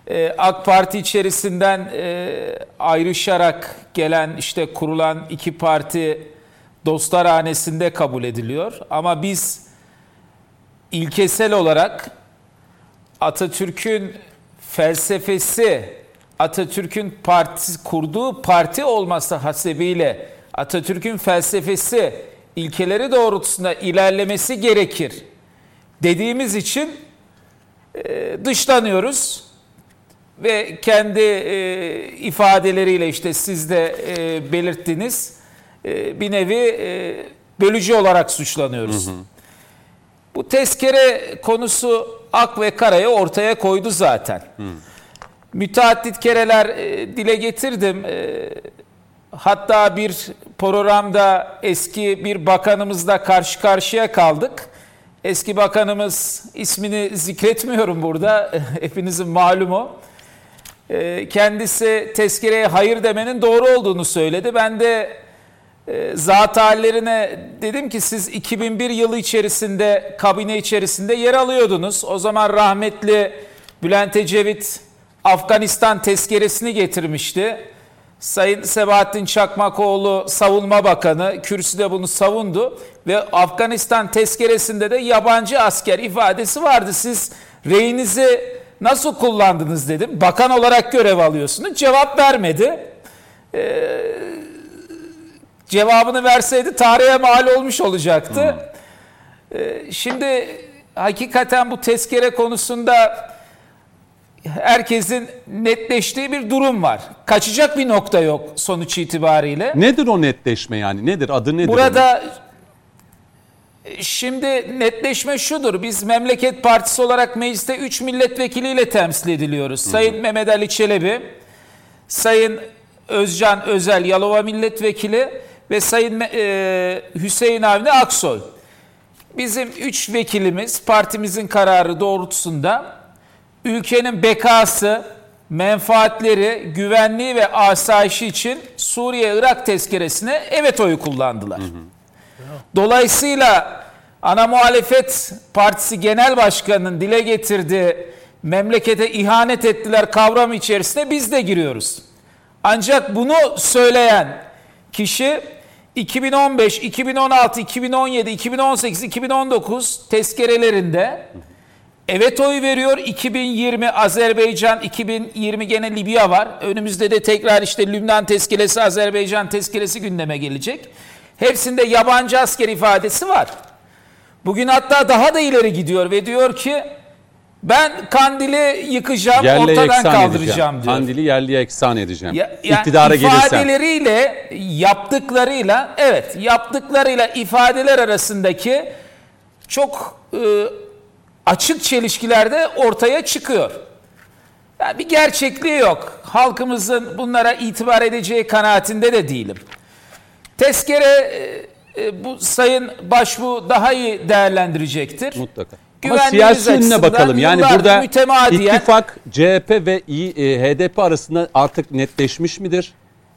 AK Parti içerisinden ayrışarak gelen, işte kurulan iki parti dostlarhanesinde kabul ediliyor. Ama biz ilkesel olarak Atatürk'ün felsefesi, Atatürk'ün kurduğu parti olması hasebiyle Atatürk'ün felsefesi, ilkeleri doğrultusunda ilerlemesi gerekir dediğimiz için dışlanıyoruz ve kendi ifadeleriyle, işte siz de belirttiniz, bir nevi bölücü olarak suçlanıyoruz. Bu tezkere konusu ak ve karayı ortaya koydu zaten. Müteaddit kereler dile getirdim. Hatta bir programda eski bir bakanımızla karşı karşıya kaldık. Eski bakanımız, ismini zikretmiyorum burada, hepinizin malumu. Kendisi tezkereye hayır demenin doğru olduğunu söyledi. Ben de zat hallerine dedim ki siz 2001 yılı içerisinde kabine içerisinde yer alıyordunuz. O zaman rahmetli Bülent Ecevit Afganistan tezkeresini getirmişti. Sayın Sebahattin Çakmakoğlu Savunma Bakanı kürsüde bunu savundu ve Afganistan tezkeresinde de yabancı asker ifadesi vardı. Siz reyinizi nasıl kullandınız dedim. Bakan olarak görev alıyorsunuz. Cevap vermedi. Cevabını verseydi tarihe mal olmuş olacaktı. Şimdi hakikaten bu tezkere konusunda herkesin netleştiği bir durum var. Kaçacak bir nokta yok sonuç itibariyle. Nedir o netleşme yani? Nedir? Adı nedir? Burada şimdi netleşme şudur. Biz Memleket Partisi olarak mecliste 3 milletvekiliyle temsil ediliyoruz. Sayın Mehmet Ali Çelebi, Sayın Özcan Özel Yalova Milletvekili ve Sayın Hüseyin Avni Aksoy. Bizim 3 vekilimiz partimizin kararı doğrultusunda ülkenin bekası, menfaatleri, güvenliği ve asayişi için Suriye-Irak tezkeresine evet oyu kullandılar. Dolayısıyla ana muhalefet partisi genel başkanının dile getirdiği memlekete ihanet ettiler kavramı içerisinde biz de giriyoruz. Ancak bunu söyleyen kişi 2015, 2016, 2017, 2018, 2019 tezkerelerinde evet oy veriyor. 2020 Azerbaycan, 2020 gene Libya var. Önümüzde de tekrar işte Lübnan tezkeresi, Azerbaycan tezkeresi gündeme gelecek. Hepsinde yabancı asker ifadesi var. Bugün hatta daha da ileri gidiyor ve diyor ki ben Kandil'i yıkacağım, yerle ortadan kaldıracağım diyor. Kandil'i yerliye eksan edeceğim. Yani İktidara gelirsem. İfadeleriyle, yaptıklarıyla ifadeler arasındaki çok açık çelişkiler de ortaya çıkıyor. Yani bir gerçekliği yok. Halkımızın bunlara itibar edeceği kanaatinde de değilim. Tezkere bu Sayın Başbuğ daha iyi değerlendirecektir. Mutlaka. Ama siyasi yönüne bakalım. Yani burada ittifak CHP ve HDP arasında artık netleşmiş midir?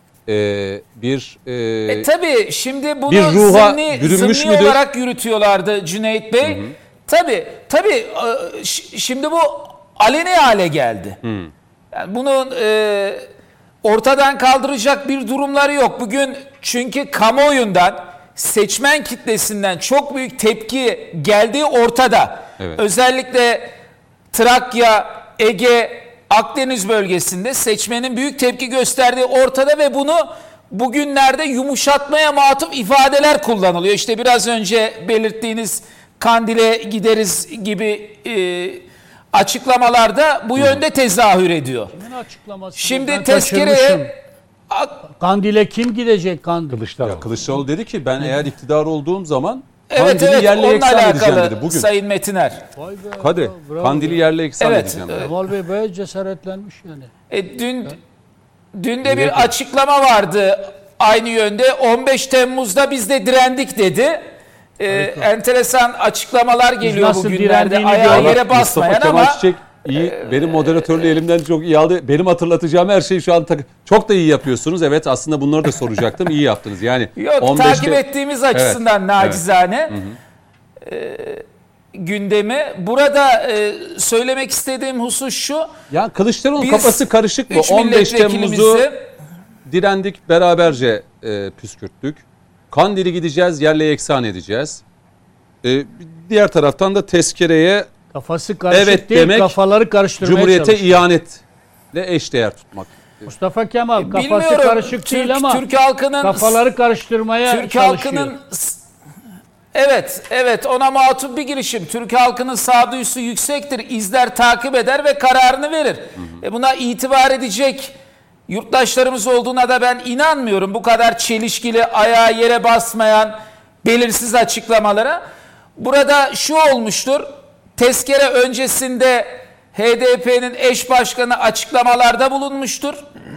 Tabii şimdi bunu bir ruha bürünmüş müdür olarak yürütüyorlardı Cüneyt Bey. Tabii şimdi bu aleni hale geldi. Yani bunun ortadan kaldıracak bir durumları yok. Bugün çünkü kamuoyundan, seçmen kitlesinden çok büyük tepki geldiği ortada. Evet. Özellikle Trakya, Ege, Akdeniz bölgesinde seçmenin büyük tepki gösterdiği ortada ve bunu bugünlerde yumuşatmaya matuf ifadeler kullanılıyor. İşte biraz önce belirttiğiniz Kandil'e gideriz gibi açıklamalarda bu yönde tezahür ediyor. Kimin açıklaması? Şimdi tezkereye Kandil'e kim gidecek Kandil? Kılıçdaroğlu. Kılıçdaroğlu dedi ki ben eğer iktidar olduğum zaman evet yerle onunla eksan edeceğim dedi alakalı bugün. Sayın Metiner. Vay be, Hadi bravo. Kandil'i yerle eksan Evet. edeceğim. Kemal Bey bayağı cesaretlenmiş yani. Dün de bir açıklama vardı aynı yönde. 15 Temmuz'da biz de direndik dedi. Enteresan açıklamalar geliyor bugünlerde. Ayağı yere basmayan Mustafa ama Kemal Çiçek iyi. Benim moderatörlüğü elimden çok iyi aldı. Benim hatırlatacağım her şeyi şu an çok da iyi yapıyorsunuz. Evet aslında bunları da soracaktım. İyi yaptınız. Yani yok 15'te... takip ettiğimiz açısından nacizane. gündemi. Burada söylemek istediğim husus şu. Ya Kılıçdaroğlu'nun Biz kafası karışık mı? 3 15 Temmuz'u milletvekilimizi direndik, beraberce püskürttük. Kandil'i gideceğiz, yerle yeksan edeceğiz. Diğer taraftan da tezkereye Kafası karışık evet değil, demek, kafaları karıştırmaya Cumhuriyete çalışıyor. ihanetle eşdeğer tutmak. Mustafa Kemal kafası bilmiyorum, karışık değil ama Türk halkının kafaları karıştırmaya Türk çalışıyor. halkının evet ona matuf bir girişim. Türk halkının sağduyusu yüksektir. İzler, takip eder ve kararını verir. Buna itibar edecek yurttaşlarımız olduğuna da ben inanmıyorum. Bu kadar çelişkili, ayağa yere basmayan, belirsiz açıklamalara. Burada şu olmuştur. Tezkere öncesinde HDP'nin eş başkanı açıklamalarda bulunmuştur.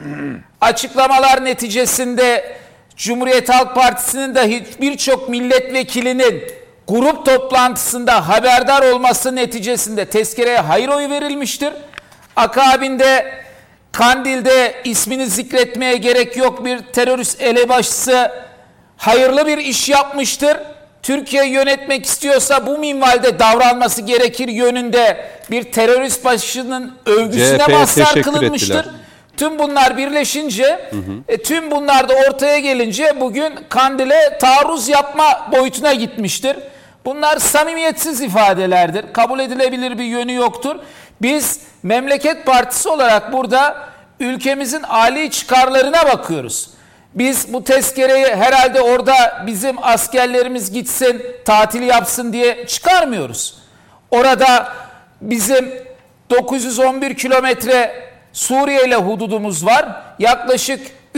Açıklamalar neticesinde Cumhuriyet Halk Partisi'nin dahi birçok milletvekilinin grup toplantısında haberdar olması neticesinde tezkereye hayır oyu verilmiştir. Akabinde Kandil'de ismini zikretmeye gerek yok bir terörist elebaşısı hayırlı bir iş yapmıştır. Türkiye yönetmek istiyorsa bu minvalde davranması gerekir yönünde bir terörist başının övgüsüne CHP'ye mazhar teşekkür kılınmıştır. ettiler. Tüm bunlar birleşince, tüm bunlar da ortaya gelince bugün Kandil'e taarruz yapma boyutuna gitmiştir. Bunlar samimiyetsiz ifadelerdir. Kabul edilebilir bir yönü yoktur. Biz Memleket Partisi olarak burada ülkemizin âli çıkarlarına bakıyoruz. Biz bu tezkereyi herhalde orada bizim askerlerimiz gitsin, tatil yapsın diye çıkarmıyoruz. Orada bizim 911 kilometre Suriye ile hududumuz var. Yaklaşık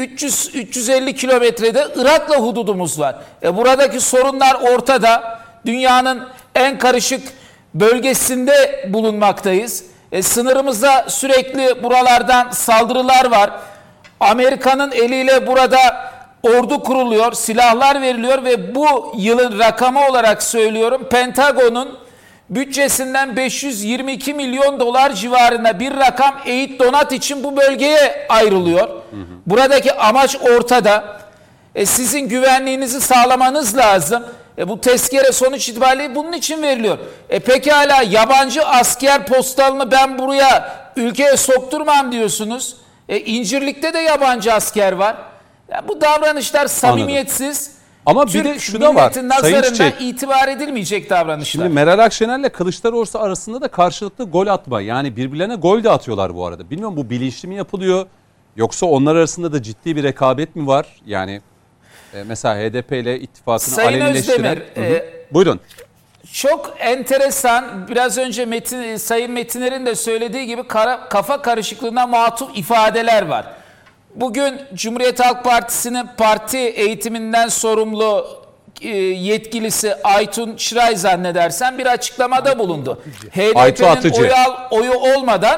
300-350 kilometrede Irak'la hududumuz var. Buradaki sorunlar ortada. Dünyanın en karışık bölgesinde bulunmaktayız. Sınırımızda sürekli buralardan saldırılar var. Amerika'nın eliyle burada ordu kuruluyor, silahlar veriliyor ve bu yılın rakamı olarak söylüyorum, Pentagon'un bütçesinden 522 milyon dolar civarında bir rakam eğit donat için bu bölgeye ayrılıyor. Buradaki amaç ortada. Sizin güvenliğinizi sağlamanız lazım. Bu tezkere sonuç itibariyle bunun için veriliyor. Pekala yabancı asker postalını ben buraya ülkeye sokturmam diyorsunuz. İncirlik'te de yabancı asker var. Bu davranışlar samimiyetsiz. Ama bir de şu da var. Türk Sayın nazarından Çiçek. itibar edilmeyecek davranışlar. Şimdi Meral Akşener'le Kılıçdaroğlu arasında da karşılıklı gol atma. Yani birbirlerine gol de atıyorlar bu arada. Bilmiyorum bu bilinçli mi yapılıyor? Yoksa onlar arasında da ciddi bir rekabet mi var? Yani mesela HDP ile ittifakını Sayın alenileştiren... Özdemir, Buyurun. çok enteresan, biraz önce Sayın Metiner'in de söylediği gibi kafa karışıklığına matuf ifadeler var. Bugün Cumhuriyet Halk Partisi'nin parti eğitiminden sorumlu yetkilisi Aytun Çıray zannedersem bir açıklamada bulundu. HDP'nin oyu olmadan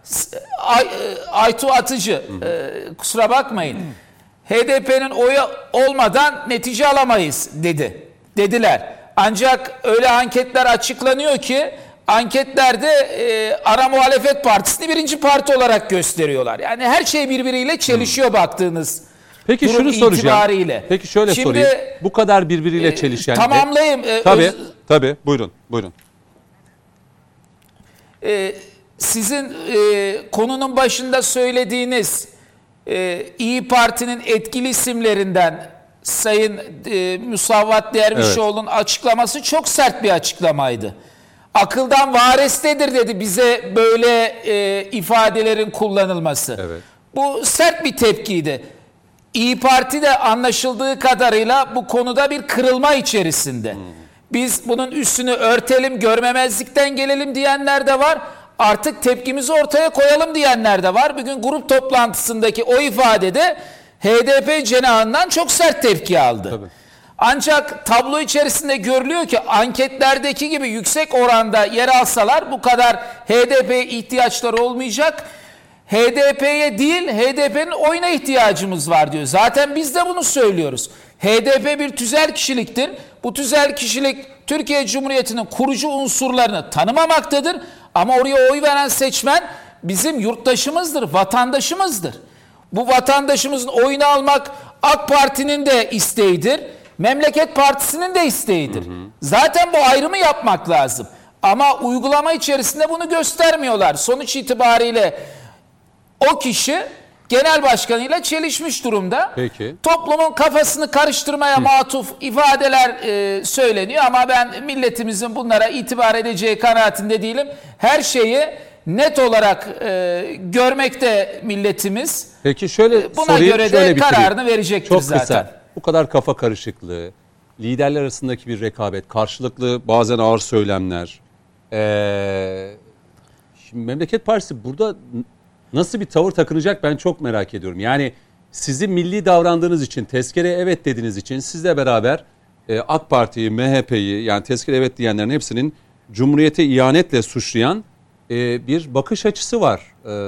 Aytu Atıcı kusura bakmayın. HDP'nin oyu olmadan netice alamayız dediler. Ancak öyle anketler açıklanıyor ki anketlerde ana muhalefet partisini birinci parti olarak gösteriyorlar. Yani her şey birbiriyle çelişiyor baktığınız Peki durum şunu soracağım. itibariyle. Peki şöyle sorayım. Bu kadar birbiriyle çelişen... Tamamlayayım. Tabii. Buyurun. Sizin konunun başında söylediğiniz İyi Parti'nin etkili isimlerinden Sayın Musavvat Dervişoğlu'nun açıklaması çok sert bir açıklamaydı. Akıldan varestedir dedi bize böyle ifadelerin kullanılması. Evet. Bu sert bir tepkiydi. İyi Parti de anlaşıldığı kadarıyla bu konuda bir kırılma içerisinde. Biz bunun üstünü örtelim, görmemezlikten gelelim diyenler de var. Artık tepkimizi ortaya koyalım diyenler de var. Bugün grup toplantısındaki o ifadede HDP cenahından çok sert tepki aldı. Tabii. Ancak tablo içerisinde görülüyor ki anketlerdeki gibi yüksek oranda yer alsalar bu kadar HDP'ye ihtiyaçları olmayacak. HDP'ye değil HDP'nin oyuna ihtiyacımız var diyor. Zaten biz de bunu söylüyoruz. HDP bir tüzel kişiliktir. Bu tüzel kişilik Türkiye Cumhuriyeti'nin kurucu unsurlarını tanımamaktadır. Ama oraya oy veren seçmen bizim yurttaşımızdır, vatandaşımızdır. Bu vatandaşımızın oyunu almak AK Parti'nin de isteğidir. Memleket Partisi'nin de isteğidir. Zaten bu ayrımı yapmak lazım. Ama uygulama içerisinde bunu göstermiyorlar. Sonuç itibariyle o kişi genel başkanıyla çelişmiş durumda. Peki. Toplumun kafasını karıştırmaya matuf ifadeler söyleniyor ama ben milletimizin bunlara itibar edeceği kanaatinde değilim. Her şeyi net olarak görmekte milletimiz. Peki şöyle Buna sorayım, göre şöyle de bitireyim. kararını verecektir Çok zaten. kısa. Bu kadar kafa karışıklığı, liderler arasındaki bir rekabet, karşılıklı bazen ağır söylemler. Şimdi Memleket Partisi burada nasıl bir tavır takınacak ben çok merak ediyorum. Yani sizi milli davrandığınız için, tezkereye evet dediğiniz için sizle beraber AK Parti'yi, MHP'yi yani tezkereye evet diyenlerin hepsinin Cumhuriyete ihanetle suçlayan bir bakış açısı var.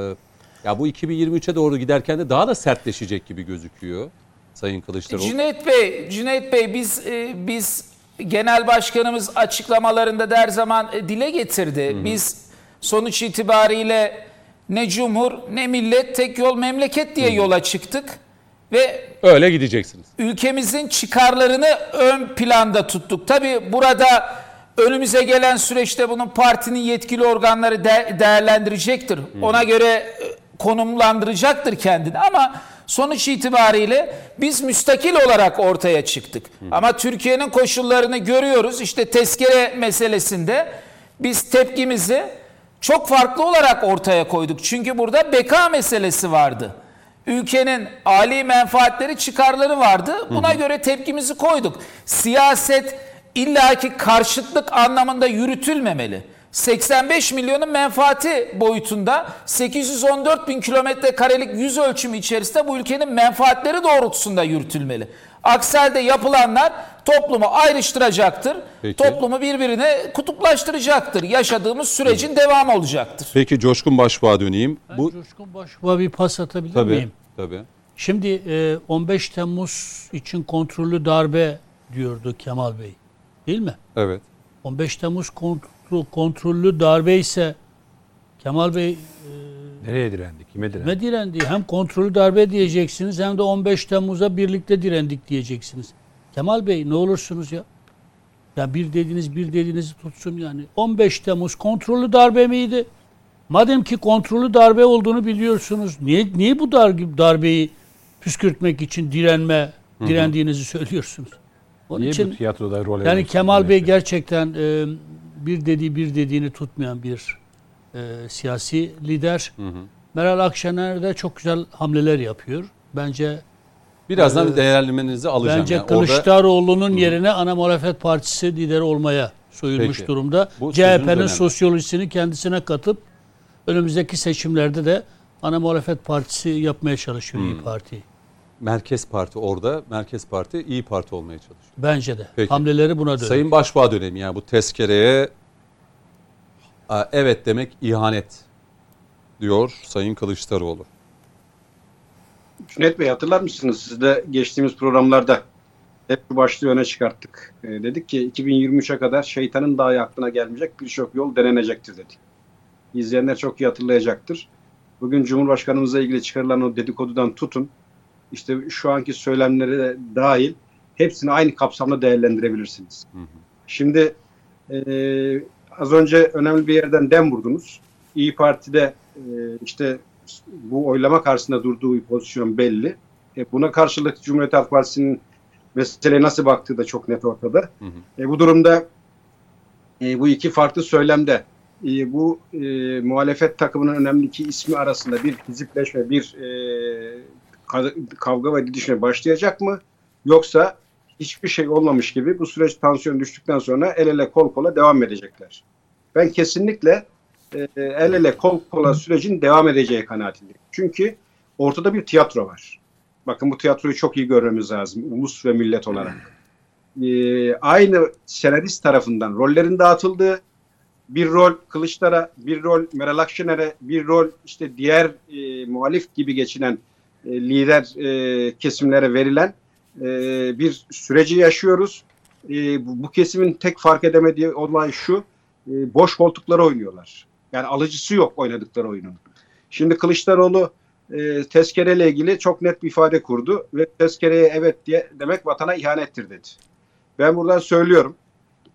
Ya bu 2023'e doğru giderken de daha da sertleşecek gibi gözüküyor Sayın Kılıçdaroğlu. Cüneyt Bey biz genel başkanımız açıklamalarında da her zaman dile getirdi. Hı hı. Biz sonuç itibariyle ne cumhur ne millet tek yol memleket diye yola çıktık ve öyle gideceksiniz. Ülkemizin çıkarlarını ön planda tuttuk. Tabii burada önümüze gelen süreçte bunun partinin yetkili organları değerlendirecektir. Ona göre konumlandıracaktır kendini ama sonuç itibariyle biz müstakil olarak ortaya çıktık. Ama Türkiye'nin koşullarını görüyoruz. İşte tezkere meselesinde biz tepkimizi çok farklı olarak ortaya koyduk. Çünkü burada beka meselesi vardı. Ülkenin âli menfaatleri, çıkarları vardı. Buna göre tepkimizi koyduk. Siyaset illaki karşıtlık anlamında yürütülmemeli. 85 milyonun menfaati boyutunda 814 bin kilometre karelik yüz ölçümü içerisinde bu ülkenin menfaatleri doğrultusunda yürütülmeli. Aksi halde yapılanlar toplumu ayrıştıracaktır. Peki. Toplumu birbirine kutuplaştıracaktır. Yaşadığımız sürecin devamı olacaktır. Peki Coşkun Başbuğ'a döneyim. Ben Coşkun Başbuğ'a bir pas atabilir miyim? Tabii. Şimdi 15 Temmuz için kontrollü darbe diyordu Kemal Bey. Değil mi? Evet. 15 Temmuz kontrollü darbe ise Kemal Bey nereye direndi? Kime direndi? ne direndi? Hem kontrollü darbe diyeceksiniz hem de 15 Temmuz'a birlikte direndik diyeceksiniz. Kemal Bey ne olursunuz ya? Ya bir dediğinizi tutsun yani. 15 Temmuz kontrollü darbe miydi? Madem ki kontrollü darbe olduğunu biliyorsunuz, niye bu darbeyi püskürtmek için direndiğinizi söylüyorsunuz? Onun niye için bu tiyatroda rol yani Kemal Bey gerçekten bir dediğini tutmayan bir siyasi lider. Meral Akşener de çok güzel hamleler yapıyor. Bence birazdan değerlendirmenizi alacağım. Bence yani Kılıçdaroğlu'nun yerine Ana Muhalefet Partisi lideri olmaya soyulmuş Peki. durumda. Bu sözünüz CHP'nin önemli. sosyolojisini kendisine katıp önümüzdeki seçimlerde de Ana Muhalefet Partisi yapmaya çalışıyor İYİ Parti. Merkez Parti orada, Merkez Parti İYİ Parti olmaya çalışıyor. Bence de. Peki. Hamleleri buna dönüyor. Sayın Başbuğ'a döneyim. Yani bu tezkereye evet demek ihanet diyor Sayın Kılıçdaroğlu. Cüneyt Bey hatırlar mısınız? Siz de geçtiğimiz programlarda hep bu başlığı öne çıkarttık. Dedik ki 2023'e kadar şeytanın dahi aklına gelmeyecek birçok yol denenecektir dedik. İzleyenler çok iyi hatırlayacaktır. Bugün Cumhurbaşkanımızla ilgili çıkarılan o dedikodudan tutun, işte şu anki söylemleri de dahil hepsini aynı kapsamda değerlendirebilirsiniz. Şimdi az önce önemli bir yerden dem vurdunuz. İYİ Parti'de işte bu oylama karşısında durduğu bir pozisyon belli. Buna karşılık Cumhuriyet Halk Partisi'nin meseleye nasıl baktığı da çok net ortada. Bu durumda bu iki farklı söylemde bu muhalefet takımının önemli iki ismi arasında bir hizipleşme, bir kavga ve didişme başlayacak mı? Yoksa hiçbir şey olmamış gibi bu süreç tansiyon düştükten sonra el ele kol kola devam edecekler. Ben kesinlikle el ele kol kola sürecin devam edeceği kanaatindeyim. Çünkü ortada bir tiyatro var. Bakın bu tiyatroyu çok iyi görmemiz lazım. Ulus ve millet olarak. Aynı senarist tarafından rollerin dağıtıldığı, bir rol Kılıçdaroğlu'na, bir rol Meral Akşener'e, bir rol işte diğer muhalif gibi geçinen lider kesimlere verilen bir süreci yaşıyoruz. Bu kesimin tek fark edemediği olay şu, boş koltuklara oynuyorlar. Yani alıcısı yok oynadıkları oyunun. Şimdi Kılıçdaroğlu tezkereyle ilgili çok net bir ifade kurdu ve tezkereye evet diye demek vatana ihanettir dedi. Ben buradan söylüyorum.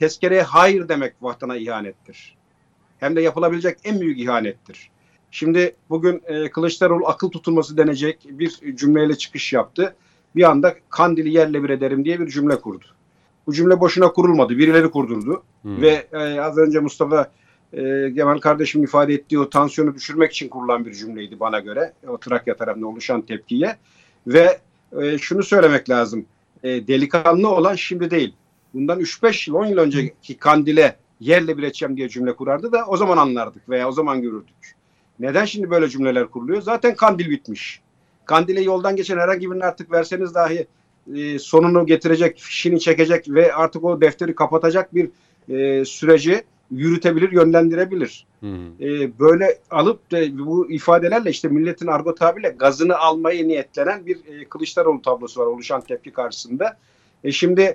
tezkereye hayır demek vatana ihanettir. Hem de yapılabilecek en büyük ihanettir. Şimdi bugün Kılıçdaroğlu akıl tutulması denecek bir cümleyle çıkış yaptı. Bir anda Kandil'i yerle bir ederim diye bir cümle kurdu. Bu cümle boşuna kurulmadı. Birileri kurdurdu. Ve az önce Mustafa Kemal kardeşim ifade ettiği o tansiyonu düşürmek için kurulan bir cümleydi bana göre. O Trakya tarafında oluşan tepkiye. Ve şunu söylemek lazım. Delikanlı olan şimdi değil. Bundan 3-5 yıl, 10 yıl önceki Kandil'e yerle bir edeceğim diye cümle kurardı da o zaman anlardık veya o zaman görürdük. Neden şimdi böyle cümleler kuruluyor? Zaten Kandil bitmiş. Kandil'e yoldan geçen herhangi birini artık verseniz dahi sonunu getirecek, fişini çekecek ve artık o defteri kapatacak bir süreci yürütebilir, yönlendirebilir. Böyle alıp da bu ifadelerle işte milletin argo tabirle gazını almayı niyetlenen bir Kılıçdaroğlu tablosu var oluşan tepki karşısında. Şimdi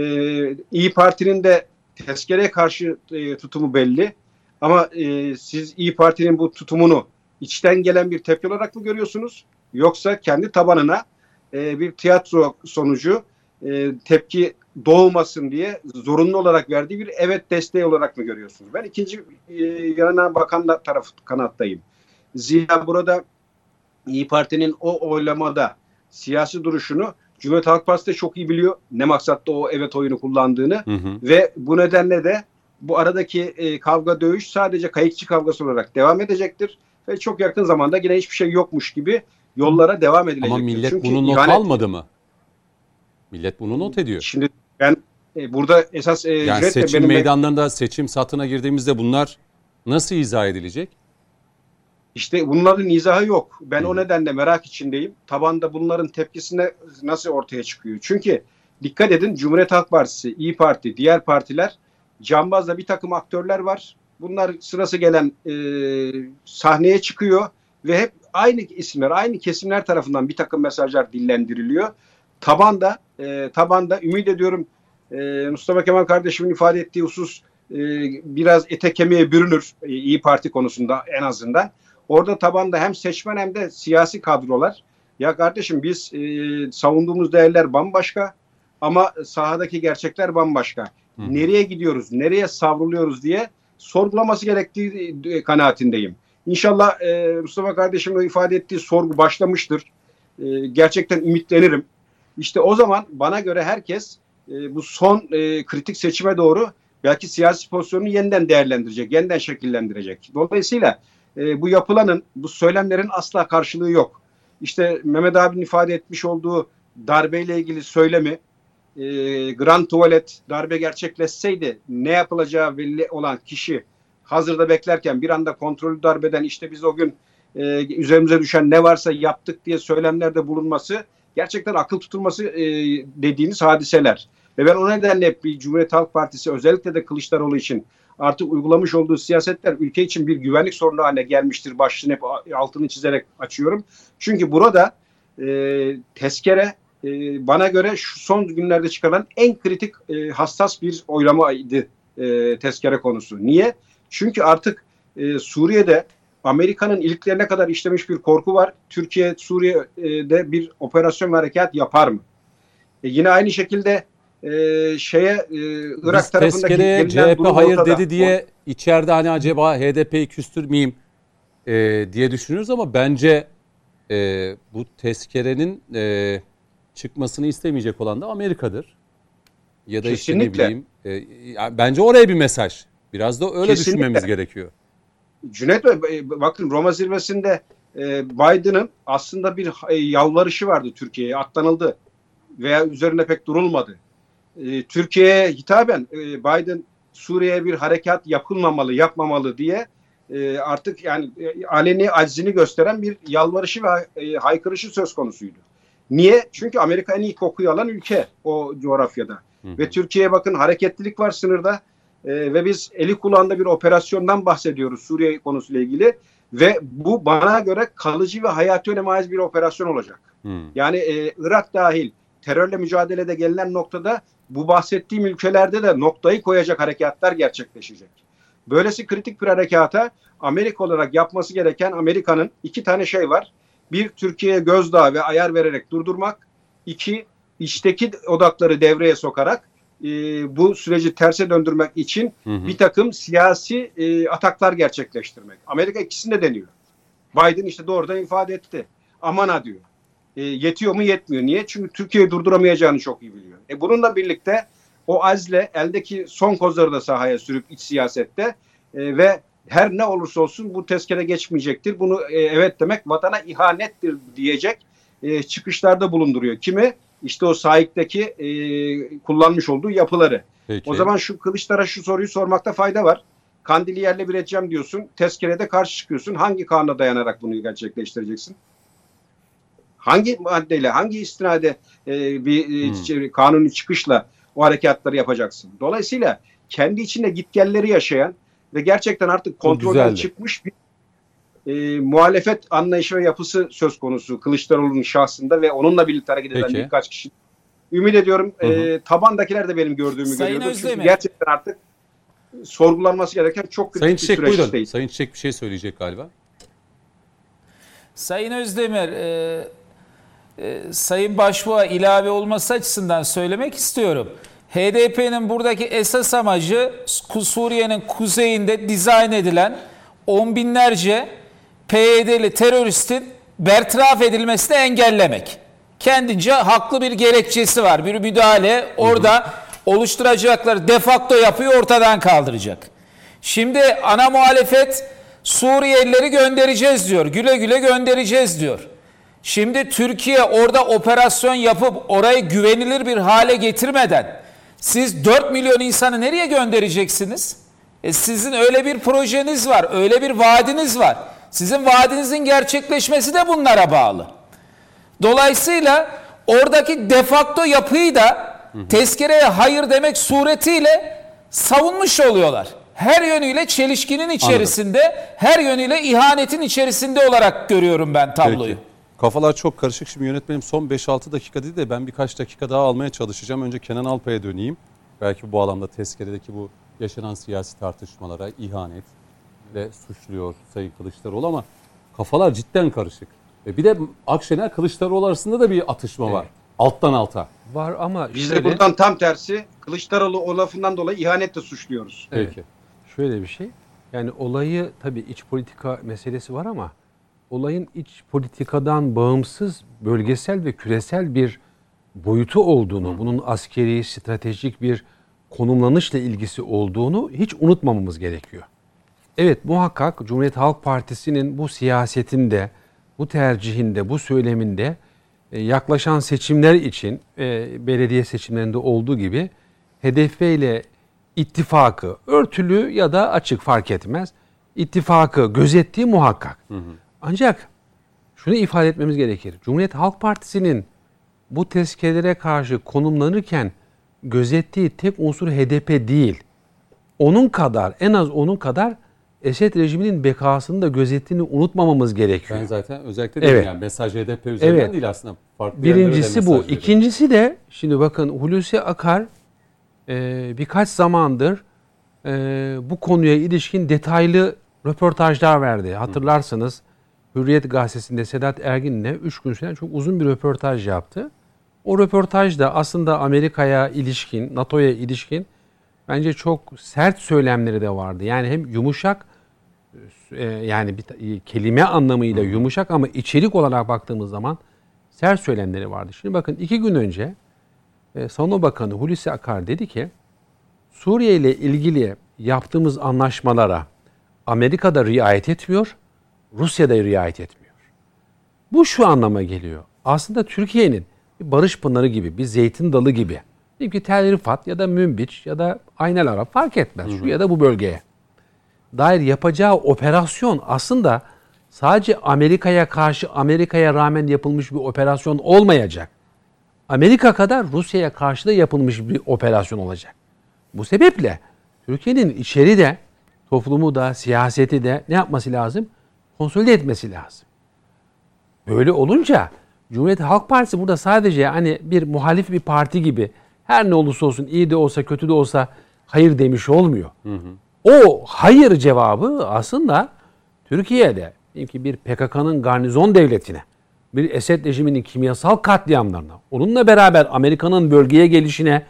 İYİ Parti'nin de tezkereye karşı tutumu belli. Ama siz İYİ Parti'nin bu tutumunu içten gelen bir tepki olarak mı görüyorsunuz? Yoksa kendi tabanına bir tiyatro sonucu tepki doğmasın diye zorunlu olarak verdiği bir evet desteği olarak mı görüyorsunuz? Ben ikinci yanına bakan kanattayım. Zira burada İYİ Parti'nin o oylamada siyasi duruşunu Cumhuriyet Halk Partisi de çok iyi biliyor. Ne maksatla o evet oyunu kullandığını. Ve bu nedenle de bu aradaki kavga dövüş sadece kayıkçı kavgası olarak devam edecektir. Ve çok yakın zamanda yine hiçbir şey yokmuş gibi yollara devam edilecektir. Ama millet Çünkü bunu not almadı mı? Millet bunu not ediyor. Şimdi ben burada esas yani seçim meydanlarında seçim satına girdiğimizde bunlar nasıl izah edilecek? İşte bunların izahı yok. Ben o nedenle merak içindeyim. Tabanda bunların tepkisine nasıl ortaya çıkıyor? Çünkü dikkat edin, Cumhuriyet Halk Partisi, İYİ Parti, diğer partiler, cambazda bir takım aktörler var. Bunlar sırası gelen sahneye çıkıyor ve hep aynı isimler, aynı kesimler tarafından bir takım mesajlar dillendiriliyor. Tabanda ümit ediyorum Mustafa Kemal kardeşimin ifade ettiği husus biraz ete kemiğe bürünür İYİ Parti konusunda en azından. Orada tabanda hem seçmen hem de siyasi kadrolar. Ya kardeşim biz savunduğumuz değerler bambaşka ama sahadaki gerçekler bambaşka. Nereye gidiyoruz, nereye savruluyoruz diye sorgulaması gerektiği kanaatindeyim. İnşallah Mustafa kardeşimin ifade ettiği sorgu başlamıştır. Gerçekten ümitlenirim. İşte o zaman bana göre herkes bu son kritik seçime doğru belki siyasi pozisyonunu yeniden değerlendirecek, yeniden şekillendirecek. Dolayısıyla bu yapılanın, bu söylemlerin asla karşılığı yok. İşte Mehmet abinin ifade etmiş olduğu darbeyle ilgili söylemi, Grand Tuvalet darbe gerçekleşseydi ne yapılacağı belli olan kişi hazırda beklerken bir anda kontrollü darbeden işte biz o gün üzerimize düşen ne varsa yaptık diye söylemlerde bulunması gerçekten akıl tutulması dediğiniz hadiseler. Ve ben o nedenle hep bir Cumhuriyet Halk Partisi özellikle de Kılıçdaroğlu için artık uygulamış olduğu siyasetler ülke için bir güvenlik sorunu haline gelmiştir. Başlığını hep altını çizerek açıyorum. Çünkü burada tezkere bana göre şu son günlerde çıkarılan en kritik hassas bir oylamaydı tezkere konusu. Niye? Çünkü artık Suriye'de Amerika'nın iliklerine kadar işlemiş bir korku var. Türkiye Suriye'de bir operasyon ve harekat yapar mı? Yine aynı şekilde Irak biz tarafındaki tezkereye CHP hayır dedi diye içeride hani acaba HDP'yi küstürmeyeyim diye düşünüyoruz ama bence bu tezkerenin çıkmasını istemeyecek olan da Amerika'dır. Ya da kesinlikle. işte ne bileyim bence oraya bir mesaj. Biraz da öyle Kesinlikle. düşünmemiz gerekiyor. Cüneyt Bey bakın Roma zirvesinde Biden'ın aslında bir yalvarışı vardı Türkiye'ye, atlanıldı veya üzerine pek durulmadı. Türkiye'ye hitaben Biden Suriye'ye bir harekat yapmamalı diye artık yani aleni aczini gösteren bir yalvarışı ve haykırışı söz konusuydu. Niye? Çünkü Amerika en iyi kokuyu alan ülke o coğrafyada. Ve Türkiye'ye bakın hareketlilik var sınırda ve biz eli kulağında bir operasyondan bahsediyoruz Suriye konusuyla ilgili ve bu bana göre kalıcı ve hayati öneme ait bir operasyon olacak. Yani Irak dahil terörle mücadelede gelinen noktada bu bahsettiğim ülkelerde de noktayı koyacak harekatlar gerçekleşecek. Böylesi kritik bir harekata Amerika olarak yapması gereken Amerika'nın iki tane şey var. Bir, Türkiye'ye gözdağı ve ayar vererek durdurmak. İki, içteki odakları devreye sokarak bu süreci terse döndürmek için bir takım siyasi ataklar gerçekleştirmek. Amerika ikisini de deniyor. Biden işte doğrudan ifade etti. Aman ha diyor. Yetiyor mu? Yetmiyor. Niye? Çünkü Türkiye'yi durduramayacağını çok iyi biliyor. Bununla birlikte o azle eldeki son kozları da sahaya sürüp iç siyasette ve her ne olursa olsun bu tezkere geçmeyecektir. Bunu evet demek vatana ihanettir diyecek çıkışlarda bulunduruyor. Kimi? İşte o sahipteki kullanmış olduğu yapıları. Peki. O zaman şu Kılıçdaroğlu'na şu soruyu sormakta fayda var. Kandil'i yerle bir edeceğim diyorsun. Tezkerede karşı çıkıyorsun. Hangi kanuna dayanarak bunu gerçekleştireceksin? Hangi maddeyle, hangi istinade bir kanuni çıkışla o harekatları yapacaksın? Dolayısıyla kendi içinde gitgelleri yaşayan ve gerçekten artık kontrolden çıkmış bir muhalefet anlayışı ve yapısı söz konusu Kılıçdaroğlu'nun şahsında ve onunla birlikte hareket eden birkaç kişi. Ümit ediyorum tabandakiler de benim gördüğümü görüyordur. Çünkü gerçekten artık sorgulanması gereken çok kritik bir süreçteyiz. Sayın Çiçek bir şey söyleyecek galiba. Sayın Özdemir, Sayın Başbuğ'a ilave olması açısından söylemek istiyorum. HDP'nin buradaki esas amacı Suriye'nin kuzeyinde dizayn edilen on binlerce PYD'li teröristin bertaraf edilmesini engellemek. Kendince haklı bir gerekçesi var. Bir müdahale orada oluşturacakları defakto yapıyı ortadan kaldıracak. Şimdi ana muhalefet Suriyelileri göndereceğiz diyor. Güle güle göndereceğiz diyor. Şimdi Türkiye orada operasyon yapıp orayı güvenilir bir hale getirmeden siz 4 milyon insanı nereye göndereceksiniz? Sizin öyle bir projeniz var, öyle bir vaadiniz var. Sizin vaadinizin gerçekleşmesi de bunlara bağlı. Dolayısıyla oradaki defakto yapıyı da tezkereye hayır demek suretiyle savunmuş oluyorlar. Her yönüyle çelişkinin içerisinde, her yönüyle ihanetin içerisinde olarak görüyorum ben tabloyu. Peki. Kafalar çok karışık. Şimdi yönetmenim son 5-6 dakika değil de ben birkaç dakika daha almaya çalışacağım. Önce Kenan Alpay'a döneyim. Belki bu alanda tezkeredeki bu yaşanan siyasi tartışmalara ihanet ve suçluyor Sayın Kılıçdaroğlu ama kafalar cidden karışık. Bir de Akşener Kılıçdaroğlu arasında da bir atışma var. Alttan alta. Var ama biz de buradan tam tersi Kılıçdaroğlu o lafından dolayı ihanetle suçluyoruz. Peki. Evet. Şöyle bir şey. Yani olayı tabii iç politika meselesi var ama olayın iç politikadan bağımsız bölgesel ve küresel bir boyutu olduğunu, bunun askeri, stratejik bir konumlanışla ilgisi olduğunu hiç unutmamamız gerekiyor. Evet, muhakkak Cumhuriyet Halk Partisi'nin bu siyasetinde, bu tercihinde, bu söyleminde yaklaşan seçimler için belediye seçimlerinde olduğu gibi HDP ile ittifakı, örtülü ya da açık fark etmez, ittifakı gözettiği muhakkak. Ancak şunu ifade etmemiz gerekir. Cumhuriyet Halk Partisi'nin bu tezkerelere karşı konumlanırken gözettiği tek unsur HDP değil. Onun kadar, en az onun kadar Esed rejiminin bekasını da gözettiğini unutmamamız gerekiyor. Ben zaten özellikle dedim yani mesaj HDP üzerinden değil aslında. Farklı birincisi bu. İkincisi de şimdi bakın Hulusi Akar birkaç zamandır bu konuya ilişkin detaylı röportajlar verdi. Hatırlarsanız Hürriyet Gazetesi'nde Sedat Ergin'le 3 gün süren çok uzun bir röportaj yaptı. O röportajda aslında Amerika'ya ilişkin, NATO'ya ilişkin bence çok sert söylemleri de vardı. Yani hem yumuşak, yani bir kelime anlamıyla yumuşak ama içerik olarak baktığımız zaman sert söylemleri vardı. Şimdi bakın 2 gün önce Savunma Bakanı Hulusi Akar dedi ki Suriye ile ilgili yaptığımız anlaşmalara Amerika'da riayet etmiyor, Rusya'da riayet etmiyor. Bu şu anlama geliyor. Aslında Türkiye'nin bir barış pınarı gibi, bir zeytin dalı gibi, diyelim ki Tel Rifat ya da Münbiç ya da Aynel Arap fark etmez şu ya da bu bölgeye dair yapacağı operasyon aslında sadece Amerika'ya karşı, Amerika'ya rağmen yapılmış bir operasyon olmayacak. Amerika kadar Rusya'ya karşı da yapılmış bir operasyon olacak. Bu sebeple Türkiye'nin içeri de, toplumu da, siyaseti de ne yapması lazım? Konsolide etmesi lazım. Böyle olunca Cumhuriyet Halk Partisi burada sadece hani bir muhalif bir parti gibi her ne olursa olsun, iyi de olsa kötü de olsa hayır demiş olmuyor. O hayır cevabı aslında Türkiye'de diyelim ki bir PKK'nın garnizon devletine, bir Esed rejiminin kimyasal katliamlarına, onunla beraber Amerika'nın bölgeye gelişine,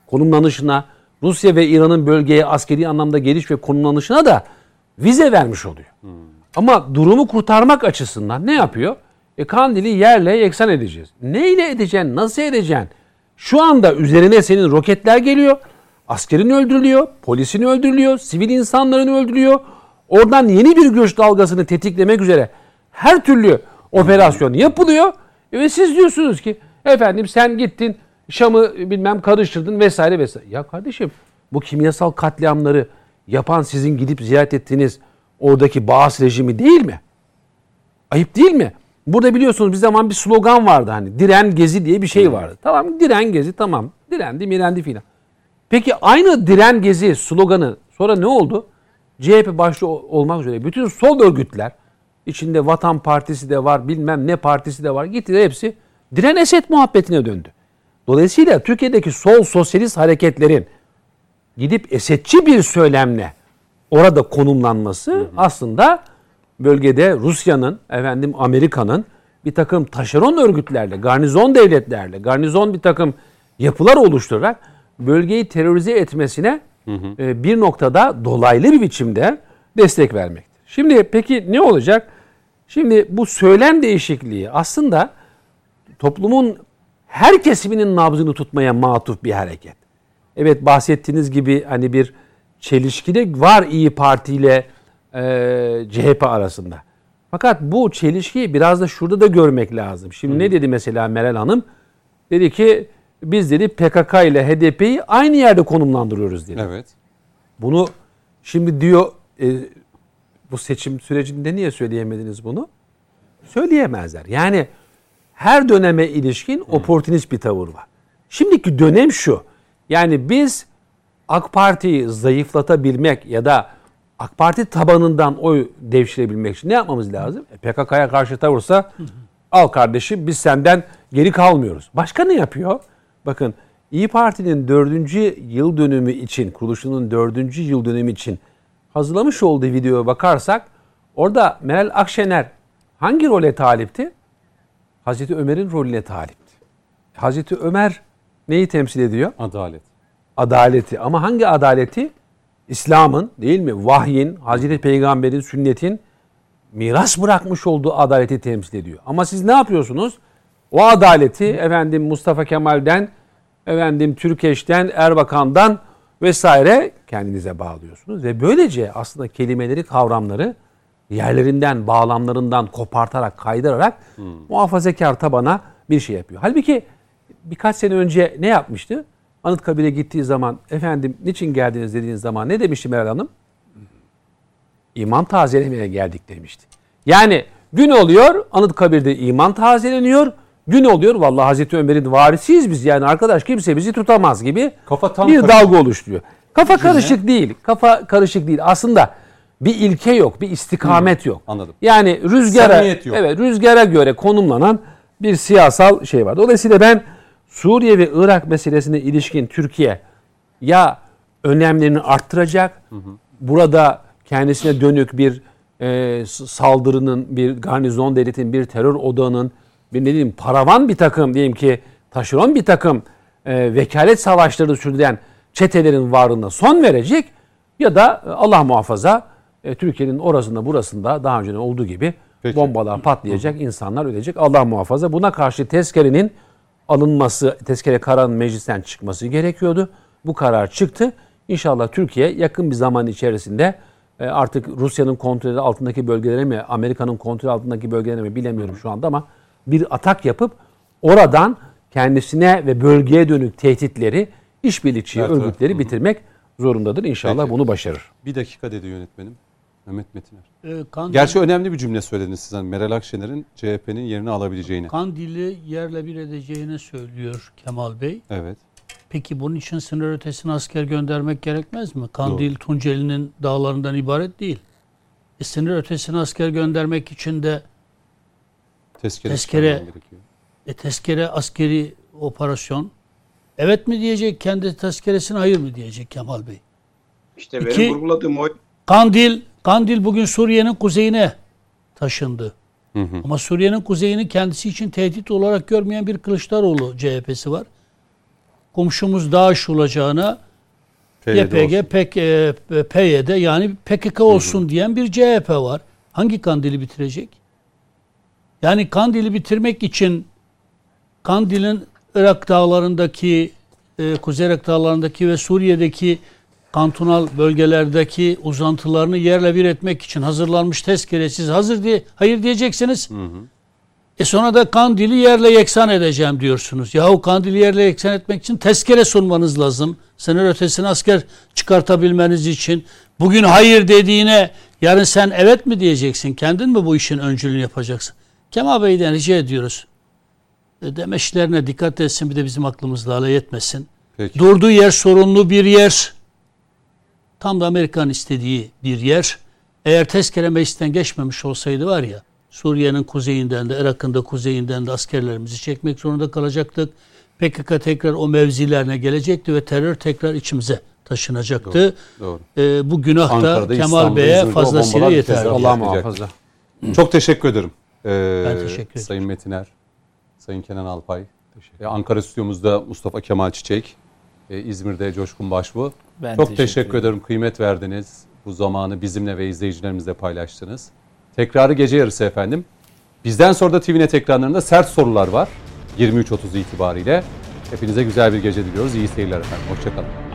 konumlanışına, Rusya ve İran'ın bölgeye askeri anlamda geliş ve konumlanışına da vize vermiş oluyor. Ama durumu kurtarmak açısından ne yapıyor? Kandil'i yerle yeksan edeceğiz. Neyle edeceksin? Nasıl edeceksin? Şu anda üzerine senin roketler geliyor. Askerin öldürülüyor, polisin öldürülüyor, sivil insanların öldürülüyor. Oradan yeni bir göç dalgasını tetiklemek üzere her türlü operasyon yapılıyor. Ve siz diyorsunuz ki efendim sen gittin Şam'ı bilmem karıştırdın vesaire vesaire. Ya kardeşim bu kimyasal katliamları yapan sizin gidip ziyaret ettiğiniz oradaki Baas rejimi değil mi? Ayıp değil mi? Burada biliyorsunuz bir zaman bir slogan vardı hani diren gezi diye bir şey vardı. Tamam diren gezi tamam direndi mirendi filan. Peki aynı diren gezi sloganı sonra ne oldu? CHP başta olmak üzere bütün sol örgütler içinde Vatan Partisi de var bilmem ne partisi de var gittiler hepsi diren Esed muhabbetine döndü. Dolayısıyla Türkiye'deki sol sosyalist hareketlerin gidip Esedçi bir söylemle orada konumlanması aslında bölgede Rusya'nın, Amerika'nın bir takım taşeron örgütlerle, garnizon devletlerle, garnizon bir takım yapılar oluşturarak bölgeyi terörize etmesine bir noktada dolaylı bir biçimde destek vermektir. Şimdi peki ne olacak? Şimdi bu söylem değişikliği aslında toplumun her kesiminin nabzını tutmaya matuf bir hareket. Evet bahsettiğiniz gibi hani bir çelişki de var İYİ Parti ile CHP arasında. Fakat bu çelişkiyi biraz da şurada da görmek lazım. Şimdi ne dedi mesela Meral Hanım? Dedi ki biz dedi PKK ile HDP'yi aynı yerde konumlandırıyoruz dedi. Evet. Bunu şimdi diyor bu seçim sürecinde niye söyleyemediniz bunu? Söyleyemezler. Yani her döneme ilişkin oportunist bir tavır var. Şimdiki dönem şu. Yani biz AK Parti'yi zayıflatabilmek ya da AK Parti tabanından oy devşirebilmek için ne yapmamız lazım? PKK'ya karşı tavırsa al kardeşim biz senden geri kalmıyoruz. Başka ne yapıyor? Bakın İYİ Parti'nin 4. yıl dönümü için, kuruluşunun 4. yıl dönümü için hazırlamış olduğu videoya bakarsak orada Meral Akşener hangi role talipti? Hazreti Ömer'in rolüne talipti. Hazreti Ömer neyi temsil ediyor? Adalet. Adaleti. Ama hangi adaleti? İslam'ın değil mi? Vahyin, Hazreti Peygamber'in, sünnetin miras bırakmış olduğu adaleti temsil ediyor. Ama siz ne yapıyorsunuz? O adaleti Mustafa Kemal'den, Türkeş'ten, Erbakan'dan vesaire kendinize bağlıyorsunuz. Ve böylece aslında kelimeleri, kavramları yerlerinden, bağlamlarından kopartarak, kaydırarak muhafazakar tabana bir şey yapıyor. Halbuki birkaç sene önce ne yapmıştı? Anıtkabir'e gittiği zaman niçin geldiniz dediğiniz zaman ne demişti Meral Hanım? İman tazelemeye geldik demişti. Yani gün oluyor Anıtkabir'de iman tazeleniyor. Gün oluyor vallahi Hazreti Ömer'in varisiyiz biz yani arkadaş kimse bizi tutamaz gibi bir dalga oluşturuyor. Kafa karışık değil. Kafa karışık değil. Aslında bir ilke yok, bir istikamet yok. Anladım. Yani rüzgara göre konumlanan bir siyasal şey var. Dolayısıyla ben Suriye ve Irak meselesine ilişkin Türkiye ya önlemlerini arttıracak, burada kendisine dönük bir saldırının, bir garnizon devletin, bir terör odağının, bir paravan bir takım diyelim ki taşeron bir takım vekalet savaşları sürdüren çetelerin varlığına son verecek ya da Allah muhafaza Türkiye'nin orasında burasında daha önce olduğu gibi bombalar patlayacak, insanlar ölecek. Allah muhafaza. Buna karşı tezkerenin alınması, tezkere kararının meclisten çıkması gerekiyordu. Bu karar çıktı. İnşallah Türkiye yakın bir zaman içerisinde artık Rusya'nın kontrolü altındaki bölgelere mi, Amerika'nın kontrolü altındaki bölgelere mi bilemiyorum şu anda ama bir atak yapıp oradan kendisine ve bölgeye dönük tehditleri, işbirlikçi örgütleri bitirmek zorundadır. İnşallah bunu başarır. Bir dakika dedi yönetmenim. Mehmet Metiner. Gerçi önemli bir cümle söylediniz siz. Meral Akşener'in CHP'nin yerini alabileceğini. Kandil'i yerle bir edeceğini söylüyor Kemal Bey. Evet. Peki bunun için sınır ötesine asker göndermek gerekmez mi? Kandil Tunceli'nin dağlarından ibaret değil. Sınır ötesine asker göndermek için de tezkere askeri operasyon. Evet mi diyecek kendi tezkeresine, hayır mı diyecek Kemal Bey? İşte benim vurguladığım o. Kandil bugün Suriye'nin kuzeyine taşındı. Ama Suriye'nin kuzeyini kendisi için tehdit olarak görmeyen bir Kılıçdaroğlu CHP'si var. komşumuz DAEŞ olacağına YPG, PYD yani PKK olsun diyen bir CHP var. Hangi Kandil'i bitirecek? Yani Kandil'i bitirmek için Kandil'in Irak dağlarındaki, Kuzey Irak dağlarındaki ve Suriye'deki kantonal bölgelerdeki uzantılarını yerle bir etmek için hazırlanmış tezkere siz hayır diyeceksiniz. Sonra da Kandil'i yerle yeksan edeceğim diyorsunuz. Yahu Kandil'i yerle yeksan etmek için tezkere sunmanız lazım. Sınır ötesine asker çıkartabilmeniz için. Bugün hayır dediğine yarın sen evet mi diyeceksin? Kendin mi bu işin öncülüğünü yapacaksın? Kemal Bey'den rica ediyoruz. Demeçlerine dikkat etsin, bir de bizim aklımızla alay etmesin. Peki. Durduğu yer sorunlu bir yer. Tam da Amerika'nın istediği bir yer. Eğer tezkere meclisten geçmemiş olsaydı var ya, Suriye'nin kuzeyinden de Irak'ın da kuzeyinden de askerlerimizi çekmek zorunda kalacaktık. PKK tekrar o mevzilerine gelecekti ve terör tekrar içimize taşınacaktı. Doğru. Bu günah da Ankara'da, Kemal İstanbul'da, Bey'e İzmir'de fazlasıyla o bombalar yeter. bir kez Allah daha muhafaza. Çok teşekkür ederim. Ben teşekkür ederim. Sayın Metiner, Sayın Kenan Alpay. Ankara stüdyomuzda Mustafa Kemal Çiçek, İzmir'de Coşkun Başbuğ. Ben Çok teşekkür ederim. Kıymet verdiniz. Bu zamanı bizimle ve izleyicilerimizle paylaştınız. Tekrarı gece yarısı efendim. Bizden sonra da TVNet ekranlarında sert sorular var. 23.30 itibariyle. Hepinize güzel bir gece diliyoruz. İyi seyirler efendim. Hoşçakalın.